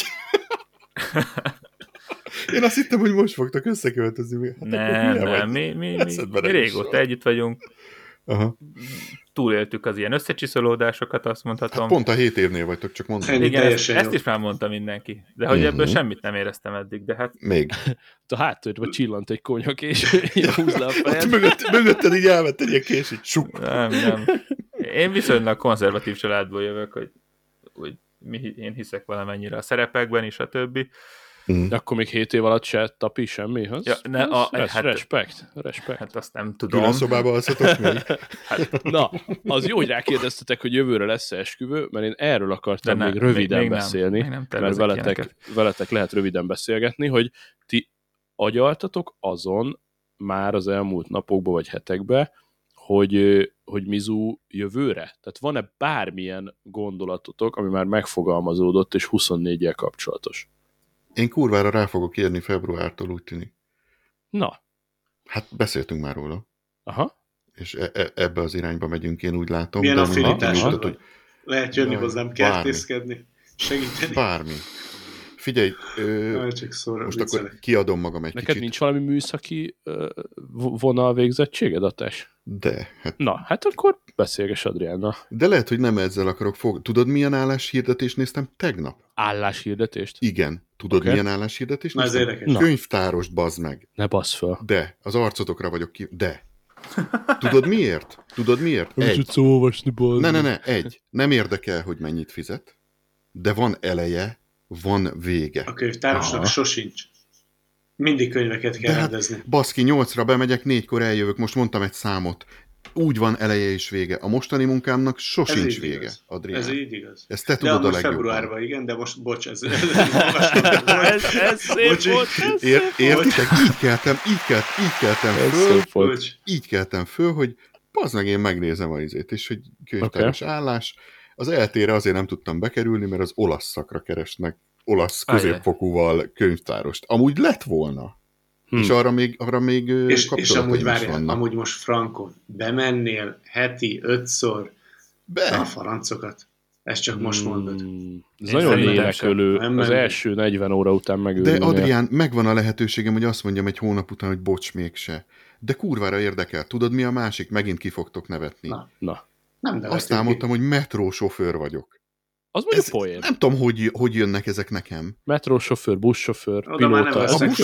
Én azt hittem, hogy most fogtok összeköltözni. Hát nem. Mi régóta együtt vagyunk. Aha. Túléltük az ilyen összecsiszolódásokat, azt mondhatom. Hát pont a 7 évnél vagytok, csak mondom. Igen, ezt is már mondta mindenki. De hogy ebből semmit nem éreztem eddig, de hát... Még. A háttérben csillant egy konyak, és húz le a fejed. Mögötted így elvett egy ilyen kés, így suk. Nem. Én viszonylag konzervatív családból jövök, hogy én hiszek valamennyire a szerepekben is, a többi. De akkor még 7 év alatt se tapi semmi? Ja, Respekt. Hát azt nem tudom. Külön szobába alszatok még? Na, az jó, hogy rákérdeztetek, hogy jövőre lesz-e esküvő, mert én erről akartam még röviden beszélni, mert veletek lehet röviden beszélgetni, hogy ti agyaltatok azon már az elmúlt napokban vagy hetekben, hogy Mizu jövőre? Tehát van-e bármilyen gondolatotok, ami már megfogalmazódott és 24-jel kapcsolatos? Én kurvára rá fogok érni februártól, úgy tűnik. Na. Hát beszéltünk már róla. Aha. És ebbe az irányba megyünk, én úgy látom. Milyen affinitásod van? Lehet jönni hozzám kertészkedni, segíteni. Bármi. Figyelj, most akkor kiadom magam egy Neked kicsit. nincs valami műszaki vonal végzettséged, Atás? De. Hát... Na, hát akkor beszélges Adriánnal. De lehet, hogy nem ezzel akarok Tudod, milyen álláshirdetést néztem tegnap? Álláshirdetést? Igen. Tudod, milyen álláshirdetést néztem? Ez érdekes. Könyvtárost, bazd meg. Ne bassz fel. De. Az arcotokra vagyok ki. De. Tudod miért? Egy. Olvasni, ne. Nem érdekel, hogy mennyit fizet, de van eleje, van vége. A könyvtárosnak sosincs. Mindig könyveket kell rendezni. Baszki, 8-ra bemegyek, 4-kor eljövök, most mondtam egy számot. Úgy van eleje és vége. A mostani munkámnak sosincs vége, Adrián. Ez így igaz. Ezt te tudod a legjobban. Februárban, igen, de most, bocs, ez szép volt. Értitek? Így keltem föl, hogy bazd meg, én megnézem a izét, és hogy könyvtáros állás. Az ELTE-re azért nem tudtam bekerülni, mert az olasz szakra keresnek olasz középfokúval könyvtárost. Amúgy lett volna. És arra még és amúgy várjál, amúgy most frankon bemennél heti 5-szor a farancokat. Ezt csak most mondod. Ez nagyon lélekölő az első 40 óra után megülni. De Adrián, megvan a lehetőségem, hogy azt mondjam egy hónap után, hogy bocs, mégse. De kurvára érdekel. Tudod, mi a másik? Megint ki fogtok nevetni. Na. Azt álmodtam, hogy metrósofőr vagyok. Az mondjuk poén. Nem tudom, hogy jönnek ezek nekem. Metrósofőr, buszsofőr, pilóta.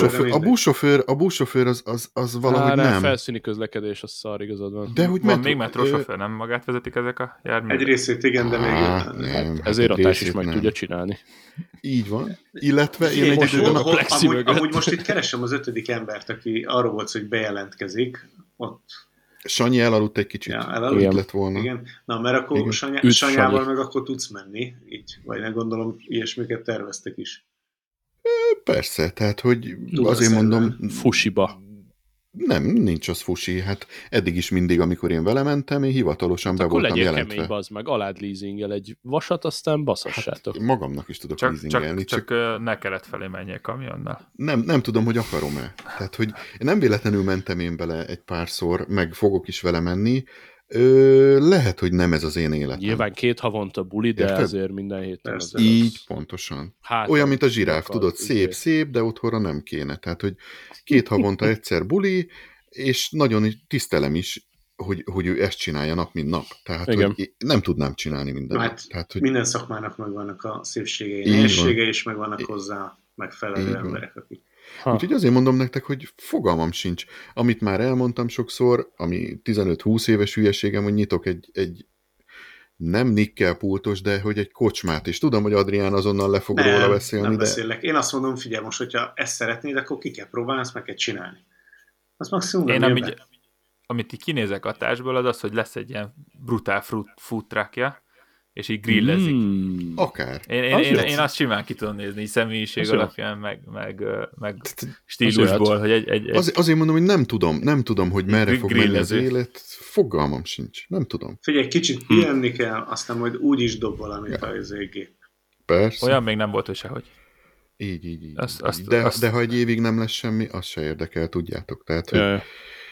A buszsofőr az valahogy nem. Felszíni közlekedés, az szar, igazad van. De hogy van még metrósofőr, nem magát vezetik ezek a járművek? Egy részét igen, de még ezért Atás is meg tudja csinálni. Így van. Illetve én egy időben amúgy most itt keresem az 5. embert, aki arról volt, hogy bejelentkezik. Ott Sanyi elaludt egy kicsit. Ja, elaludt lett volna. Igen. Na, mert akkor Sanyával meg akkor tudsz menni, így. Vagy nem gondolom, ilyesmiket terveztek is. Persze, tehát, hogy azért mondom... Fusiba. Nem, nincs az fusi. Hát eddig is mindig, amikor én vele mentem, én hivatalosan be voltam jelentve. Akkor legyél kemény, bazd meg, alád leasingel egy vasat, aztán baszassátok. Hát magamnak is tudok leasingelni. Csak ne kelet felé menjél kamionnal. Nem tudom, hogy akarom-e. Tehát, hogy nem véletlenül mentem én bele egy párszor, meg fogok is vele menni. Lehet, hogy nem ez az én életem. Nyilván 2 havonta buli, de azért minden héten. Így, pontosan. Hát, olyan, mint a zsiráf, tudod, szép, de otthonra nem kéne. Tehát, hogy 2 havonta egyszer buli, és nagyon tisztelem is, hogy ő ezt csinálja nap, mint nap. Tehát, hogy nem tudnám csinálni minden nap. Tehát, hogy... Minden szakmának megvannak a szépségei, nehézségei, és megvannak hozzá megfelelő emberek, akik... Úgyhogy azért mondom nektek, hogy fogalmam sincs. Amit már elmondtam sokszor, ami 15-20 éves hülyeségem, hogy nyitok egy nem nikkelpultos, de hogy egy kocsmát, és tudom, hogy Adrián azonnal le fog róla beszélni. Nem beszélek. Én azt mondom, figyelj most, hogyha ezt szeretnéd, akkor ki kell próbálni, azt meg kell csinálni. Azt maximum nem amit így kinézek a társból, az az, hogy lesz egy ilyen brutál food truckja, és így grillezik. Akár. Én azt simán ki tudom nézni, személyiség alapján, meg stílusból, hogy egy... Azért mondom, hogy nem tudom, hogy merre fog menni az élet. Fogalmam sincs. Nem tudom. Figyelj, kicsit pihenni kell, aztán majd úgy is dob valamit az égép. Persze. Olyan még nem volt, hogy sehogy. Így. De ha egy évig nem lesz semmi, az se érdekel, tudjátok. Tehát, hogy...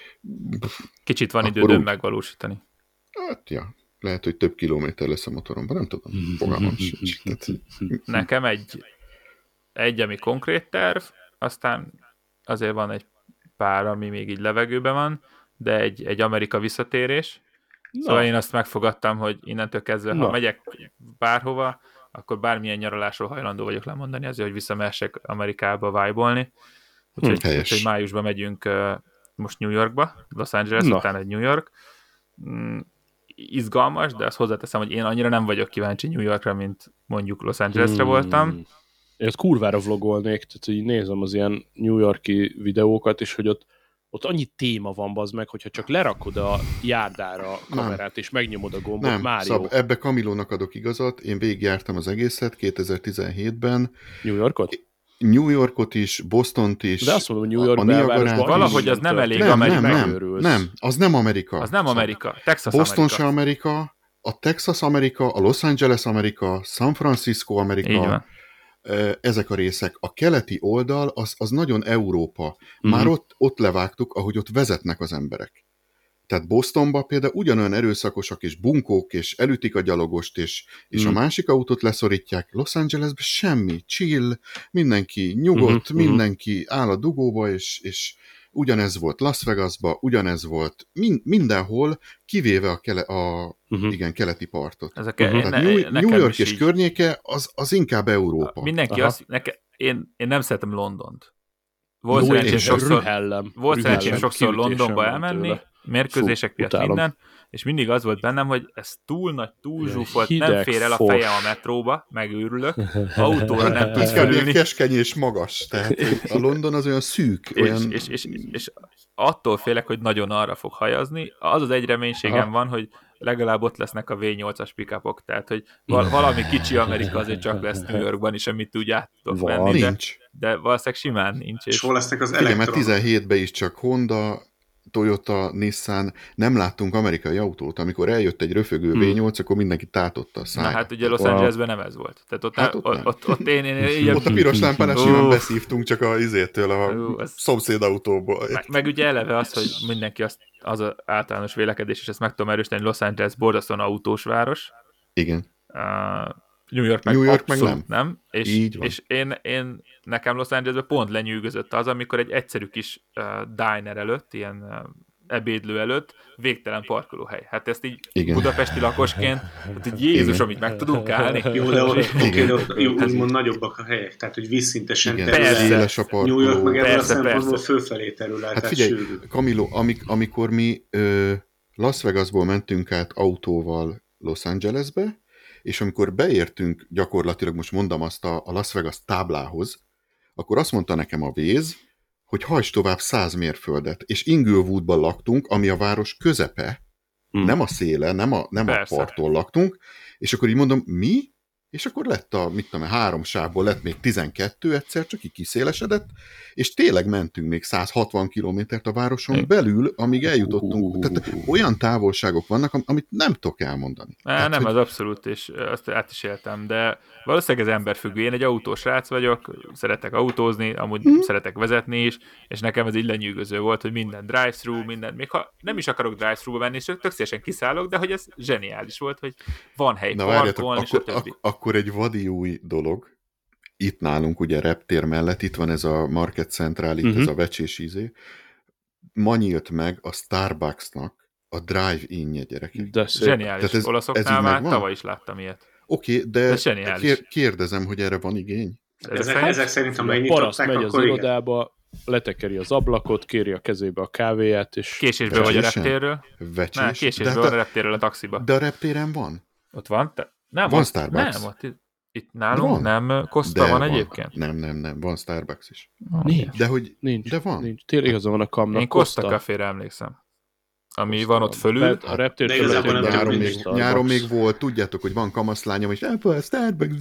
Kicsit van időm megvalósítani. Hát, ja. Lehet, hogy több kilométer lesz a motoromban, nem tudom. Fogalmam sincs. Nekem egy, ami konkrét terv, aztán azért van egy pár, ami még így levegőben van, de egy Amerika visszatérés. Szóval én azt megfogadtam, hogy innentől kezdve, ha megyek bárhova, akkor bármilyen nyaralásról hajlandó vagyok lemondani, azért, hogy visszamehessek Amerikába vibe-olni. Úgyhogy májusban megyünk most New Yorkba, Los Angeles, utána egy New York. Izgalmas, de azt hozzáteszem, hogy én annyira nem vagyok kíváncsi New Yorkra, mint mondjuk Los Angelesre voltam. Én ott kurvára vlogolnék, tehát így nézem az ilyen New York-i videókat, és hogy ott annyi téma van, bazd meg, hogyha csak lerakod a járdára a kamerát, és megnyomod a gombot, nem, már jó. ebbe Camilónak adok igazat, én végigjártam az egészet 2017-ben. New Yorkot? New Yorkot is, Bostont is. De azt mondom, hogy New York belvárosban valahogy az nem elég Amerika. Nem, az nem Amerika. Az nem Amerika. Texas Boston Amerika. se Amerika, a Texas Amerika, a Los Angeles Amerika, San Francisco Amerika. Így van. Ezek a részek. A keleti oldal az nagyon Európa. Már ott levágtuk, ahogy ott vezetnek az emberek. Tehát Bostonban például ugyanolyan erőszakosak és bunkók, és elütik a gyalogost, és a másik autót leszorítják. Los Angelesben semmi, chill, mindenki nyugodt, mindenki áll a dugóba, és ugyanez volt Las Vegasban, ugyanez volt mindenhol, kivéve a igen, keleti partot. New York és környéke az inkább Európa. Mindenki én nem szeretem Londont. Volt szerencsém sokszor Londonba elmenni, mérkőzések miatt minden, és mindig az volt bennem, hogy ez túl nagy, túl zsúfolt, nem fér el a fejem a metróba, megőrülök, autóra nem tudsz felülni. Keskeny és magas, tehát a London az olyan szűk. Olyan... És attól félek, hogy nagyon arra fog hajazni. Az egy reménységem van, hogy legalább ott lesznek a V8-as pick-upok, tehát hogy valami kicsi Amerika azért csak lesz New Yorkban is, amit úgy át tudok venni, de valószínűleg simán nincs. És hol lesznek az elektron? Mert 17-ben is csak Honda, Toyota, Nissan, nem láttunk amerikai autót. Amikor eljött egy röfögő V8, akkor mindenki tátotta a száját. Na hát ugye Los Angelesben nem ez volt. Tehát ott én ott a piros lámpánál simán beszívtunk csak a izétől, a szomszéd autóból. Meg ugye eleve az, hogy mindenki az általános vélekedés, és ezt meg tudom erősíteni, Los Angeles borzasztóan autós város. Igen. New York meg nem. És én nekem Los Angelesben pont lenyűgözött az, amikor egy egyszerű kis diner előtt, ilyen ebédlő előtt végtelen parkolóhely. Hát ezt így budapesti lakosként, hát így Jézus, amit meg tudunk állni. Jó, de ott úgymond nagyobbak a helyek, tehát hogy vízszintesen terület. A parkoló. New York meg ebből a szempontból fölfelé terület. Hát figyelj, Camilo, amikor mi Las Vegasból mentünk át autóval Los Angelesbe, és amikor beértünk gyakorlatilag, most mondom azt a Las Vegas táblához, akkor azt mondta nekem a Waze, hogy hajts tovább 100 mérföldet, és Inglewoodban laktunk, ami a város közepe, nem a széle, nem a parttól laktunk, és akkor így mondom, mi? És akkor lett 3 sávból lett még 12 egyszer, csak így kiszélesedett, és tényleg mentünk még 160 kilométert a városon belül, amíg eljutottunk. Tehát olyan távolságok vannak, amit nem tudok elmondani. Nem, az abszolút, és azt át is éltem, de valószínűleg ez emberfüggő. Én egy autós srác vagyok, szeretek autózni, amúgy szeretek vezetni is, és nekem ez így lenyűgöző volt, hogy minden drive-thru, minden, még ha nem is akarok drive-thruba menni, és tök szívesen kiszállok, de hogy ez zseniális volt, hogy van hely parkolni, és a többi. Akkor egy vadi új dolog, itt nálunk ugye reptér mellett, itt van ez a Market Central, itt ez a vecsés ízé, ma nyílt meg a Starbucksnak a drive-inje, gyerekek. Zseniális, olaszoknál már tavaly is láttam ilyet. Oké, de kérdezem, hogy erre van igény? Ezek szerint, ha megnyitották, megy az irodába, letekeri az ablakot, kéri a kezébe a kávéját, és... Késésből vagy a reptérről? Vecsés. Késésből van a reptérről a taxiba. De a reptéren van? Ott van? Van Starbucks. Nem, itt nálunk nem Costa van egyébként? Nem, van Starbucks is. Nincs. De hogy nincs. De van. Nincs. Tényleg igazán van a Kamnak. Én Costa Cafére emlékszem. Ami Costa van ott fölül. A reptértől nyáron még volt, tudjátok, hogy van kamaszlányom, és a Starbucks,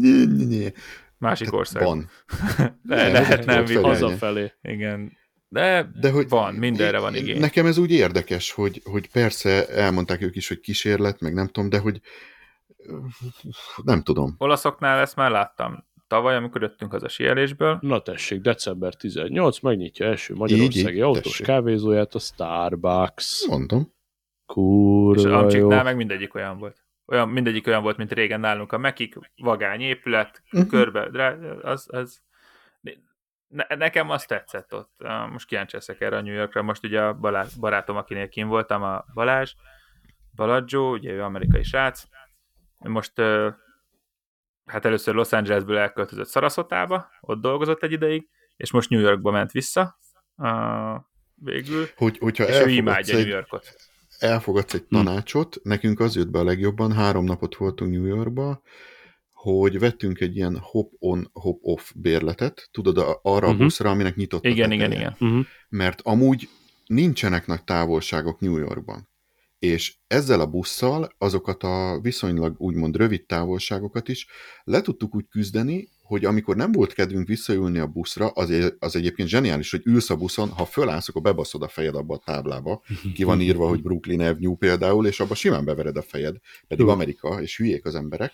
másik ország. Van. Lehet nem hazafelé. Igen. De hogy van, mindenre van igény. Nekem ez úgy érdekes, hogy persze elmondták ők is, hogy kísérlet, meg nem tudom, de hogy nem tudom. Olaszoknál ezt már láttam. Tavaly, amikor jöttünk haza síelésből. Na tessék, december 18 megnyitja első magyarországi autós kávézóját a Starbucks. Mondom. Kurva és Amcsiknál jó. meg mindegyik olyan volt. Mindegyik olyan volt, mint régen nálunk a Mekik, vagány épület, körbe, nekem azt tetszett ott. Most kíváncsi leszek erre a New Yorkra. Most ugye a barátom, akinél kint voltam, a Balaggio, ugye ő amerikai srác. Most hát először Los Angelesből elköltözött Sarasotába, ott dolgozott egy ideig, és most New Yorkba ment vissza végül, hogyha és ő imádja New Yorkot. Elfogadsz egy tanácsot, nekünk az jött be a legjobban, 3 napot voltunk New Yorkba, hogy vettünk egy ilyen hop-on, hop-off bérletet, tudod, arra a buszra, aminek nyitott a teteje. Igen. Mert amúgy nincsenek nagy távolságok New Yorkban. És ezzel a busszal azokat a viszonylag úgymond rövid távolságokat is le tudtuk úgy küzdeni, hogy amikor nem volt kedvünk visszaülni a buszra, az egyébként zseniális, hogy ülsz a buszon, ha fölállsz, akkor bebaszod a fejed abba a táblába, ki van írva, hogy Brooklyn Avenue például, és abba simán bevered a fejed, pedig Amerika, és hülyék az emberek.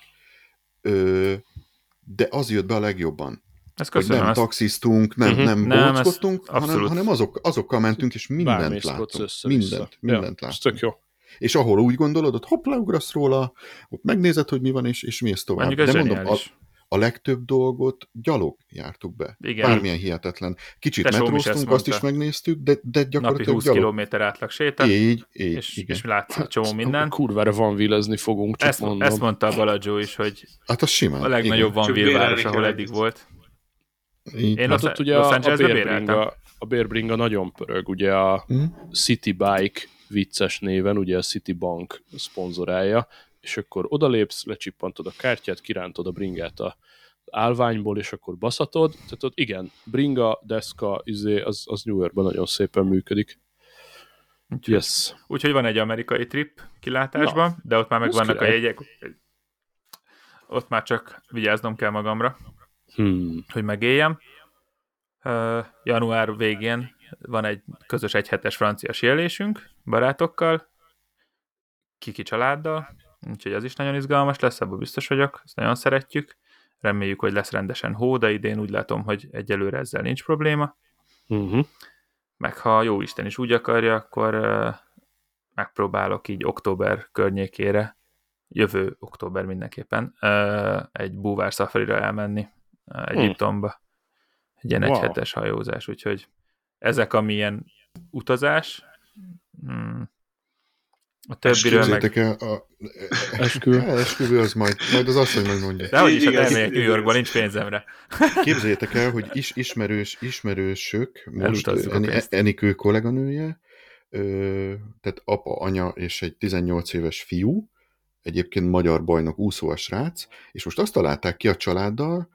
De az jött be a legjobban. Hogy nem taxiztunk, nem bóckodtunk, hanem azokkal mentünk, és mindent láttunk. Mindent láttunk. Jó. És ahol úgy gondolod, ott hopp, leugrasz róla, ott megnézed, hogy mi van, és mész tovább. De mondom, a legtöbb dolgot gyalog jártuk be. Igen. Bármilyen hihetetlen. Kicsit metróztunk, azt is megnéztük, de gyakorlatilag napi 20 kilométer átlag sétál, és látsz egy csomó mindent. Kurvára vanvillezni fogunk, csak mondom. Ezt mondta a Baladzsó is, hogy hát az simán, a legnagyobb vanvillváros, ahol eddig volt. Én ott ugye a Bérbringa nagyon pörög, ugye a City Bike vicces néven, ugye a Citibank szponzorálja, és akkor odalépsz, lecsippantod a kártyát, kirántod a bringát az állványból, és akkor baszatod. Tehát ott igen, bringa, deszka, az New Yorkban nagyon szépen működik. Úgyhogy van egy amerikai trip kilátásban, de ott már megvannak a jegyek. Ott már csak vigyáznom kell magamra, hogy megéljem. Január végén van egy közös egyhetes francia síelésünk barátokkal, Kiki családdal, úgyhogy az is nagyon izgalmas lesz, ebből biztos vagyok, ezt nagyon szeretjük. Reméljük, hogy lesz rendesen hó, de idén úgy látom, hogy egyelőre ezzel nincs probléma. Meg ha jóisten is úgy akarja, akkor megpróbálok így október környékére, jövő október mindenképpen, egy búvár szafarira elmenni Egyiptomba. Egy ilyen egyhetes hajózás, úgyhogy ezek a milyen utazás. A többiről meg... Esküvő az majd az asszony megmondja. De hogy is, hát elmegyek New Yorkban, nincs pénzemre. Képzeljétek el, hogy ismerősök, most Enikő kolléganője, tehát apa, anya és egy 18 éves fiú, egyébként magyar bajnok úszó a srác, és most azt találták ki a családdal,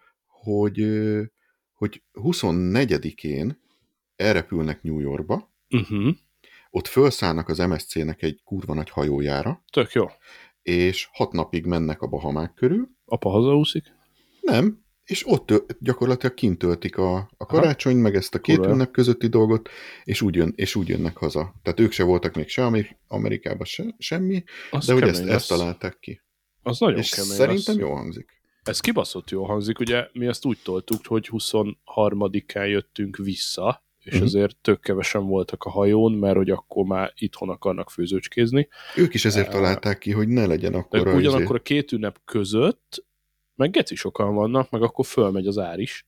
hogy 24-én elrepülnek New Yorkba, ott felszállnak az MSC-nek egy kurva nagy hajójára. Tök jó. És 6 napig mennek a Bahamák körül. Apa hazaúszik? Nem, és ott gyakorlatilag kint töltik a karácsony, meg ezt a két ünnep közötti dolgot, és úgy jönnek haza. Tehát ők se voltak még se Amerikában semmi, de hogy ezt találták ki. Az nagyon és kemény. Szerintem jól hangzik. Ez kibaszott jól hangzik, ugye mi ezt úgy toltuk, hogy 23-án jöttünk vissza, és azért tök kevesen voltak a hajón, mert hogy akkor már itthon akarnak főzőcskézni. Ők is ezért találták ki, hogy ne legyen akkor ugyanakkor a két ünnep között meg geci sokan vannak, meg akkor fölmegy az ár is.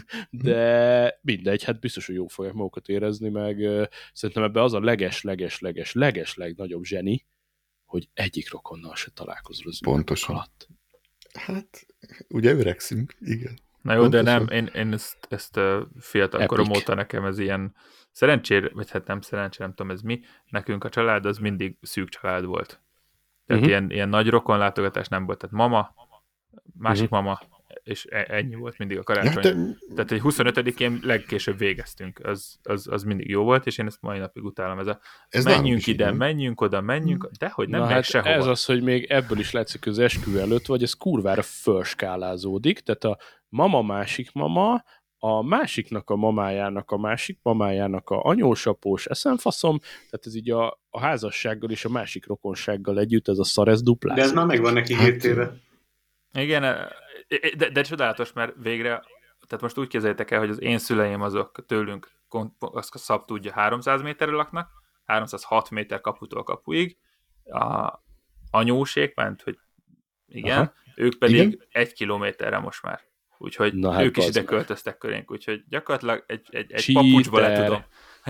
De mindegy, hát biztos, hogy jó fogják magukat érezni, meg szerintem ebben az a leges legnagyobb zseni, hogy egyik rokonnal se találkozol az ünnepek alatt. Hát, ugye öregszünk, igen. Na jó, pontosan. De nem, én ezt fiatal korom óta nekem ez ilyen szerencsére, vagy hát nem szerencsére, nem tudom ez mi, nekünk a család az mindig szűk család volt. Tehát ilyen nagy rokonlátogatás nem volt. Tehát mama, másik mama, és ennyi volt mindig a karácsony. Ja, tehát egy 25-én legkésőbb végeztünk. Az mindig jó volt, és én ezt mai napig utálom. Ez menjünk ide, így, menjünk oda, menjünk, de hogy nem megy sehova. Ez az, hogy még ebből is látszik, hogy az esküvő előtt vagy, ez kurvára fölskálázódik. Tehát a mama másik mama, a másiknak a mamájának a másik mamájának a anyósapós eszemfaszom, tehát ez így a házassággal és a másik rokonsággal együtt, ez a szar, ez duplás. De ez már megvan neki 7 éve. Igen, de csodálatos, mert végre, tehát most úgy képzeljétek el, hogy az én szüleim azok tőlünk, azt a szab tudja, 300 méterre laknak, 306 méter kaputól kapuig, a anyósék, ment, hogy igen, ők pedig 1 kilométerre most már. Úgyhogy ők is ide költöztek körénk, úgyhogy gyakorlatilag egy papucsba le tudom.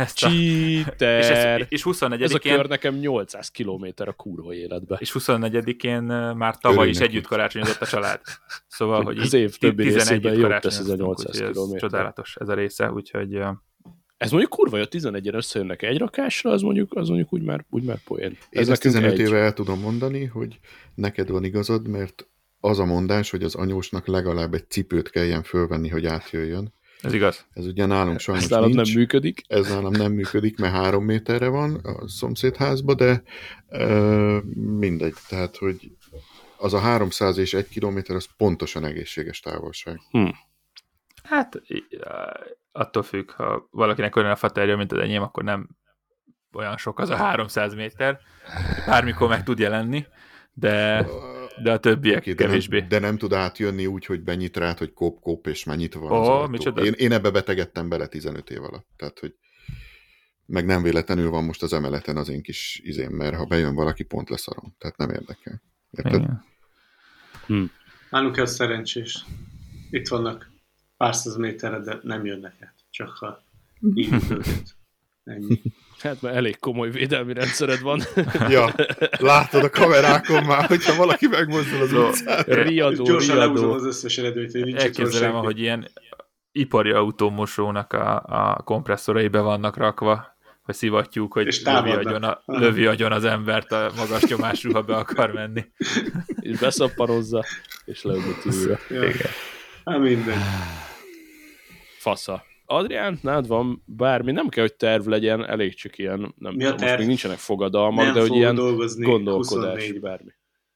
Cheater! És 24-én... Ez a kör nekem 800 kilométer a kurva életbe. És 24-én már tavaly is együtt karácsonyozott a család. Szóval, hogy az év többi részében jobb tesz ez a 800 kilométer. Csodálatos ez a része, úgyhogy... Ez mondjuk kurva, hogy a 11-en összejönnek egy rakásra, az mondjuk úgy már poén. Én ezt 15 éve el tudom mondani, hogy neked van igazad, mert az a mondás, hogy az anyósnak legalább egy cipőt kelljen fölvenni, hogy átjöjjön. Ez igaz. Ez ugye nálunk sajnos ez nincs. nem működik. Ez nálam nem működik, mert 3 méterre van a szomszédházba, de mindegy. Tehát, hogy az a 300 és 1 kilométer, az pontosan egészséges távolság. Hát attól függ, ha valakinek olyan a faterja, mint az enyém, akkor nem olyan sok az a 300 méter. Bármikor meg tud jelenni, de a többiek kevésbé. De nem tud átjönni úgy, hogy benyit rád, hogy kop, és már nyitva van az ajtó. Én ebbe betegedtem bele 15 év alatt. Tehát, hogy meg nem véletlenül van most az emeleten az én kis izém, mert ha bejön valaki, pont leszarom. Tehát nem érdekel. Érted? Nálunk ez szerencsés. Itt vannak pár száz méterre, de nem jönnek át. Csak ha hívjuk őket. Ennyi. Hát mert elég komoly védelmi rendszered van. Ja, látod a kamerákon már, hogyha valaki megmozdul az utcán. Gyorsan lehúzom az összes eredőt, hogy nincs elképzelem, hogy ilyen ipari autómosónak a kompresszorai be vannak rakva, hogy szivattyúk, hogy lövi agyon az embert a magas nyomású, ha be akar menni. És beszappanozza, és leütött újra. Hát minden. Fasza. Adrián, nád van bármi, nem kell, hogy terv legyen, elég csak ilyen, nem tudom, most még nincsenek fogadalmak, nem de hogy ilyen gondolkodás. 24. Bármi.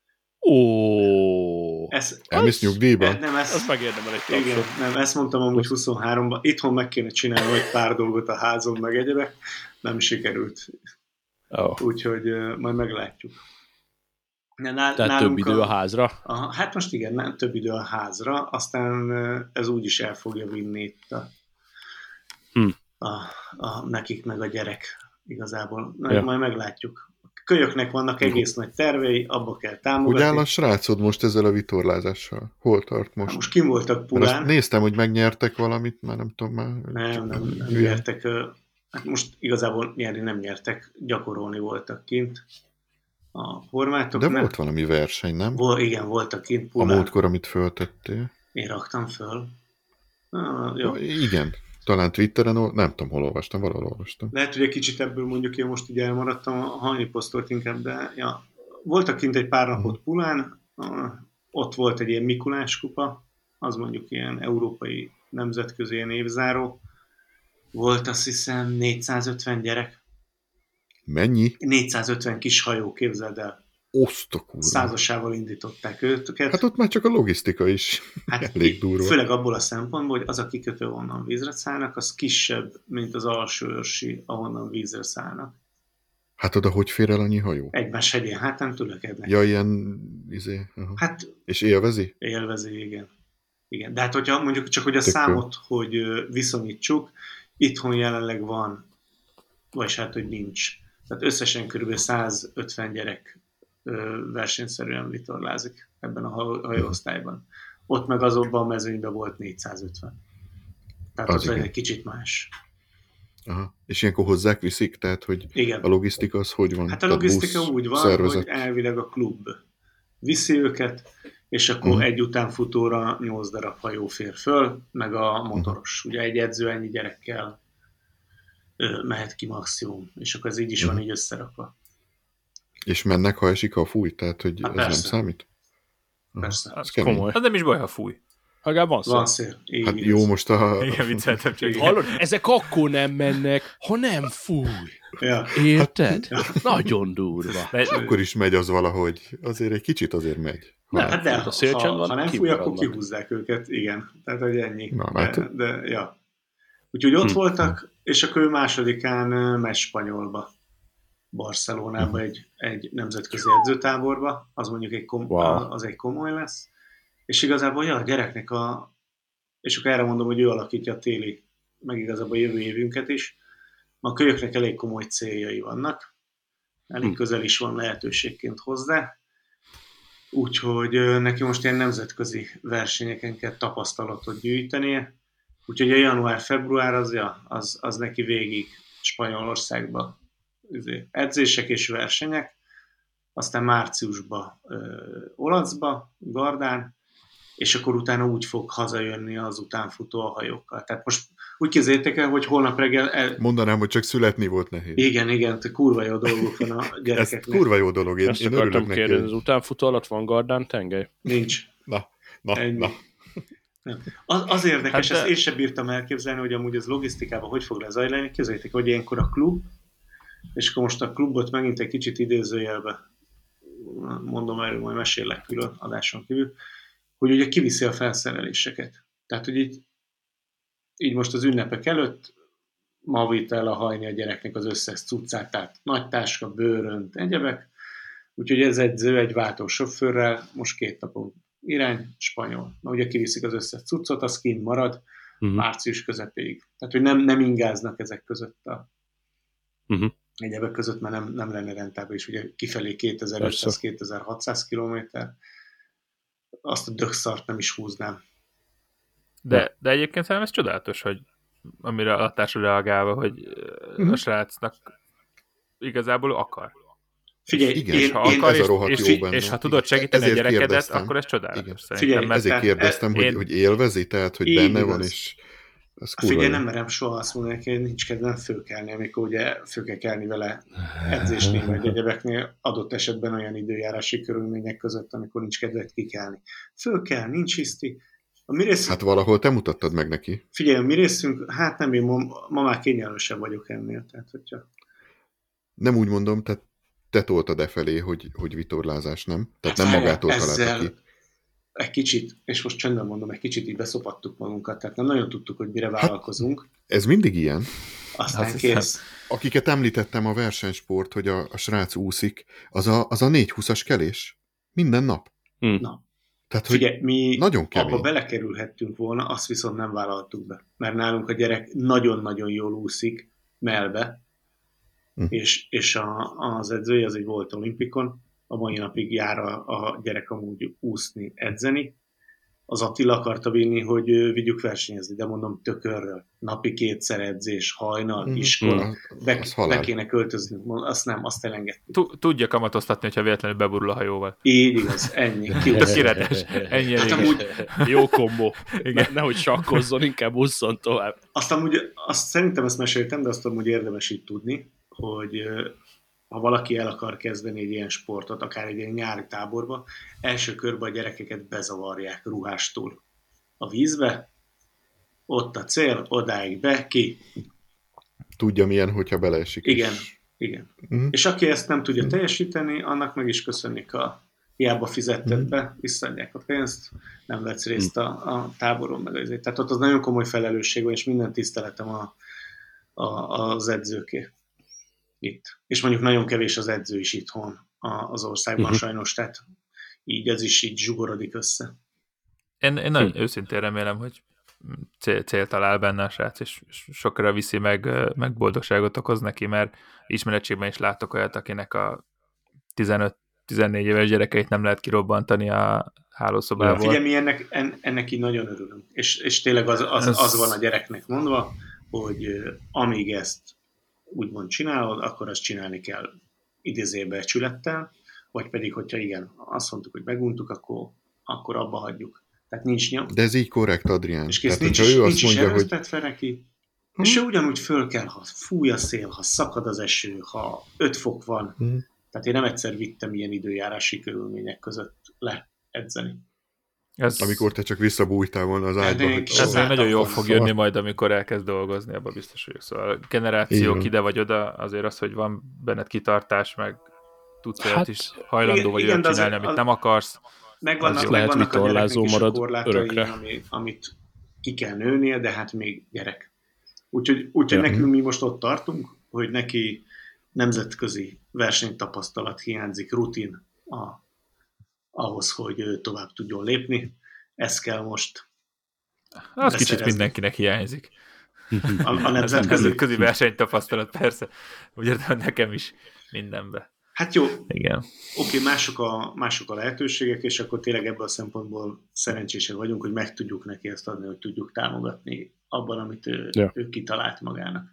Elmész nyugdíjba? Azt megérdemel egy tapsot. Igen, nem, ezt mondtam amúgy 23-ban. Itthon meg kéne csinálni egy pár dolgot a házon, meg egyebek. Nem sikerült. Úgyhogy majd meglátjuk. Tehát több idő a házra? Hát most igen, nem több idő a házra, aztán ez úgyis el fogja vinni itt nekik meg a gyerek igazából. Majd meglátjuk. Kölyöknek vannak egész nagy tervei, abba kell támogatni. Hogy áll a srácod most ezzel a vitorlázással? Hol tart most? Most kim voltak Pulán. Azt néztem, hogy megnyertek valamit, már nem tudom már. Nem nyertek. Hát most igazából nyerni nem nyertek, gyakorolni voltak kint a horvátok. De volt valami verseny, nem? Igen, voltak kint Pulán. A múltkor, amit föltettél. Én raktam föl. Jó. Igen. Talán Twitteren, nem tudom, hol olvastam, valahol olvastam. Lehet, hogy egy kicsit ebből mondjuk én most így elmaradtam, hanyi posztolt inkább, de ja. Voltak kint egy pár napot Pulán, ott volt egy ilyen Mikulás kupa, az mondjuk ilyen európai nemzetközi évzáró. Volt azt hiszem 450 gyerek. Mennyi? 450 kis hajó, képzeld el. Osztok úr. Százasával indították őket. Hát ott már csak a logisztika is elég durva. Főleg abból a szempontból, hogy az a kikötő, ahonnan vízre szállnak, az kisebb, mint az Alsóörsi, ahonnan vízre szállnak. Hát oda hogy fér el annyi hajó? Egymás hegyén, hát nem tülekednek. Ja, ilyen Hát, és élvezi? Élvezi, igen. De hát, hogyha mondjuk csak, hogy a számot, hogy viszonyítsuk, itthon jelenleg van, vagy hát, hogy nincs. Tehát összesen kb. 150 gyerek versenyszerűen vitorlázik ebben a hajóosztályban. Ott meg azokban a mezőnyben volt 450. Tehát az ott egy kicsit más. Aha. És ilyenkor hozzák viszik? Tehát, hogy igen. A logisztika az hogy van? Hát a logisztika úgy van, szervezet. Hogy elvileg a klub viszi őket, és akkor egy utánfutóra 8 darab hajó fér föl, meg a motoros. Ugye egy edző ennyi gyerekkel mehet ki maximum, és akkor ez így is van így összerakva. És mennek, ha esik, ha fúj? Tehát, hogy hát ez nem számít? Persze. Az komoly. Az nem is baj, ha fúj. Legalább van szél. Van szél. Hát jó, most igen, vicceltem csak. Hallod, ezek akkor nem mennek, ha nem fúj. Ja. Érted? Nagyon durva. Akkor is megy az valahogy. Azért egy kicsit azért megy. Hát de ha nem fúj, akkor kihúzzák őket. Igen. Tehát, hogy ennyi. Na, de ja. Úgyhogy ott voltak, és akkor ő másodikán megy Spanyolba. Barcelonába egy nemzetközi edzőtáborba, az mondjuk az egy komoly lesz. És igazából a gyereknek és akkor erre mondom, hogy ő alakítja a téli, meg igazából a jövő évünket is. A kölyöknek elég komoly céljai vannak, elég közel is van lehetőségként hozzá, úgyhogy neki most ilyen nemzetközi versenyeken kell tapasztalatot gyűjtenie, úgyhogy a január-február az neki végig Spanyolországba edzések és versenyek, aztán márciusban Olaszba, Gardán, és akkor utána úgy fog hazajönni az utánfutó a hajókkal. Tehát most úgy képzeljétek el, hogy holnap reggel... Mondanám, hogy csak születni volt nehéz. Igen, kurva jó dolgok van a gyerekeknek. Ez kurva jó dolog, én örülök neki. Az utánfutó alatt van Gardán tengely? Nincs. Na. Az érdekes, ezt én sem bírtam elképzelni, hogy amúgy az logisztikában hogy fog lezajlani. Képzeljétek, hogy ilyenkor a klub, és akkor most a klubot megint egy kicsit idézőjelbe mondom, erről majd mesélek külön adáson kívül, hogy ugye kiviszi a felszereléseket. Tehát, hogy így most az ünnepek előtt ma vitt el a hajni a gyereknek az összes cuccát, tehát nagy táska, bőrönt, egyebek. Úgyhogy ez edző egy váltó sofőrrel, most 2 napon irány, spanyol. Na ugye kiviszik az összes cuccot, az kint marad március közepéig. Tehát, hogy nem ingáznak ezek között a egyebek között, mert nem lenne rentábilis. Ugye kifelé 2500-2600 kilométer, azt a dögszart nem is húznám. De egyébként szerintem ez csodálatos, hogy amire a társra reagálva, hogy a srácnak igazából akar. Figyelj, és ha akar, és ha tudod segíteni a gyerekedet, akkor ez csodálatos. Figyelj, ezért kérdeztem, hogy élvezi, tehát, hogy benne van, és ez kurva. Figyelj, nem merem soha azt mondani, hogy nincs kedvem fölkelni, amikor ugye föl kell kelni vele edzésnél, vagy egyebeknél, adott esetben olyan időjárási körülmények között, amikor nincs kedved kikelni. Fölkel, nincs hiszti. Hát valahol te mutattad meg neki. Figyelj, a mi részünk, hát nem, én ma már kényelmesebb vagyok ennél. Tehát, hogyha... Nem úgy mondom, tehát te toltad e felé, hogy vitorlázás, nem? Tehát hát nem magától találtak ki. Egy kicsit, és most csöndben mondom, egy kicsit így beszopattuk magunkat, tehát nem nagyon tudtuk, hogy mire vállalkozunk. Hát, ez mindig ilyen. Aztán kész. Akiket említettem a versenysport, hogy a srác úszik, az a 4-20-as kelés. Minden nap. Na. Tehát, figyelj, mi abba belekerülhettünk volna, azt viszont nem vállaltuk be. Mert nálunk a gyerek nagyon-nagyon jól úszik mellbe, és az edzője az egy volt olimpikon, a mai napig jár a gyerek amúgy úszni, edzeni. Az Attila akarta vinni, hogy vigyük versenyezni, de mondom tökörről. Napi 2-szer edzés, hajnal, iskola, be kéne költözni, azt elengedtük. Tudja kamatoztatni, hogyha véletlenül beborul a hajóval. Így igaz, ennyi. Tökéletes. Ennyi hát amúgy jó kombó. Nehogy sakkozzon, inkább ússzon tovább. Azt szerintem ezt meséltem, de azt amúgy érdemes így tudni, hogy ha valaki el akar kezdeni egy ilyen sportot, akár egy ilyen nyári táborba, első körben a gyerekeket bezavarják ruhástól a vízbe, ott a cél, odáig be, ki. Tudja milyen, hogyha beleesik. Igen. És aki ezt nem tudja teljesíteni, annak meg is köszönjük, hiába fizetted be, visszaadják a pénzt, nem vetsz részt a táboron, meg azért. Tehát ott az nagyon komoly felelősség van, és minden tiszteletem az edzőké. Itt. És mondjuk nagyon kevés az edző is itthon az országban sajnos, tehát így ez is így zsugorodik össze. Én nagyon őszintén remélem, hogy cél talál benne a srác, és sokra viszi meg boldogságot okoz neki, mert ismeretségben is látok olyat, akinek a 15-14 éves gyerekeit nem lehet kirobbantani a hálószobából. Figyelj, mi ennek így nagyon örülünk. És tényleg az van a gyereknek mondva, hogy amíg ezt úgymond csinálod, akkor azt csinálni kell idézőjelben becsülettel, vagy pedig, hogyha igen, azt mondtuk, hogy meguntuk, akkor abba hagyjuk. Tehát nincs nyom. De ez így korrekt, Adrián. És kész, nincs is erőztetve neki, és ő ugyanúgy föl kell, ha fúj a szél, ha szakad az eső, ha 5 fok van. Tehát én nem egyszer vittem ilyen időjárási körülmények között leedzeni. Amikor te csak visszabújtál volna az ágyba. Ez nagyon jól fog jönni majd, amikor elkezd dolgozni, abban biztos vagyok. Szóval a generációk ide vagy oda, azért az, hogy van benned kitartás, meg tudsz olyat is hajlandó vagy olyat csinálni, amit nem akarsz. Megvannak a gyereknek is a korlátai, amit ki kell nőnie, de hát még gyerek. Úgyhogy nekünk mi most ott tartunk, hogy neki nemzetközi versenytapasztalat hiányzik, rutin ahhoz, hogy tovább tudjon lépni. Ez kell most az kicsit mindenkinek hiányzik. A nemzetközi versenytapasztalat, persze. Ugye nekem is mindenbe. Hát jó, igen. Oké, mások a lehetőségek, és akkor tényleg ebből a szempontból szerencsések vagyunk, hogy meg tudjuk neki ezt adni, hogy tudjuk támogatni abban, amit ő kitalált magának.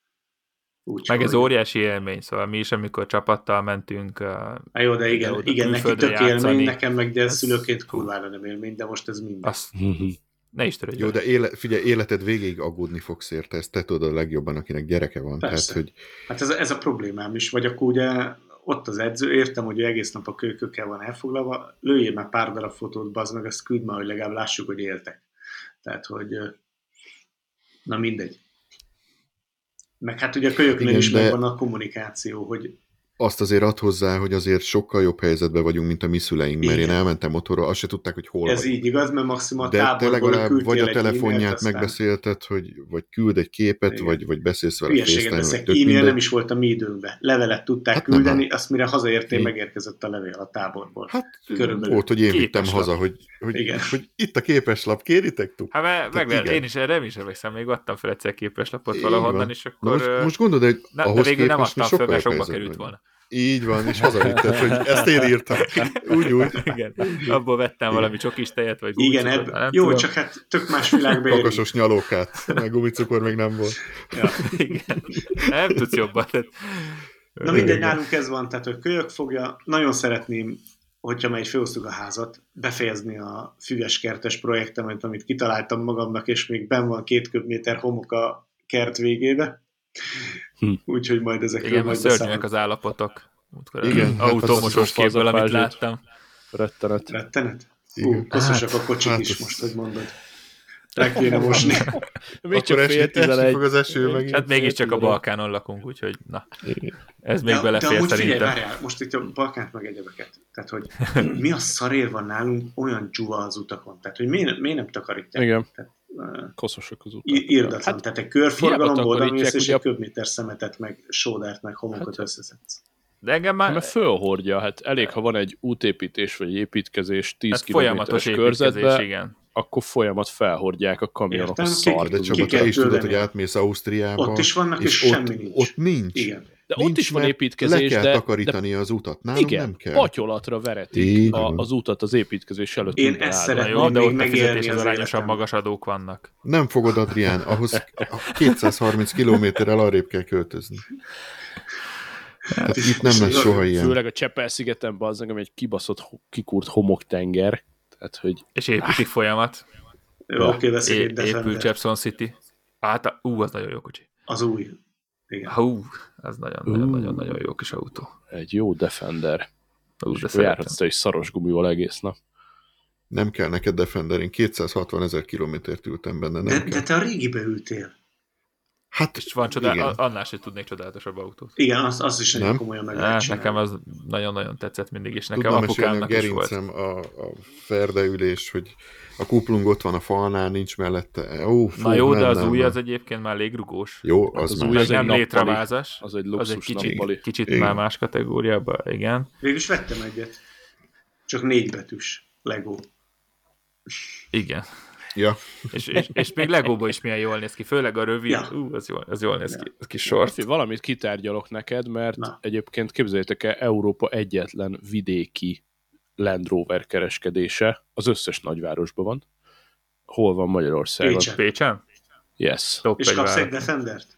Meg ez óriási élmény, szóval mi is, amikor csapattal mentünk. Jó, de igen, neki tök élmény, nekem meg ez szülőként kurvára nem élmény, de most ez minden. Ne is törődj. Jó, de figyelj, életed végéig aggódni fogsz érte, ezt te tudod a legjobban, akinek gyereke van. Persze. Tehát, hogy... Hát ez a problémám is, vagy akkor ugye ott az edző, értem, hogy egész nap a kölykökkel van elfoglalva, lőjél már pár darab fotót, bazd meg, azt küld már, hogy legalább lássuk, hogy éltek. Tehát, hogy na mindegy. Meg hát ugye a kölyöknél is megvan a kommunikáció, hogy azt azért ad hozzá, hogy azért sokkal jobb helyzetben vagyunk, mint a mi szüleink, mert én elmentem otthonról, azt se tudták, hogy hol ez így igaz, mert maximum a de te legalább vagy a telefonját aztán megbeszélted, vagy küld egy képet, vagy beszélsz vele FaceTime-on. E-mail nem is volt a mi időnkben. Levelet tudták küldeni, azt mire hazaértél, megérkezett a levél a táborból. Hát körülbelül. Volt, hogy én vittem haza, hogy itt a képeslap, kéritek tud? Hát én is erre emlékszem, még adtam fel egyszer képeslapot valahonnan, és akkor... Most gondolod, hogy ahhoz végül nem adtam föl, mert sokba került volna. Így van, és hazavitted, hogy ezt én írtam. Úgy. Igen, abból vettem valami csokis tejet, vagy gumicukor. Igen, jó, csak hát tök más világban élünk. Kakasos nyalókát, meg gumicukor még nem volt. Ja. Igen, nem tudsz jobban. Na mindegy, nálunk ez van, tehát hogy kölyök fogja, nagyon szeretném, hogyha már így felosztuk a házat, befejezni a fügeskertes projektemet, amit kitaláltam magamnak, és még benn van 2 köbméter homok a kert végébe. Úgyhogy majd ezekről igen, majd szörnyűek az állapotok. Igen, autómosos képből, amit láttam. Rettenet? Hosszasak a kocsik is most, hogy mondod. Le kéne mosni. Még csak fél 11. Fog az eső megint. Hát mégiscsak a Balkánon lakunk, úgyhogy na. Ez még belefér szerintem. Várjál, most itt a Balkánt meg egyebeket. Tehát, hogy mi a szarér van nálunk olyan dzsuva az utakon? Tehát, hogy miért nem takarítják? Igen. Koszosok az utak. Irdatlan. Hát, tehát egy körforgalomból odamész, és egy köbméter szemetet, meg sódert, meg homokot összeszedsz. De engem már... Mert fölhordja, hát elég, ha van egy útépítés, vagy egy építkezés 10 kilométeres körzetben, igen. Akkor folyamat felhordják a kamionok a szart. De csak te is tudod, hogy átmész Ausztriába. Ott is vannak, és semmi nincs. Ott nincs. Igen. De nincs, ott is van építkezés, le kell takarítani az utat. Nálunk nem kell. Patyolatra veretik az utat az építkezés előtt. Én ezt szeretném de még ott a fizetéshez arányosan életem. magas adók vannak. Nem fogod, Adrián, ahhoz 230 kilométerrel arrébb kell költözni. Hát itt nem lesz soha ilyen. Főleg a Csepel-szigeten, bazzeg, ami egy kibaszott, kikúrt homoktenger. Tehát, hogy... És építik folyamat. Jó, oké, veszek egy Defender. Épül Jepson City. Az nagyon jó kocsi. Az új. Igen. Az nagyon jó kis autó. Egy jó Defender. És járhatsz te is szaros gumival egész nap. Nem kell neked Defender, én 260 000 kilométert ültem benne. De te a régibe ültél. Hát, és van annál sem tudnék csodálatosabb autót. Igen, az is nagyon komolyan meg lehet csinálni. Nekem az nagyon-nagyon tetszett mindig, és nekem tudnám apukámnak is volt. A ferdeülés, hogy a kuplung ott van a falnál, nincs mellette. Na jó, de az új az egyébként már légrugós. Jó, az új, az nem létravázas. Az egy luxus nappali. Kicsit már más kategóriában, igen. Végülis vettem egyet. Csak 4 betűs Lego. Igen. Ja. És még Legóban is milyen jól néz ki, főleg a rövid, az jól néz ki, a kis sort. Valamit kitárgyalok neked, mert egyébként képzeljétek el, Európa egyetlen vidéki Land Rover kereskedése, az összes nagyvárosban van. Hol van Magyarországon? Pécsen? Yes. És kapsz egy Defendert?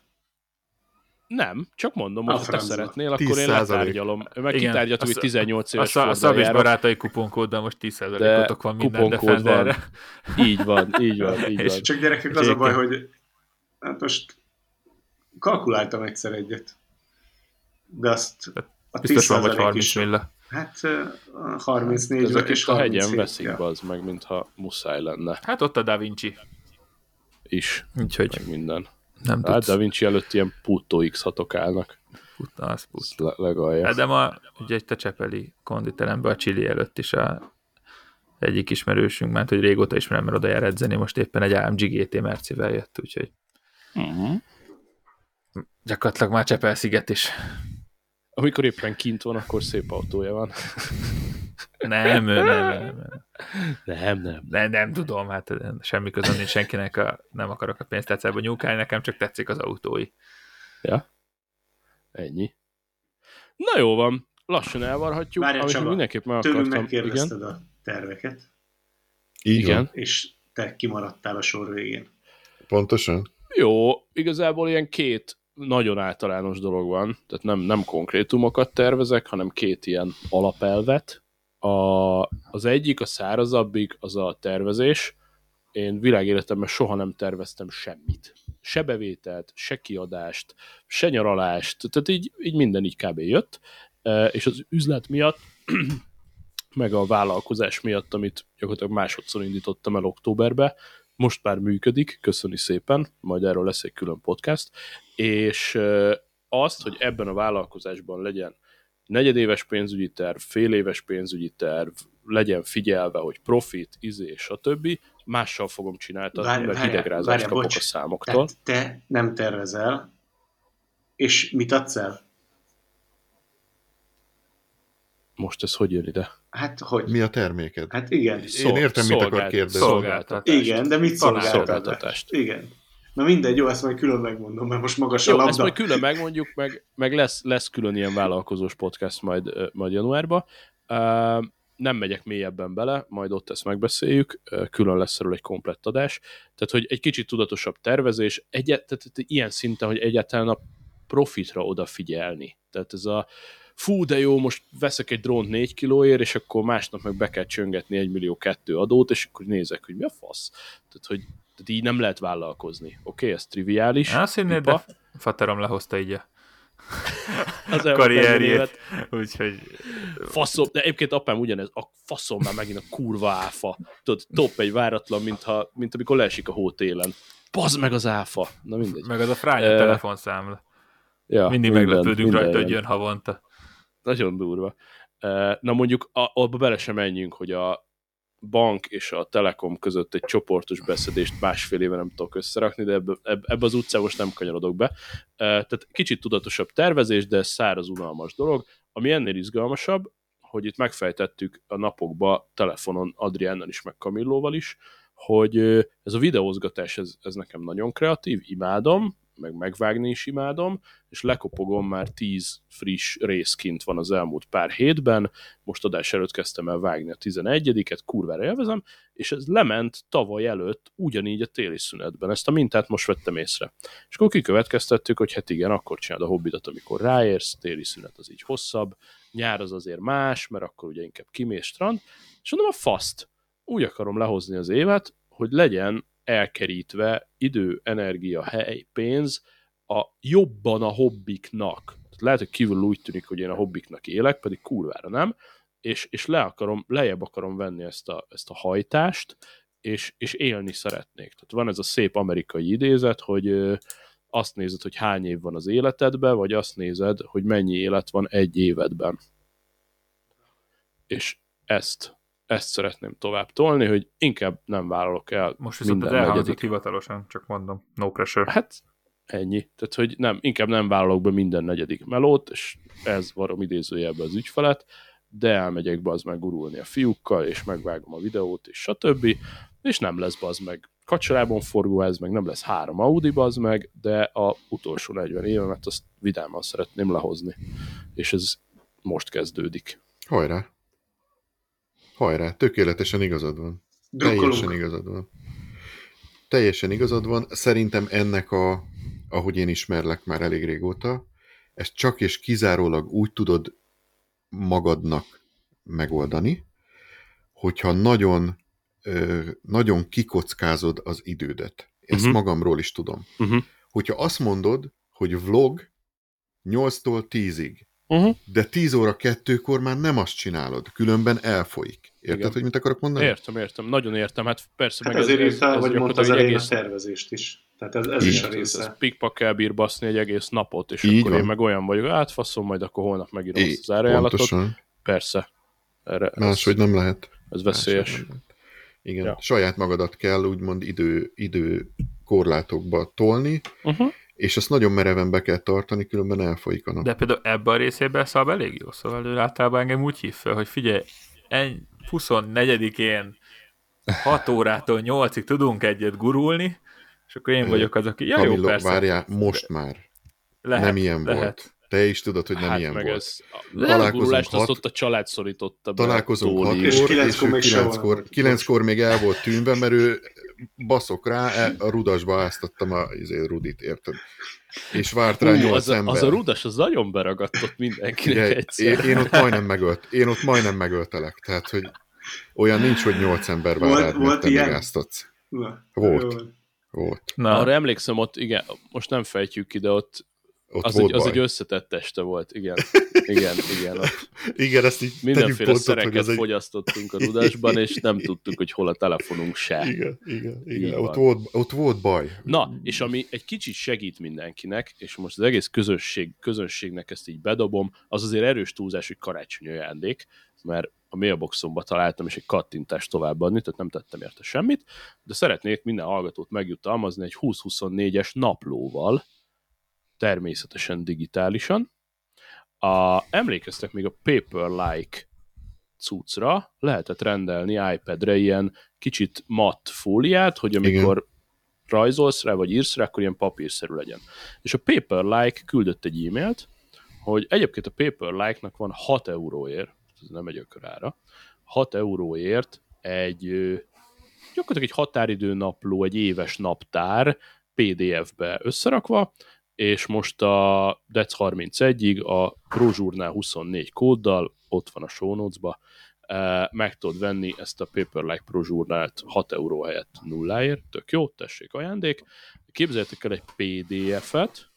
Nem, csak mondom, hogy ha te szeretnél, akkor én letárgyalom. Meg kitárgyaltuk, hogy 18 éves Forddal járok. A Szabis barátai kuponkóddal most 10%-otok van minden Defenderre. Így van. Csak gyerekek, az a baj, hogy hát most kalkuláltam egyszer egyet. De azt a 10% biztos van, vagy 30 milla. Hát 34 ezek és a hegyen veszik az meg, mintha muszáj lenne. Hát ott a Da Vinci. Is. Úgyhogy meg minden. Nem hát Da Vinci előtt ilyen Putto X6-ok állnak. Putto. Legalja. Hát de ma ugye egy Csepeli konditeremben a Chili előtt is egyik ismerősünk ment, hogy régóta ismerem, mert oda jár edzeni, most éppen egy AMG GT Mercivel jött, úgyhogy gyakorlatilag már Csepel-sziget is. Amikor éppen kint van, akkor szép autója van. Nem tudom, hát semmi közön nincs senkinek, nem akarok a pénztárcába nyúlkálni, nekem csak tetszik az autói. Ja, ennyi. Na jó van, lassan elvarhatjuk. Várjál Csaba, mindenképp meg tőlünk akartam. megkérdezted a terveket. Igen. És te kimaradtál a sor végén. Pontosan. Jó, igazából ilyen 2 nagyon általános dolog van, tehát nem konkrétumokat tervezek, hanem 2 ilyen alapelvet. Az egyik, a szárazabbik, az a tervezés. Én világéletemben soha nem terveztem semmit. Se bevételt, se kiadást, se nyaralást, tehát így minden így kb. Jött. és az üzlet miatt, meg a vállalkozás miatt, amit gyakorlatilag másodszor indítottam el októberbe, most már működik, köszöni szépen, majd erről lesz egy külön podcast, és azt, hogy ebben a vállalkozásban legyen negyedéves pénzügyi terv, féléves pénzügyi terv, legyen figyelve, hogy profit, stb. Mással fogom csináltatni, mert hidegrázást kapok a számoktól. Te nem tervezel, és mit adsz el? Most ez hogy jön ide? Hát, hogy? Mi a terméked? Hát igen. Én értem, mit akar kérdezni. Szolgáltatást. Igen, de mit szolgáltatást? Igen. Na mindegy, jó, ezt majd külön megmondom, mert most magas a jó, labda. Ezt majd külön megmondjuk, meg lesz külön ilyen vállalkozós podcast majd januárban. Nem megyek mélyebben bele, majd ott ezt megbeszéljük, külön lesz erről egy komplett adás. Tehát, hogy egy kicsit tudatosabb tervezés, tehát ilyen szinten, hogy egyáltalán a profitra odafigyelni. Tehát ez a fú, de jó, most veszek egy drónt 4 kilóért, és akkor másnap meg be kell csöngetni 1,2 millió adót, és akkor nézek, hogy mi a fasz. Tehát így nem lehet vállalkozni. Oké, ez triviális. Azt hinnéd, de faterom lehozta így a karrierjét. Úgyhogy... Faszom, de egyébként apám ugyanez, a faszom már megint a kurva áfa. Tudod, top egy váratlan, mint amikor leesik a hó télen. Bazd meg az áfa. Na mindegy. Meg az a fránya telefonszámla. Ja, mindig meglepődünk rajta, hogy jön havonta. Nagyon durva. Na mondjuk abba bele sem menjünk, hogy a bank és a Telekom között egy csoportos beszedést 1,5 éve nem tudok összerakni, de ebbe az utcába most nem kanyarodok be. Tehát kicsit tudatosabb tervezés, de ez száraz, unalmas dolog. Ami ennél izgalmasabb, hogy itt megfejtettük a napokba telefonon Adriánnal is, meg Kamillóval is, hogy ez a videózgatás, ez nekem nagyon kreatív, imádom, meg megvágni is imádom, és lekopogom, már 10 friss rész kint van az elmúlt pár hétben, most adás előtt kezdtem el vágni a 11-et, kurvára élvezem, és ez lement tavaly előtt ugyanígy a téli szünetben. Ezt a mintát most vettem észre. És akkor kikövetkeztettük, hogy hát igen, akkor csináld a hobbidat, amikor ráérsz, téli szünet az így hosszabb, nyár az azért más, mert akkor ugye inkább kimész strand, és mondom a faszt, úgy akarom lehozni az évet, hogy legyen elkerítve idő, energia, hely, pénz jobban a hobbiknak. Tehát lehet, hogy kívül úgy tűnik, hogy én a hobbiknak élek, pedig kurvára nem, és lejjebb akarom venni ezt a hajtást, és élni szeretnék. Tehát van ez a szép amerikai idézet, hogy azt nézed, hogy hány év van az életedben, vagy azt nézed, hogy mennyi élet van egy évedben. És ezt szeretném tovább tolni, hogy inkább nem vállalok el most minden elhangzott hivatalosan, csak mondom, no pressure. Hát ennyi. Tehát, hogy inkább nem vállalok be minden negyedik melót, és ez varom idézőjelbe az ügyfelet, de elmegyek bazd meg gurulni a fiúkkal, és megvágom a videót, és stb. És nem lesz bazd meg kacsalában forgóház, meg nem lesz 3 Audi bazd meg, de a utolsó 40 évemet azt vidáman szeretném lehozni. És ez most kezdődik. Hajrá! Hajrá, tökéletesen igazad van. Teljesen igazad van. Szerintem ennek ahogy én ismerlek már elég régóta, ezt csak és kizárólag úgy tudod magadnak megoldani, hogyha nagyon, nagyon kikockázod az idődet. Ezt magamról is tudom. Hogyha azt mondod, hogy vlog 8-tól 10-ig, de 10 óra 2-kor már nem azt csinálod, különben elfolyik. Érted, igen, hogy mit akarok mondani? Értem, nagyon értem. Hát persze, hát meg ezért írtál, vagy mondta az elején a tervezést is. Tehát ez is a része. Ez pikpakkel bír baszni egy egész napot, és így akkor van. én meg olyan vagyok, átfaszom, majd akkor holnap megírom azt az árajánlatot. Pontosan. Persze. Máshogy nem lehet. Ez veszélyes. Igen. Ja. Saját magadat kell úgymond idő korlátokba tolni, és azt nagyon mereven be kell tartani, különben elfolyik a nap. De például ebben a részében Szab elég jó, szóval ő általában engem úgy hív fel, hogy figyelj, 24-én 6 órától 8-ig tudunk egyet gurulni, és akkor én vagyok az, aki, ja jó, persze. Várjál, most már nem ilyen volt. Te is tudod, hogy nem ilyen volt. Találkozunk azt ott a család szorította be. Találkozunk 6 és 9-kor még el volt tűnve, mert ő baszok rá, a rudasba áztattam a Rudit, érted? És várt rá 8 ember. Az a rudas, az nagyon beragadtott mindenkinek egyszer. Én ott majdnem megöltelek, tehát, hogy olyan nincs, hogy 8 ember vár rád, mert te még áztatsz. Volt. Na. Arra emlékszem ott, igen, most nem fejtjük ki, de ott Az egy összetett este volt, igen. Igen. Igen, ezt így mindenféle szereket fogyasztottunk a Rudasban, és nem tudtuk, hogy hol a telefonunk se. Igen. Ott volt baj. Na, és ami egy kicsit segít mindenkinek, és most az egész közönségnek ezt így bedobom, az azért erős túlzás, hogy karácsonyi ajándék, mert a mailboxomba találtam, és egy kattintást továbbadni, tehát nem tettem érte semmit, de szeretnék minden hallgatót megjutalmazni egy 2024-es naplóval, természetesen digitálisan. Emlékeztek még a Paper-like cuccra, lehetett rendelni iPad-re ilyen kicsit matt fóliát, hogy amikor rajzolsz rá, vagy írsz rá, akkor ilyen papírszerű legyen. És a Paper-like küldött egy e-mailt, hogy egyébként a Paper-like-nak van 6 euróért, ez nem egy ökörára, 6 euróért gyakorlatilag egy határidő napló, egy éves naptár PDF-be összerakva, és most a DEC 31-ig a ProJournal 24 kóddal, ott van a show notes-ba, meg tudod venni ezt a Paper-like ProJournalt 6 euró helyett nulláért, tök jó, tessék ajándék. Képzeljétek el egy PDF-et,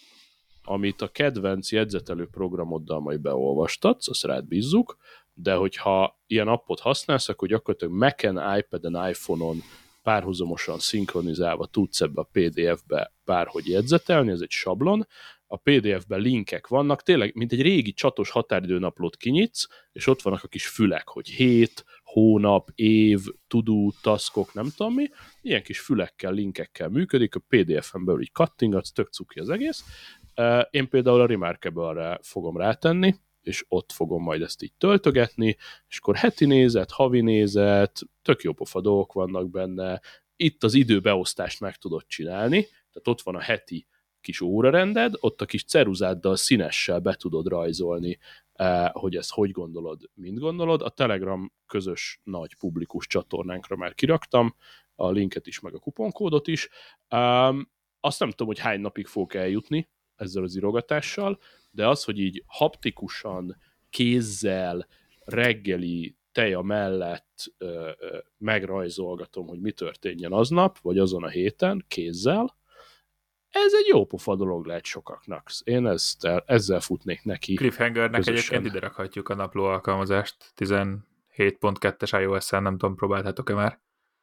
amit a kedvenc jegyzetelő programoddal majd beolvastatsz, azt rád bízzuk, de hogyha ilyen appot használsz, akkor gyakorlatilag Mac-en, iPad-en, iPhone-on párhuzamosan szinkronizálva tudsz ebbe a PDF-be bárhogy jegyzetelni, ez egy sablon, a PDF-ben linkek vannak, tényleg, mint egy régi csatos határidőnaplót kinyitsz, és ott vannak a kis fülek, hogy hét, hónap, év, to-do, taskok, nem tudom mi, ilyen kis fülekkel, linkekkel működik, a PDF-en belül így kattingatsz, tök cuki az egész. Én például a Remarkable-re fogom rátenni, és ott fogom majd ezt így töltögetni, és akkor heti nézet, havi nézet, tök jó pofa dolgok vannak benne, itt az időbeosztást meg tudod csinálni, tehát ott van a heti kis órarended, ott a kis ceruzáddal, színessel be tudod rajzolni, hogy ezt hogy gondolod, mint gondolod. A Telegram közös nagy publikus csatornánkra már kiraktam, a linket is, meg a kuponkódot is. Azt nem tudom, hogy hány napig fogok eljutni ezzel az írogatással, de az, hogy így haptikusan, kézzel, reggeli teja mellett megrajzolgatom, hogy mi történjen aznap, vagy azon a héten, kézzel, ez egy jó pofa dolog lehet sokaknak. Én ezzel futnék neki. Cliffhangernek közösen. Egyébként ide rakhatjuk a napló alkalmazást. 17.2-es iOS-en, nem tudom, próbáltátok-e már?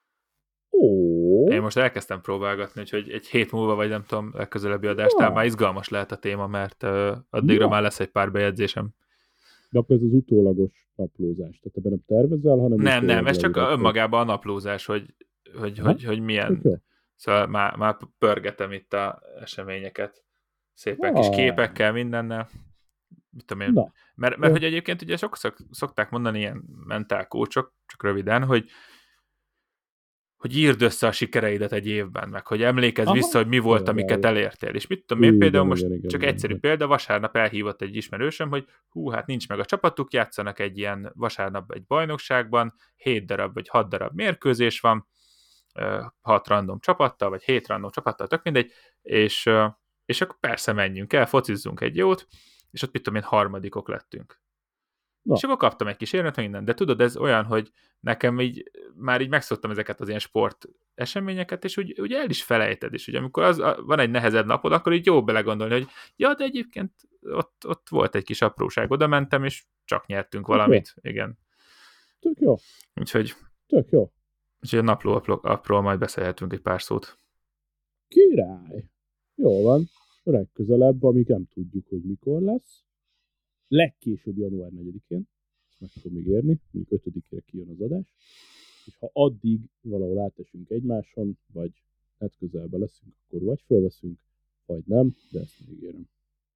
Én most elkezdtem próbálgatni, úgyhogy egy hét múlva, vagy nem tudom, legközelebbi adásnál már izgalmas lehet a téma, mert addigra már lesz egy pár bejegyzésem. De akkor ez az utólagos naplózás, tehát ebben nem tervezel, hanem... Nem, ez csak önmagában a naplózás, hogy milyen... Okay. Szóval már pörgetem itt a eseményeket. Szépen kis képekkel, mindennel. Mit tudom én. Mert hogy egyébként ugye sokszor szokták mondani ilyen mentál coachok, csak röviden, hogy írd össze a sikereidet egy évben, meg hogy emlékezz vissza, hogy mi volt, amiket elértél. És mit tudom én, például most csak egyszerű példa, vasárnap elhívott egy ismerősöm, hogy hát nincs meg a csapatuk, játszanak egy ilyen vasárnap egy bajnokságban, 7 darab vagy 6 darab mérkőzés van, 6 random csapattal, vagy 7 random csapattal, tök mindegy, és akkor persze menjünk el, focizzunk egy jót, és ott mit tudom én, harmadikok lettünk. És akkor kaptam egy kis érmet, minden. De tudod, ez olyan, hogy nekem így, már így megszoktam ezeket az ilyen sport eseményeket, és úgy el is felejted, és ugye amikor van egy nehezebb napod, akkor így jó belegondolni, hogy ja, de egyébként ott volt egy kis apróság, oda mentem, és csak nyertünk valamit. Igen. Tök jó. Úgyhogy a napló appról majd beszélhetünk egy pár szót. Király! Jól van. Legközelebb, amíg nem tudjuk, hogy mikor lesz. Legkésőbb január 4-én. Ezt meg tudom ígérni. Mondjuk 5-ére kijön az adás. És ha addig valahol átesünk egymáson, vagy közelben leszünk, akkor vagy fölveszünk, vagy nem, de ezt megígérem.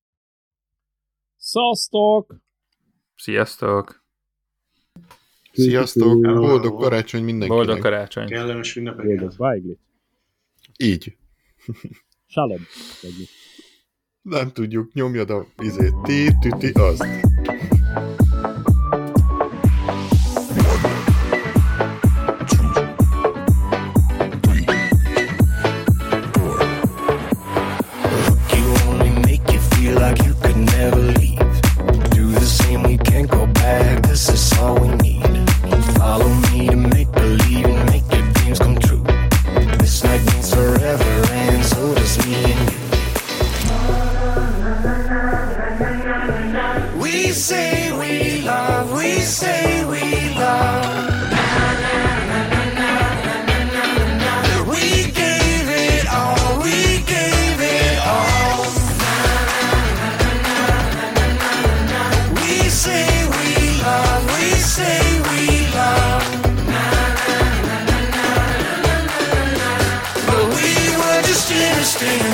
Szasztok! Sziasztok! Sziasztok! Boldog karácsony mindenkinek! Boldog karácsony! Kellemes ünnepeket! Boldog vájglit! Így. Shalom! Nem tudjuk, nyomjad a ti azt.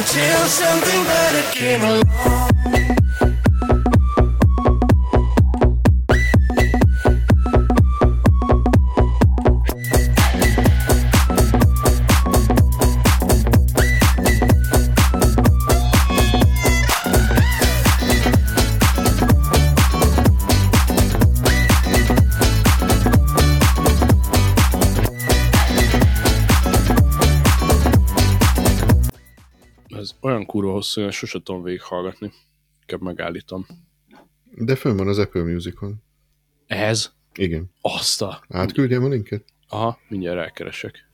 Until something better came along. Ez olyan kurva hosszú, hogy sose tudom végighallgatni. Inkább megállítom. De fönn van az Apple Musicon. Ez? Igen. Azt a... Átküldjem a linket? Aha, mindjárt elkeresek.